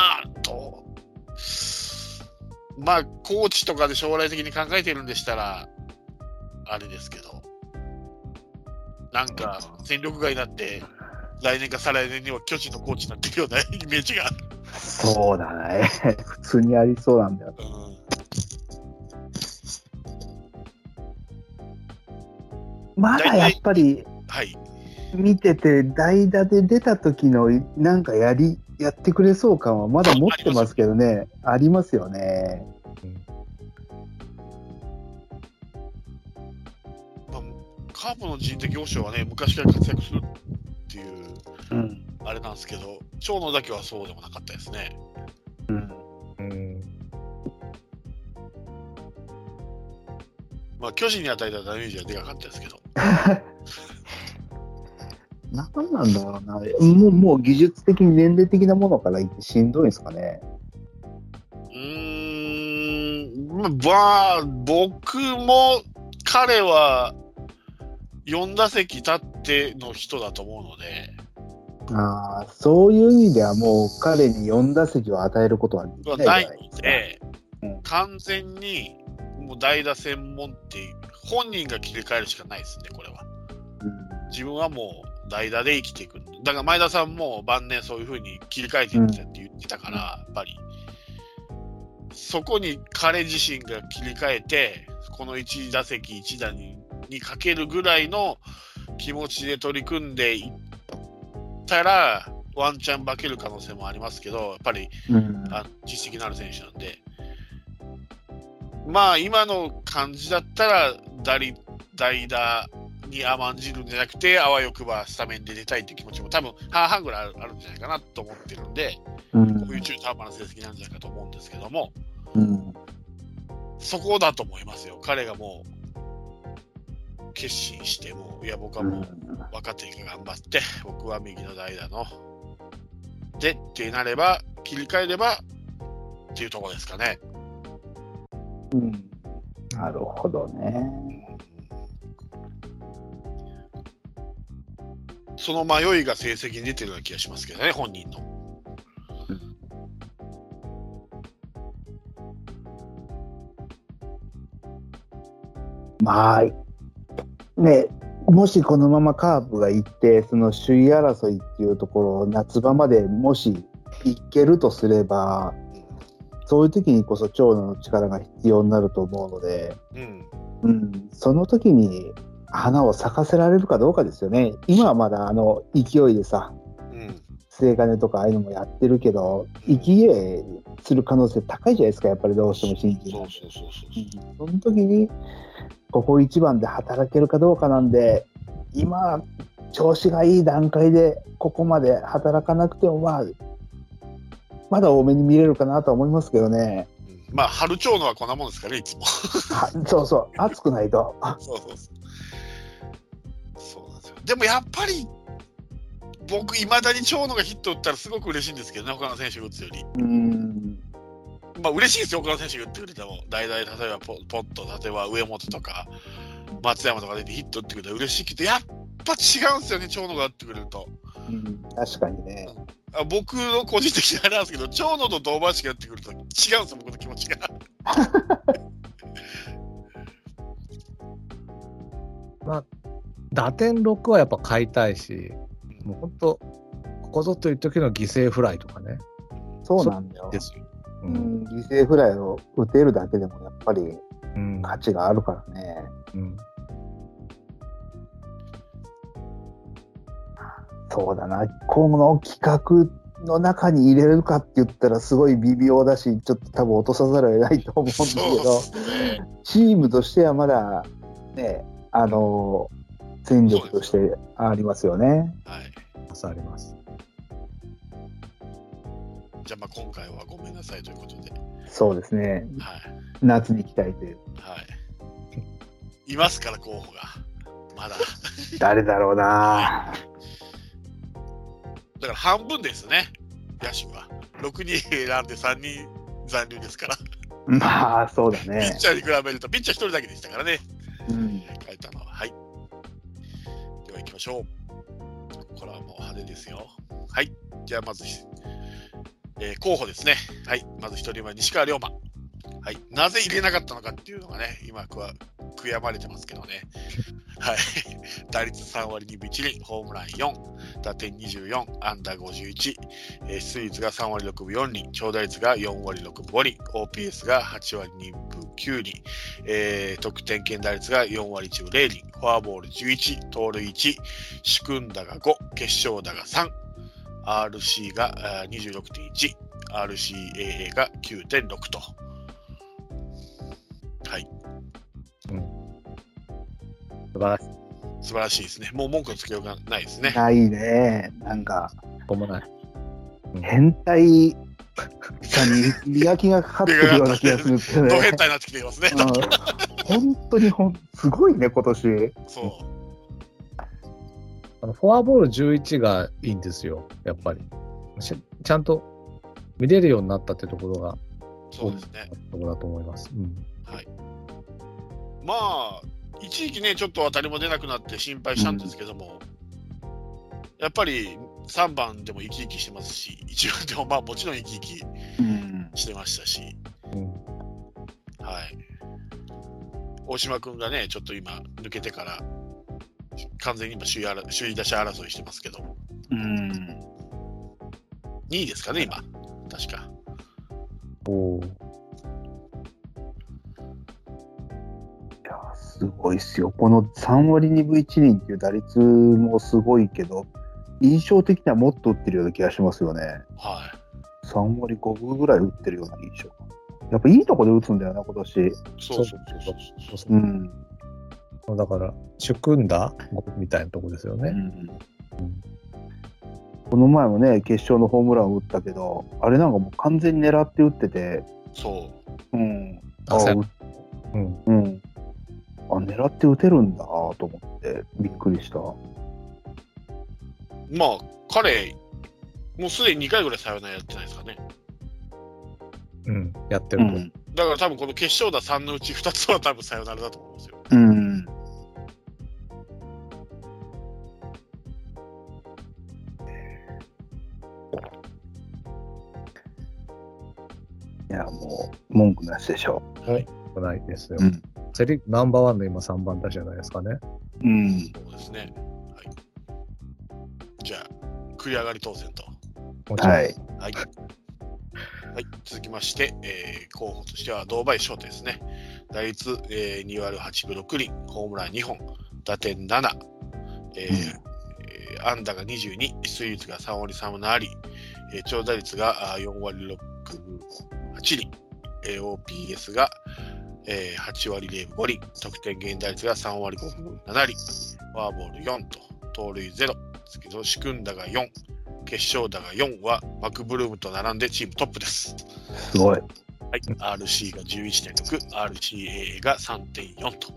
コーチとかで将来的に考えてるんでしたら、あれですけど、なんか戦力外になって、来年か再来年には巨人のコーチになっていくようなイメージがある。 そうだね。普通にありそうなんだよ。まだやっぱり、見てて代打で出た時のなんかやってくれそう感はまだ持ってますけどね。ありますよね。 カープの人的保障はね、昔から活躍するっていう、あれなんですけど、長野だけはそうでもなかったですね。巨人に与えたダメージはでかかったですけど。 何なんだろうな。もう技術的に年齢的なものから言ってしんどいんですかね。 僕も彼は4打席立っての人だと思うので。 そういう意味ではもう彼に4打席を与えることはできないので、完全にもう代打専門って本人が切り替えるしかないですね、これは。自分はもう代打で生きていく。だから前田さんも晩年そういう風に切り替えていってって言ってたから、やっぱりそこに彼自身が切り替えて、この1打席1打にかけるぐらいの気持ちで取り組んでいったらワンチャン化ける可能性もありますけど、やっぱり、実績のある選手なんで、今の感じだったら代打に甘んじるんじゃなくて、あわよくばスタメンで出たいっていう気持ちも多分半々ぐらいあるんじゃないかなと思ってるんで、こういう中途半端な成績なんじゃないかと思うんですけども、そこだと思いますよ。彼がもう決心して僕はもう若手が頑張って、僕は右の代打のでってなれば、切り替えればっていうところですかね。 なるほどね。 その迷いが成績に出てるような気がしますけどね、本人の。 もしこのままカープがいって、その首位争いっていうところを夏場までもしいけるとすれば、そういう時にこそ長野の力が必要になると思うので、その時に花を咲かせられるかどうかですよね。今はまだ勢いでさ、末金とかああいうのもやってるけど、生き家する可能性高いじゃないですか、やっぱりどうしても新人なんで。その時にここ一番で働けるかどうかなんで、今調子がいい段階でここまで働かなくてもまだ多めに見れるかなとは思いますけどね。 まあ春長野はこんなもんですかね、いつも。 そうそう、暑くないと。 そうなんですよ。でもやっぱり僕いまだに長野がヒット打ったらすごく嬉しいんですけどね、他の選手が打つより。まあ嬉しいですよ、他の選手が打ってくれても。代々例えばポット、例えば上本とか松山とかでヒット打ってくれたら嬉しいけど、やっぱ違うんですよね、長野が打ってくれると。 確かにね。 僕の個人的にあれなんですけど、長野と堂林が打ってくると違うんですよ、僕の気持ちが。 まあ、打点6はやっぱ買いたいし、もう本当、ここぞという時の犠牲フライとかね。 そうなんだよ。 ですよ。 犠牲フライを打てるだけでもやっぱり価値があるからね。そうだな、この企画の中に入れるかって言ったらすごい微妙だし、ちょっと多分落とさざるを得ないと思うんですけど、チームとしてはまだね、戦力としてありますよね。 はい、あります。 じゃあまあ今回はごめんなさいということで。 そうですね。はい、夏に期待という。 はい。いますから候補がまだ。 誰だろうな。 だから半分ですね。野手は6人選んで3人残留ですから。 まあそうだね。 ピッチャーに比べるとピッチャー1人だけでしたからね。書いたのは。はい。では行きましょう。これはもう派手ですよ。はい。じゃあまず、候補ですね。はい。まず1人目、西川龍馬。はい。なぜ入れなかったのかっていうのがね、今悔やまれてますけどね。はい。打率3割2分1厘、ホームラン4、打点24、安打51、出率が3割6分4厘、長打率が4割6分5厘、OPS が8割2分9厘、得点圏打率が4割1分0厘、フォアボール11、盗塁1、主君打が5、決勝打が3、RC が 26.1、RCAA が 9.6 と。はい。素晴らしいですね。もう文句のつけようがないですね。 ないね。なんか、 こもない。 変態さに磨きがかかってるような気がするってね。 ド変態になってきていますね。 本当にすごいね、今年。 そう。 フォアボール11がいいんですよ、やっぱり。ちゃんと見れるようになったってところが、 そうですね。 ところだと思います。 はい。まあ、一時期ね、ちょっと当たりも出なくなって心配したんですけども、やっぱり3番でも生き生きしてますし、1番でもまあもちろん生き生きしてましたし、はい。大島君がね、ちょっと今抜けてから完全に今首位打者争いしてますけど、2位ですかね、今、確か。 すごいっすよ。この3割2分1厘っていう打率もすごいけど、印象的にはもっと打ってるような気がしますよね。 はい。 3割5分ぐらい打ってるような印象。やっぱいいとこで打つんだよな、今年。 そう。 だから、主君打みたいなとこですよね。 この前もね、決勝のホームランを打ったけど、あれなんかもう完全に狙って打ってて、狙って打てるんだと思ってびっくりした。 まあ彼もうすでに2回ぐらいサヨナラやってないですかね。 やってると、 だから多分この決勝打3のうち2つは多分サヨナラだと思うんですよ。 いやもう文句なしでしょう。 はい、ないですよ。セ・リーグナンバーワンの今3番打者じゃないですかね。 そうですね。はい。じゃあ繰り上がり当選と。 はい。 はい。続きまして、候補としては堂林翔太ですね。打率、2割8分6厘、ホームラン2本、打点7、安打が22、出塁率が3割3分7厘、長打率が4割6分8厘、OPS が8割0分5厘、得点圏打率が3割5分7厘、フォアボール4と、盗塁0、主君打が4、決勝打が4はマクブルームと並んでチームトップです。 すごい。 はい、RC が 11.6、RCAA が 3.4 と。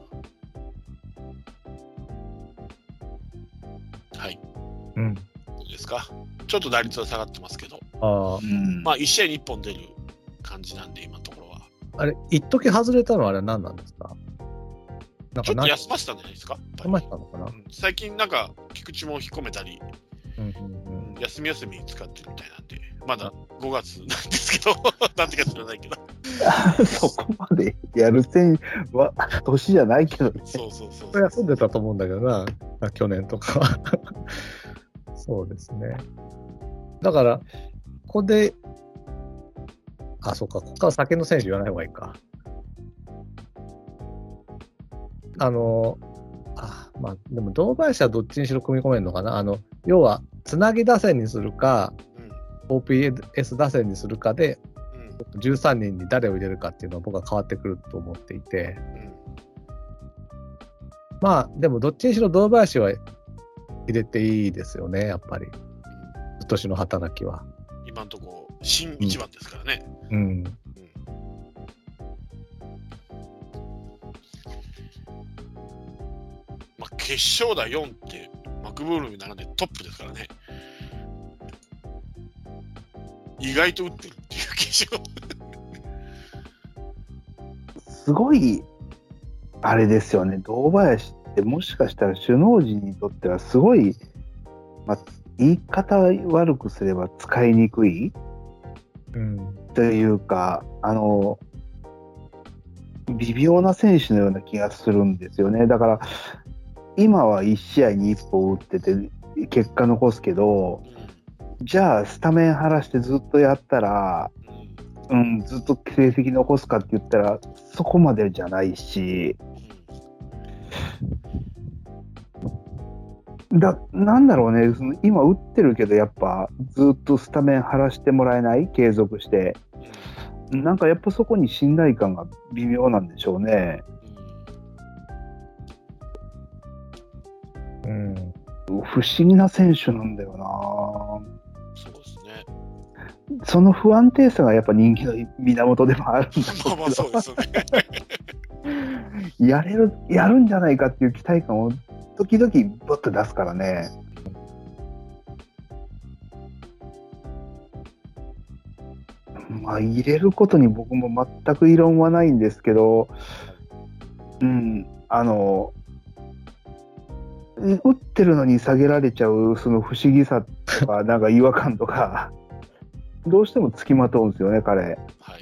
はい。 うん。 どうですか？ちょっと打率は下がってますけど、まあ1試合に1本出る感じなんで、今のところは。 あれ、一時外れたのはあれは何なんですか？ ちょっと休ませたんじゃないですか？ 休ませたのかな、 最近なんか菊池も引っ込めたり、休み休み使ってるみたいなんで、まだ5月なんですけど、なんてか知らないけど。 そこまでやる選手は年じゃないけどね。 そうそうそう。 休んでたと思うんだけどな、去年とかは。そうですね。だから、ここで、そうか、ここから先の選手言わない方がいいか。まあ、でも、堂林はどっちにしろ組み込めるのかな。要は、つなぎ打線にするか、OPS 打線にするかで、13人に誰を入れるかっていうのは僕は変わってくると思っていて、まあ、でも、どっちにしろ堂林は入れていいですよね、やっぱり。今年の働きは。 今のところ、新一番ですからね。まあ、決勝打4ってマクブールに並んでトップですからね。意外と打ってるっていう決勝。 すごいあれですよね。堂林ってもしかしたら首脳陣にとってはすごい、まあ、言い方悪くすれば使いにくい、というか微妙な選手のような気がするんですよね。だから今は1試合に1本打ってて結果残すけど、じゃあスタメン張らしてずっとやったら、ずっと成績残すかって言ったらそこまでじゃないし、なんだろうね、今打ってるけどやっぱずっとスタメン張らしてもらえない、継続して、なんかやっぱそこに信頼感が微妙なんでしょうね。不思議な選手なんだよな。 そうですね。 その不安定さがやっぱ人気の源でもあるんだけど、 まあそうですよね。 やるんじゃないかっていう期待感を時々ボッと出すからね。まあ入れることに僕も全く異論はないんですけど、打ってるのに下げられちゃうその不思議さとかなんか違和感とかどうしてもつきまとうんですよね、彼。 はい。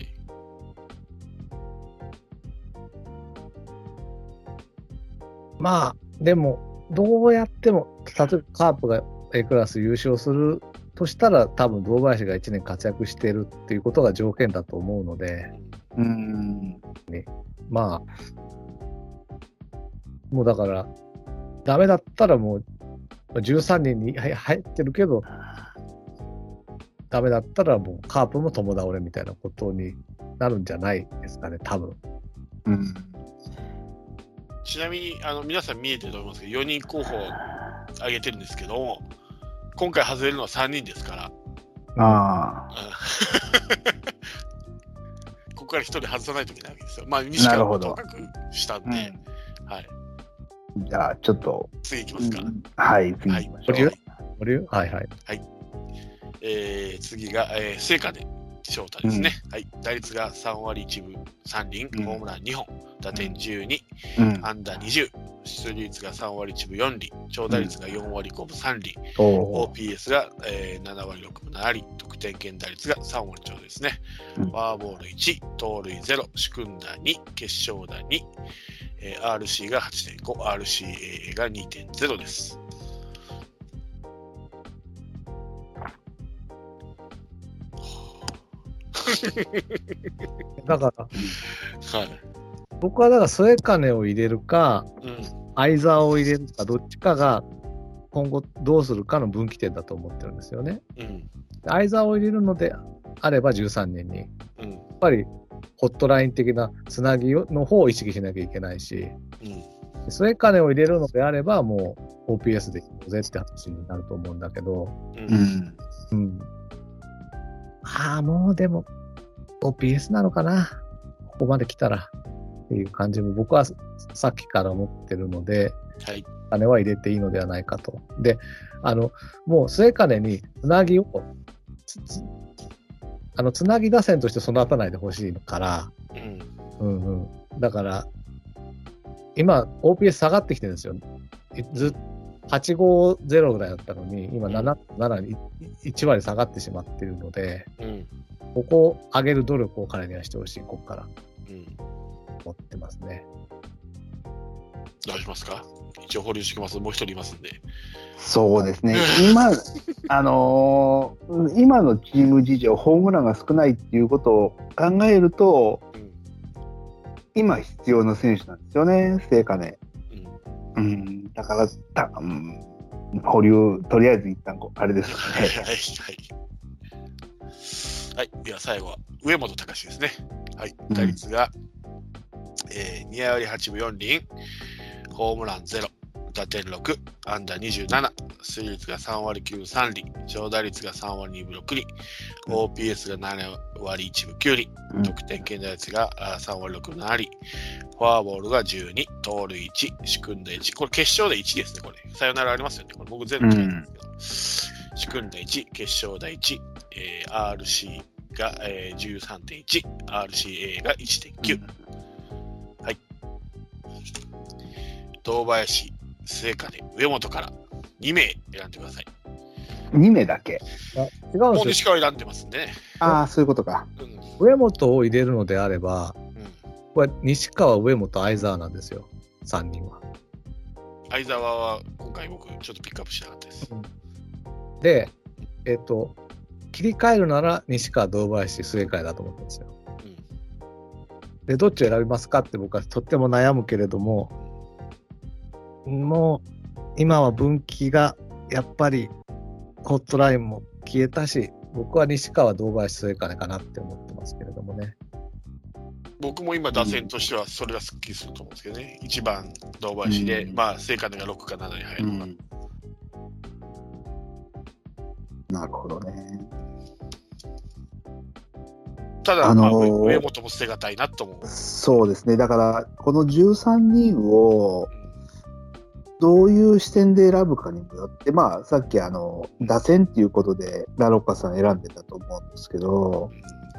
まあでもどうやっても例えばカープが A クラス優勝するとしたら多分堂林が1年活躍しているっていうことが条件だと思うので、まあもうだからダメだったらもう13人に入ってるけどダメだったらもうカープも共倒れみたいなことになるんじゃないですかね、多分。 ちなみに皆さん見えてると思いますけど、4人候補を挙げてるんですけど、今回外れるのは3人ですから。ここから1人外さないといけないわけですよ。まあ西川もともかくしたんで、はい。 じゃあちょっと次いきますか。 はい、次いきましょう。 はいはい。 次が、末金翔太ですね。打率が3割1分3厘、ホームラン2本、打点12、安打20、出塁率が3割1分4厘、長打率が4割5分3厘、OPS が、7割6分7厘、得点圏打率が3割ちょうどですね。フォアボール1、盗塁0、主君打2、決勝打2、RC が 8.5、RCAA が 2.0 です。 だから、僕はだから末金を入れるか、相澤を入れるか、どっちかが今後どうするかの分岐点だと思ってるんですよね。相澤を入れるのであれば13人に、やっぱりホットライン的なつなぎの方を意識しなきゃいけないし、末金を入れるのであればもう OPS でいこうぜって話になると思うんだけど、もうでも OPS なのかな、ここまで来たらっていう感じも僕はさっきから思ってるので、 はい、 金は入れていいのではないかと。で、もう末金につなぎをつなぎ打線として育たないでほしいから、だから今 OPS 下がってきてるんですよ。850ぐらいだったのに今7に1割下がってしまっているので、ここを上げる努力を彼にはしてほしい、ここから、思ってますね。 どうしますか？一応保留してきます。もう一人いますんで。 そうですね。今のチーム事情、ホームランが少ないっていうことを考えると、今必要な選手なんですよね、末金。だから保留、とりあえず一旦あれですね。 はい。では最後は上本隆ですね。はい。打率が、2割8分4厘、ホームラン0、打点6、安打27、出塁率が3割9分3厘、長打率が3割2分6厘、OPS が7割1分9厘、得点圏打率が3割6分7厘、フォアボールが12、盗塁1、主君打1、これ決勝で1ですね、これ。さよならありますよね。これ僕全部聞いたんですけど、主君打1、決勝打1、RC が、13.1、RCA が 1.9。はい。堂林、末金、上本から2名選んでください。 2名だけ。 違うんですよ。 もう西川選んでますんでね。 ああ、そういうことか。 上本を入れるのであれば、これ西川、上本、相澤なんですよ、3人は。 相澤は今回僕ちょっとピックアップしなかったです。 で、切り替えるなら西川、堂林、末金だと思ったんですよ。で、どっちを選びますかって僕はとっても悩むけれども、もう今は分岐がやっぱりホットラインも消えたし、僕は西川、堂林、末金かなって思ってますけれどもね。 僕も今打線としてはそれがスッキリすると思うんですけどね。1番堂林で、末金が6か7に入るのが、 なるほどね。 ただ、上本も捨てがたいなと思う。 そうですね。だからこの13人をどういう視点で選ぶかにもよって、さっき打線っていうことでラロッカさん選んでたと思うんですけど、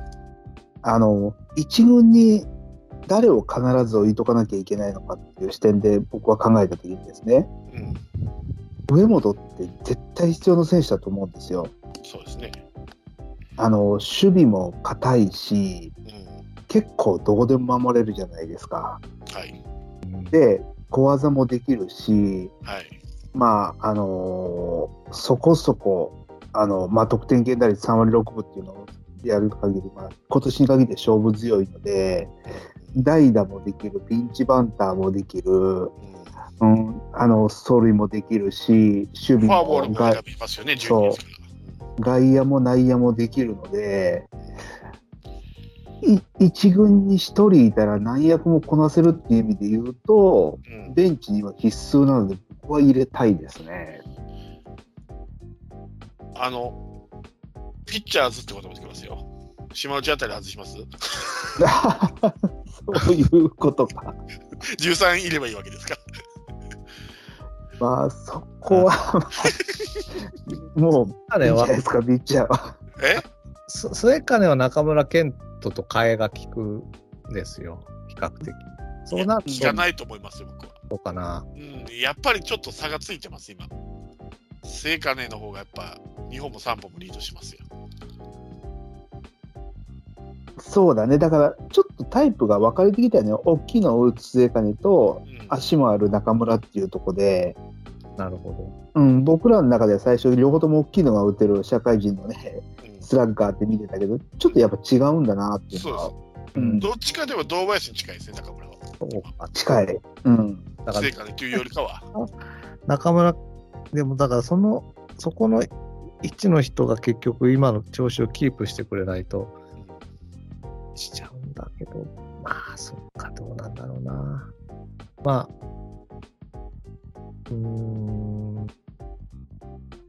一軍に誰を必ず置いとかなきゃいけないのかっていう視点で僕は考えたときにですね、上本って絶対必要な選手だと思うんですよ。 そうですね。 守備も堅いし、結構どこでも守れるじゃないですか。 はい。 で、小技もできるし、 はい。 そこそこ得点圏打率3割6分っていうのをやる限り、今年に限って勝負強いので、代打もできる、ピンチバンターもできる、走塁もできるし、守備もフォアボールも選びますよね、 そう、外野も内野もできるので、一軍に一人いたら何役もこなせるっていう意味で言うと、ベンチには必須なので僕は入れたいですね。 ピッチャーズってこともできますよ。島内あたり外しますそういうことか。 13いればいいわけですか。 そこはもういいんじゃないですか、ピッチャーは。 末金は中村健人と替えが利くんですよ、比較的。そうなるとじゃないと思いますよ、僕は。 そうかな。 やっぱりちょっと差がついてます、今。末金の方がやっぱ2本も3本もリードしますよ。 そうだね。だからちょっとタイプが分かれてきたよね。大きいのを打つ末金と、足もある中村っていうところで。 なるほど。 僕らの中では最初両方とも大きいのが打てる社会人のね、スラッガーって見てたけど、ちょっとやっぱ違うんだなっていうのは。 どっちかでは堂林に近いですね、中村は。 近い。 末金というよりかは。 中村、でもだからそこの位置の人が結局今の調子をキープしてくれないとしちゃうんだけど、そっか、どうなんだろうな。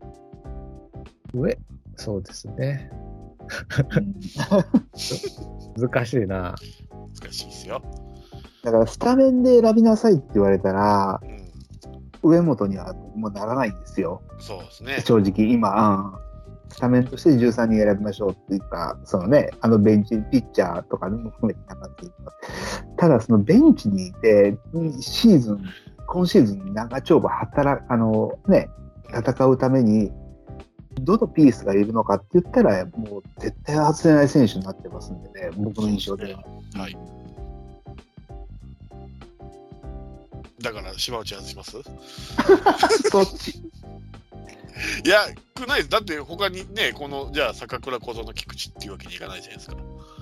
そうですね。 難しいな。 難しいですよ。 だからスタメンで選びなさいって言われたら、上本にはもうならないんですよ。 そうですね。 正直今、スタメンとして13人選びましょうっていうか、そのね、ベンチピッチャーとかも含めてなかったりとか。ただそのベンチにいて、今シーズン長丁場戦うために、どのピースがいるのかって言ったら、もう絶対外れない選手になってますんでね、僕の印象では。 はい。だから島内外します？ そっち。 いや、少ないです。だって他にね、じゃあ坂倉小園菊池っていうわけにいかないじゃないですか。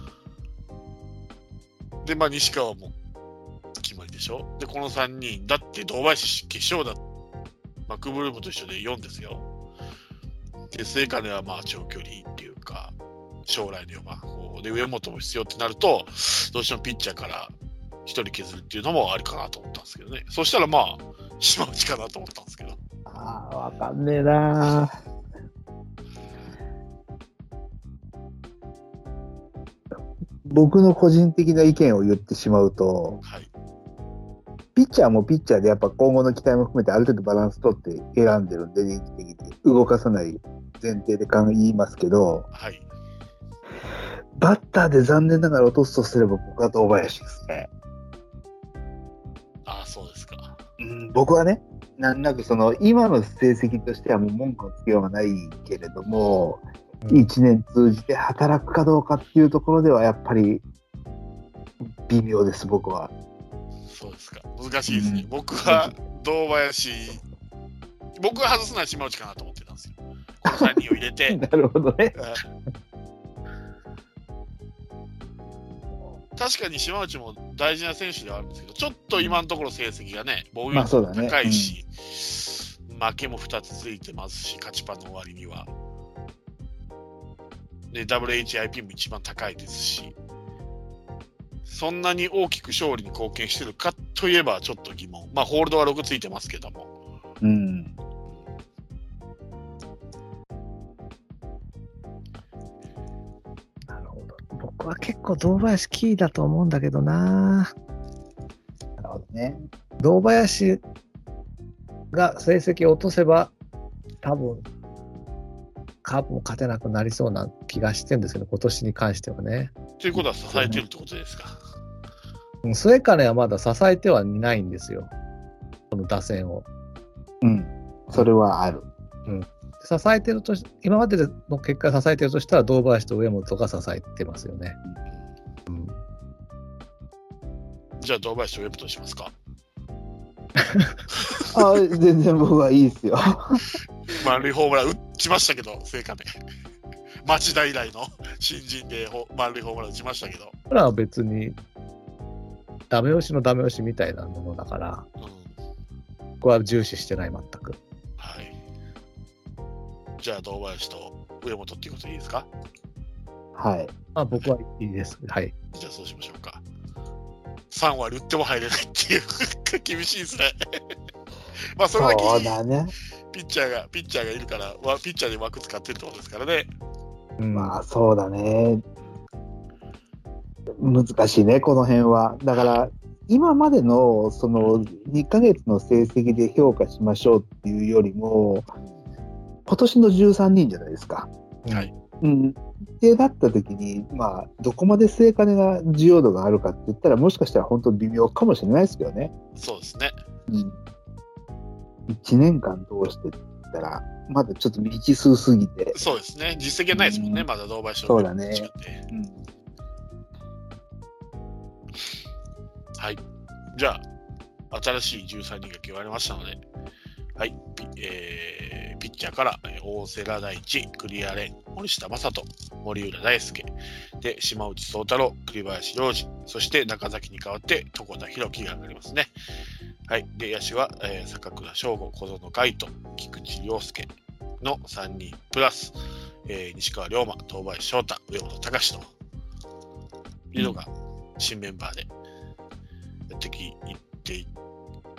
で、西川も決まりでしょ。で、この3人、だって堂林決勝だ。マクブルームと一緒で4ですよ。で、末金は長距離っていうか、将来の4番法で、上本も必要ってなると、どうしてもピッチャーから1人削るっていうのもありかなと思ったんですけどね。そしたら島内かなと思ったんですけど。 わかんねえな。僕の個人的な意見を言ってしまうと、はい、ピッチャーもピッチャーでやっぱ今後の期待も含めてある程度バランス取って選んでるんで、人気的に動かさない前提で言いますけど、はい、バッターで残念ながら落とすとすれば僕は堂林ですね。 ああ、そうですか。 僕はね、なんなく今の成績としてはもう文句のつけようがないけれども、1年通じて働くかどうかっていうところではやっぱり微妙です、僕は。 そうですか。難しいですね。僕は堂林、僕は外すのは島内かなと思ってたんですよ。この3人を入れて。 なるほどね。 確かに島内も大事な選手ではあるんですけど、ちょっと今のところ成績がね、防御率も高いし、負けも2つついてますし、勝ちパンの終わりには。で、WHIP も一番高いですし、そんなに大きく勝利に貢献してるかといえばちょっと疑問。ホールドは6ついてますけども。 なるほど。僕は結構堂林キーだと思うんだけどな。 なるほどね。 堂林が成績を落とせば多分カープも勝てなくなりそうな気がしてるんですけど、今年に関してはね。 ということは支えてるってことですか。 末金はまだ支えてはいないんですよ、この打線を。 それはある。 支えてると今までの結果支えてるとしたら堂林と上本が支えてますよね。 じゃあ堂林と上本にしますか。 全然僕はいいですよ。 満塁ホームラン打ちましたけど、末金。町田以来の新人で満塁ホームラン打ちましたけど。 これは別にダメ押しのダメ押しみたいなものだから、ここは重視してない全く。 はい。じゃあ堂林と上本っていうことでいいですか。 はい。 僕はいいです。はい。 じゃあそうしましょうか。3割打っても入れないっていう厳しいですね。それだけそうだね。 ピッチャーがいるからピッチャーで枠使ってるってことですからね。 そうだね。難しいね、この辺は。だから今までのその2ヶ月の成績で評価しましょうっていうよりも、今年の13人じゃないですか。 はい。 でだった時に、どこまで末金が需要度があるかって言ったら、もしかしたら本当に微妙かもしれないですけどね。 そうですね。 1年間通してって言ったら、まだちょっと未知数すぎて。 そうですね。実績はないですもんね、まだ堂林と。 そうだね。 はい。じゃあ、新しい13人が決まりましたので、はい。ピッチャーから大瀬良大地、栗原蓮、森下正人、森浦大輔、で、島内宗太郎、栗林良二、そして中崎に代わって床田裕樹が上がりますね。はい。で、野手は、坂倉翔吾、小園海斗、菊池涼介の3人、プラス、西川龍馬、東林翔太、上本隆というのが新メンバーでやっていって、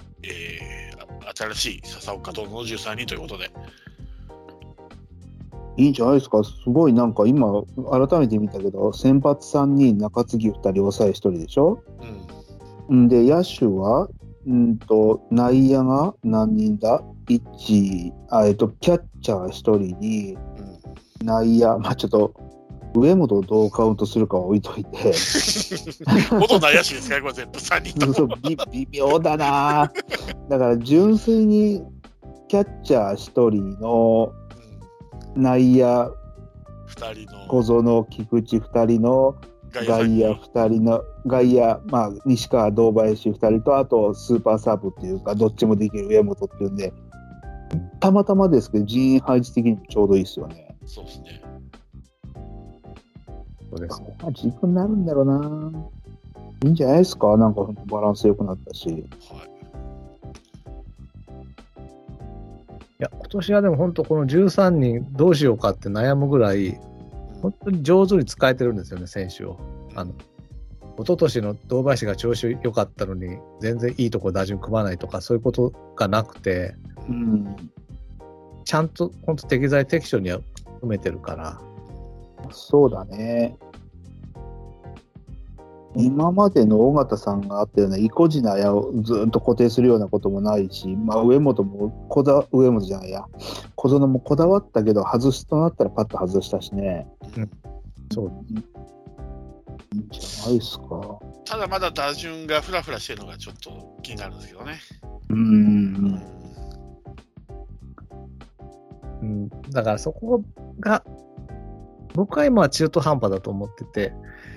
新しい笹岡殿の13人ということで、 いいんじゃないですか。すごいなんか今、改めて見たけど、先発3人、中継ぎ2人、抑え1人でしょ。んで、野手は、内野が何人だ ?1、キャッチャー1人に、内野、まあちょっと、上本をどうカウントするかは置いといて。 元内野手ですか、これ全部3人とも。 そう微妙だな。だから純粋にキャッチャー1人の内野 2人の小園、菊池2人の外野2人の外野、まあ、西川、堂林2人と、あとスーパーサーブっていうか、どっちもできる上本っていうんで、たまたまですけど、人員配置的にもちょうどいいですよね。 そうですね。 そうですね。まあ、軸になるんだろうな。いいんじゃないですか。なんかバランス良くなったし。はい。いや、今年はでも本当この13人どうしようかって悩むぐらい、本当に上手に使えてるんですよね、選手を。一昨年の堂林が調子良かったのに、全然いいとこ打順組まないとか、そういうことがなくて、ちゃんと本当適材適所には組めてるから。 そうだね。今までの尾形さんがあったような意固地な矢をずっと固定するようなこともないし、まあ、上本じゃないや、小園もこだわったけど、外すとなったらパッと外したしね。 そう。 いいんじゃないですか。 ただまだ打順がフラフラしてるのがちょっと気になるんですけどね。 だからそこが、僕は今は中途半端だと思ってて、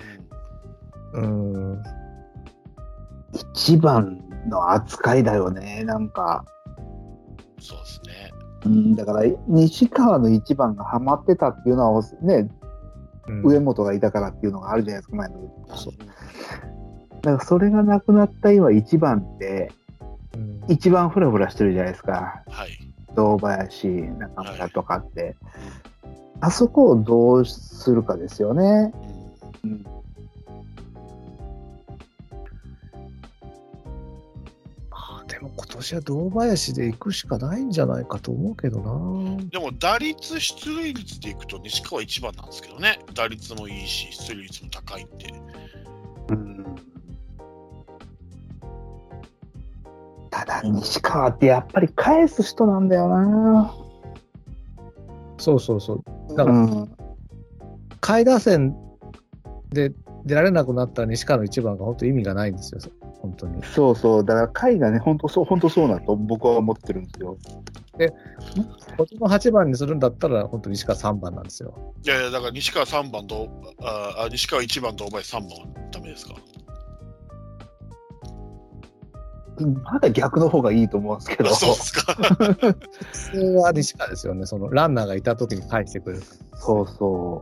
一番の扱いだよね、なんか。 そうですね。 だから西川の一番がハマってたっていうのはね、上本がいたからっていうのがあるじゃないですか、前の。だからそれがなくなった今一番って一番フラフラしてるじゃないですか。 はい。 堂林、中村とかって、あそこをどうするかですよね。 でも今年は堂林で行くしかないんじゃないかと思うけどな。 でも打率出塁率でいくと西川一番なんですけどね。打率もいいし出塁率も高いんで。 ただ西川ってやっぱり返す人なんだよな。 そうそうそう。だから、下位打線で出られなくなったら西川の一番が本当に意味がないんですよ、本当に。 そうそう、だから下位がね、本当そうなと僕は思ってるんですよ。 で、こっちの8番にするんだったら、本当に西川3番なんですよ。 いやいや、だから西川3番と、西川1番と堂林3番はダメですか？ まだ逆の方がいいと思うんですけど。 そうですか。 普通は西川ですよね。そのランナーがいた時に返してくれる。 そうそう。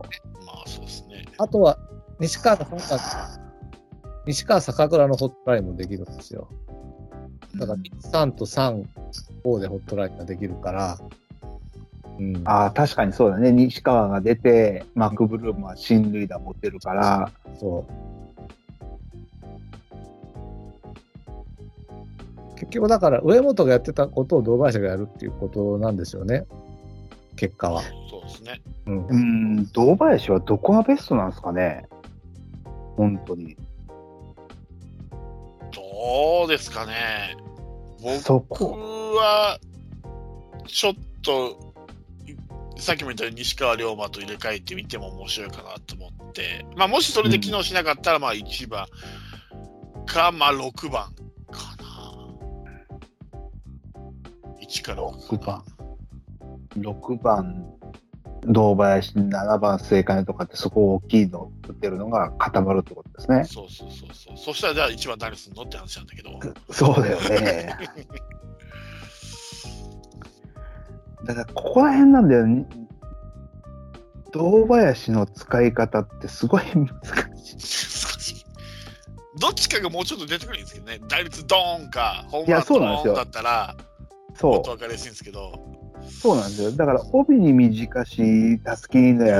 まあそうですね。 あとは西川西川坂倉のホットラインもできるんですよ。だから3と3、5でホットラインができるから。 確かにそうだね。西川が出て、マクブルームは進塁打持ってるから。 そう。結局だから上本がやってたことを堂林がやるっていうことなんですよね、結果は。 そうですね。 堂林はどこがベストなんですかね、本当に。 どうですかね。僕はちょっとさっきも言ったように西川龍馬と入れ替えてみても面白いかなと思って、まあ、もしそれで機能しなかったらまあ1番か、まあ、6番かな。1から6番。 6番堂林、7番末金とかってそこ大きいの打ってるのが固まるってことですね。 そう。そしたらじゃあ1番誰すんのって話なんだけど。 そうだよね。だからここら辺なんだよね。堂林の使い方ってすごい難しい。 どっちかがもうちょっと出てくるんですけどね。打率ドーンか、ホームランドーンだったら、もっと分かりやすいんですけど。 そうなんですよ。だから帯に短し、たすきにのやって、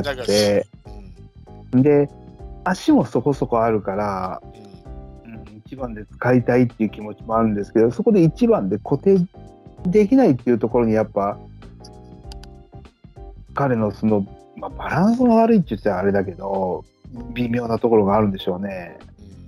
で、足もそこそこあるから、1番で使いたいっていう気持ちもあるんですけど、そこで1番で固定できないっていうところにやっぱ彼のその、バランスの悪いって言ってはあれだけど、微妙なところがあるんでしょうね。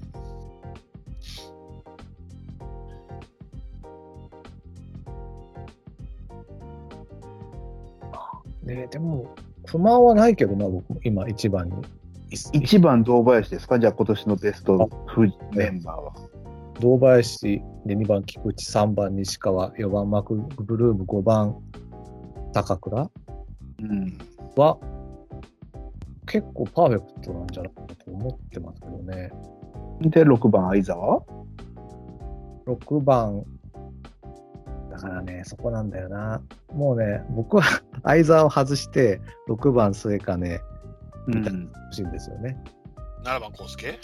でも不満はないけどな、僕も今一番に。 1番堂林ですか？じゃあ今年のベストメンバーは。 堂林で2番菊池、3番西川、4番マクブルーム、5番高倉、は結構パーフェクトなんじゃないかと思ってますけどね。 で6番相澤 ？6番だからね、そこなんだよな。もうね、僕は相澤を外して6番末金みたいな欲しいんですよね。 7番康介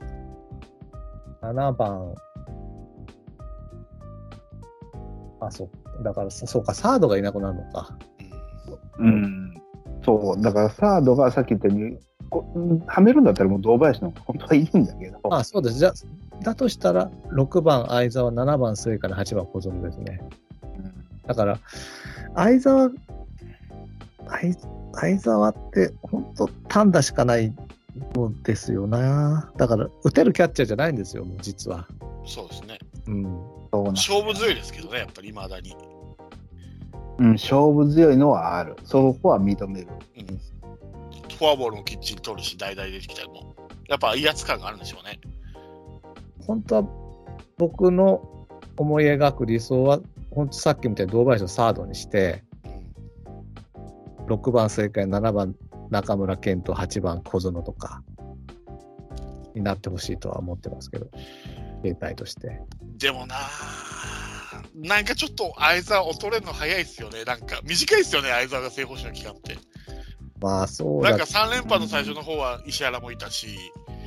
？7番、そうだからそうか、サードがいなくなるのか。 そうだからサードがさっき言ったようにはめるんだったらもう堂林の方が本当はいいんだけど。 そうです。じゃあだとしたら6番相澤、7番末金、8番小園ですね。だから相澤って本当単打しかないのですよな。だから打てるキャッチャーじゃないんですよ、もう実は。 そうですね。 勝負強いですけどね、やっぱり未だに。 勝負強いのはある。そこは認める。 フォアボールもきっちり取るし、代々出てきたりも。やっぱ威圧感があるんでしょうね。 本当は僕の思い描く理想は、本当さっきみたいに堂林をサードにして、6番正解、7番中村健人、8番小園とかになってほしいとは思ってますけど、形態として。 でもなんかちょっと相澤劣れるの早いですよね。なんか短いですよね、相澤が正捕手の期間って。 そうなんか3連覇の最初の方は石原もいたし、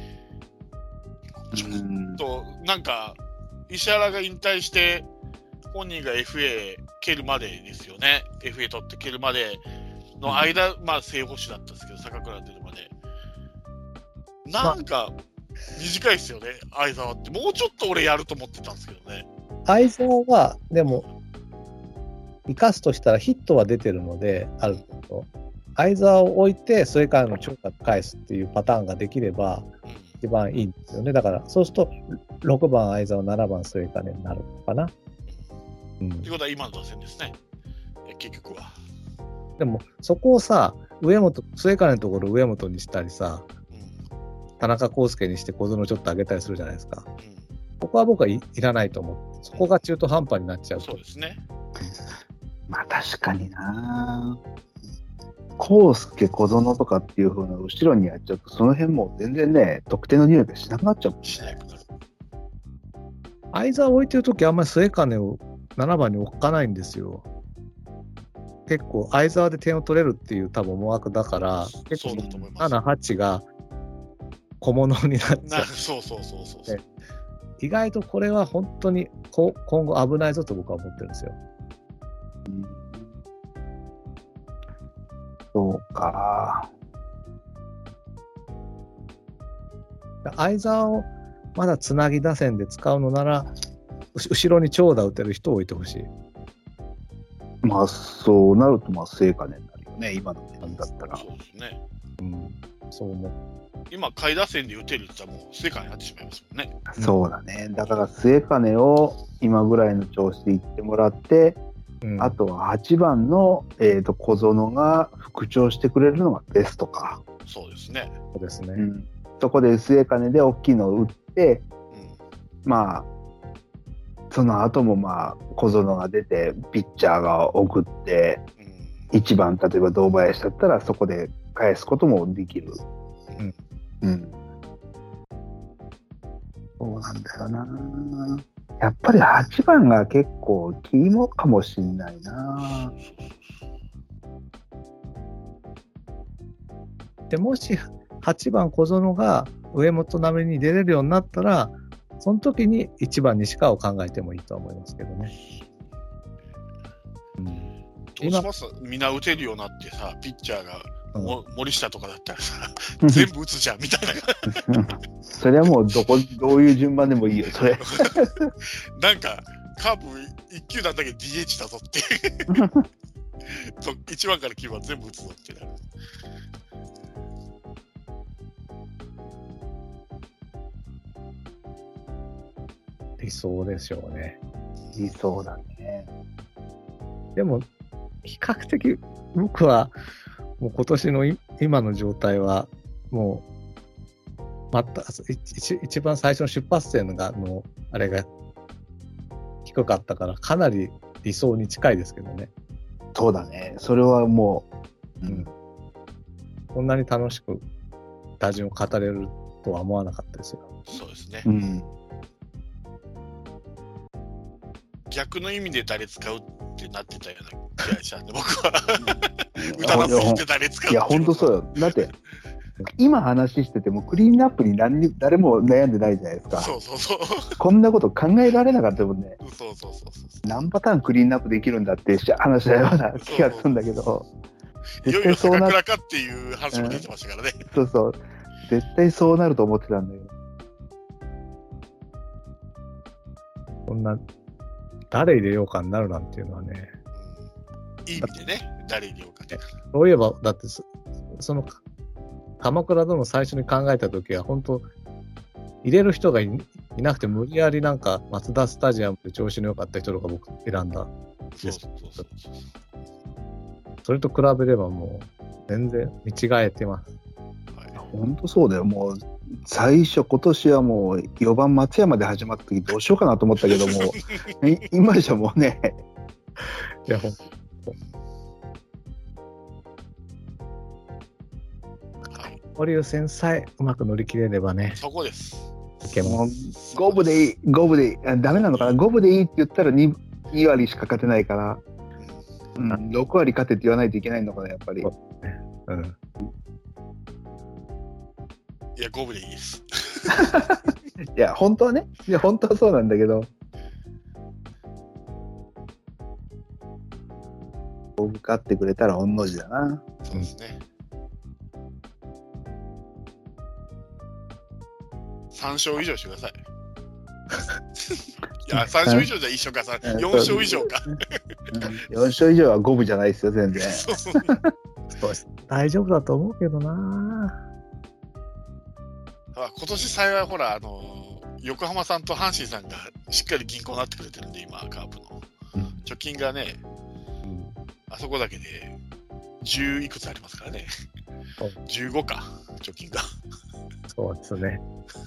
ちょっとなんか石原が引退して本人が FA 蹴るまでですよね。FA 取って蹴るまでの間、正捕手だったんですけど、坂倉出るまで。なんか短いですよね、相澤って。もうちょっと俺やると思ってたんですけどね。 相澤はでも生かすとしたらヒットは出てるので、あると相澤を置いてそれからの長打返すっていうパターンができれば一番いいんですよね。だからそうすると6番相澤、7番末金になるのかな。 ということは今の打線ですね、結局は。 でもそこをさ、末金のところ上本にしたりさ、田中康介にして小園ちょっと上げたりするじゃないですか。ここは僕はいらないと思って、そこが中途半端になっちゃうと。 そうですね。 確かにな。康介、小園とかっていう風な後ろにやっちゃうと、その辺も全然ね、得点の匂いがしなくなっちゃうもんね。 しなくなる。 相澤置いてるときあんまり末金を7番に置かないんですよ。結構相澤で点を取れるっていう多分思惑だから、結構7、8が小物になっちゃう。 そう。 意外とこれは本当に今後危ないぞと僕は思ってるんですよ。 そうか。 相澤をまだつなぎ打線で使うのなら、後ろに長打打てる人を置いてほしい。 そうなると末金になるよね、今の点だったら。 そうですね。 そう思う。 今下位打線で打てるって言ったらもう末金になってしまいますもんね。 そうだね。だから末金を今ぐらいの調子でいってもらって、あとは8番の、小園が復調してくれるのがベストか。 そうですね。 そうですね。 そこで末金で大きいのを打って、その後も小園が出てピッチャーが送って、1番例えば堂林だったらそこで返すこともできる。そうなんだよな。やっぱり8番が結構肝かもしんないな。 でもし8番小園が上本並みに出れるようになったら、その時に1番西川を考えてもいいと思いますけどね。 どうします？みんな打てるようになってさ、ピッチャーが森下とかだったらさ、全部打つじゃんみたいな。 それはもうどういう順番でもいいよ、それ。 なんかカーブ1球だったけど DH だぞって。 1番から9番全部打つぞってなる。 理想でしょうね。 理想だね。 でも、比較的、僕は、もう今年の今の状態は、もう、一番最初の出発点のあれが低かったから、かなり理想に近いですけどね。 そうだね。それはもう、 こんなに楽しく打順を語れるとは思わなかったですよ。 そうですね。逆の意味で誰使うってなってたような気がしたんで、僕は。打たなすぎて誰使うって。 いや、本当そうよ。だって、今話しててもクリーンナップに誰も悩んでないじゃないですか。 そうそうそう。 こんなこと考えられなかったもんね。 そうそうそう。 何パターンクリーンナップできるんだって話したような気がするんだけど。 いよいよ坂倉かっていう話も出てましたからね。 そうそう。絶対そうなると思ってたんだよ。 こんな、誰入れようかになるなんていうのはね。 いい意味でね、誰入れようかって。 そういえば、だってその、鎌倉殿最初に考えたときは、本当入れる人がいなくて、無理やりなんか、マツダスタジアムで調子の良かった人とか僕選んだんです。それと比べればもう、全然見違えてます。 本当そうだよ。もう、最初、今年はもう、4番松山で始まった時どうしようかなと思ったけども、今じゃもうね。 いや、ほんと。堀生戦さえうまく乗り切れればね。 そこです。 もう5分でいい、5分でいい。ダメなのかな、5分でいいって言ったら 2割しか勝てないから、6割勝てって言わないといけないのかな、やっぱり。 いや、5分でいいです。 いや、本当はね。いや、本当はそうなんだけど。5分勝ってくれたら御の字だな。 そうですね。3勝以上してください。いや、3勝以上じゃ一緒か、4勝以上か。 4勝以上は5分じゃないですよ、全然。 大丈夫だと思うけどな。 今年幸い、ほら、横浜さんと阪神さんがしっかり銀行になってくれてるんで、今、カープの。貯金がね、あそこだけで10いくつありますからね。15か、貯金が。 そうですね。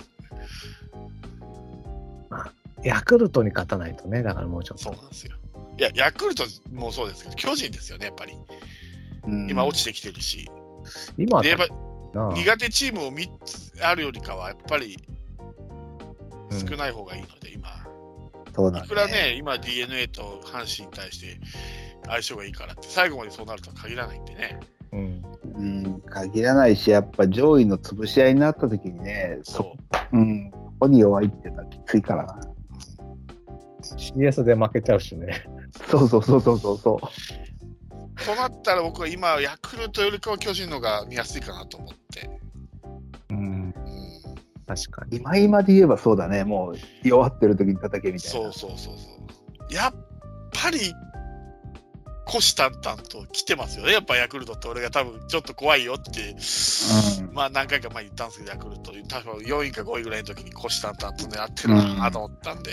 ヤクルトに勝たないとね、だからもうちょっと。 そうなんですよ。いや、ヤクルトもそうですけど、巨人ですよね、やっぱり。今落ちてきてるし。 今で、やっぱ苦手チームを3つあるよりかは、やっぱり少ない方がいいので、今。 そうだね。 いくらね、今 DNA と阪神に対して相性がいいからって、最後までそうなるとは限らないんでね。 限らないし、やっぱ上位の潰し合いになった時にね、ここに弱いっていうのはきついからな。 CS で負けちゃうしね。 そう。 となったら僕は今、ヤクルトよりかは巨人の方が見やすいかなと思って。 確かに。 今で言えばそうだね。もう弱ってる時に叩けみたいな。 そう。やっぱり虎視眈々と来てますよね。やっぱヤクルトって俺が多分ちょっと怖いよって、まあ何回か前言ったんですけど、ヤクルト多分4位か5位ぐらいの時に虎視眈々と狙ってるなと思ったんで、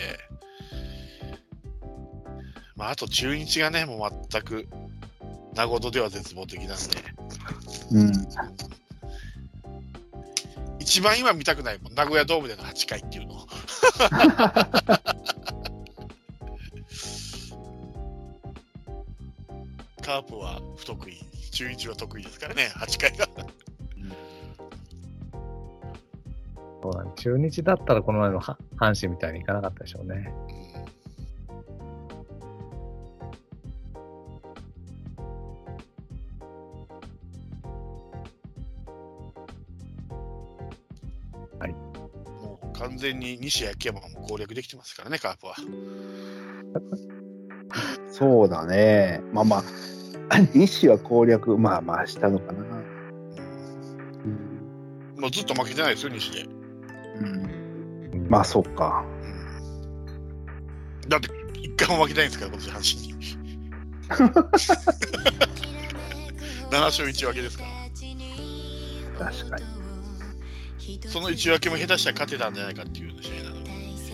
まああと中日がね、もう全く名古屋では絶望的なんで、一番今見たくないもん、名古屋ドームでの8回っていうの。カープは不得意、中日は得意ですからね、8回が。 そうだね、中日だったらこの前の阪神みたいにいかなかったでしょうね。 もう完全に西秋山も攻略できてますからね、カープは。 そうだね。まあ、西は攻略、したのかな。 もうずっと負けてないですよ、西で。 まあ、そうか。 だって、一回も負けてないんですから、今年阪神に。 7勝1分けですから。 確かに。 その1分けも下手したら勝てたんじゃないかっていう試合なので。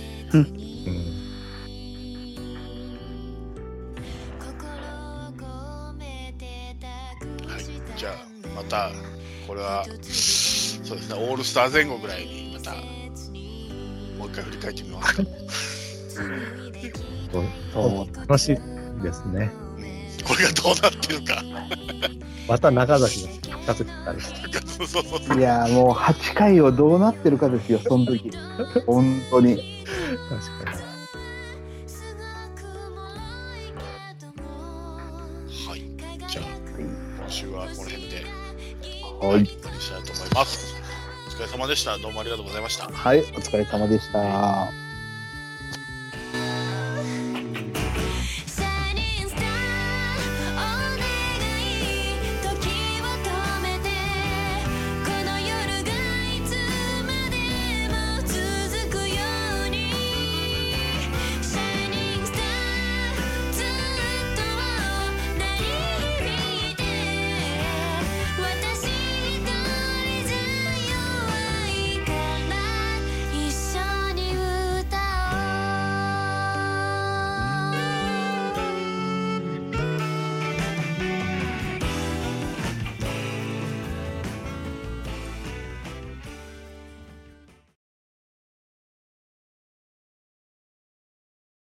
はい、じゃあまたこれはそうですね、オールスター前後ぐらいにまたもう一回振り返ってみますか。 楽しいですね。 これがどうなってるか。 また中崎が復活したり。 いやもう8回をどうなってるかですよ、その時。本当に。 確かに。 はい。じゃあ今週はこの辺ではい。 終わりしたいと思います。お疲れ様でした。どうもありがとうございました。 はい、お疲れ様でした。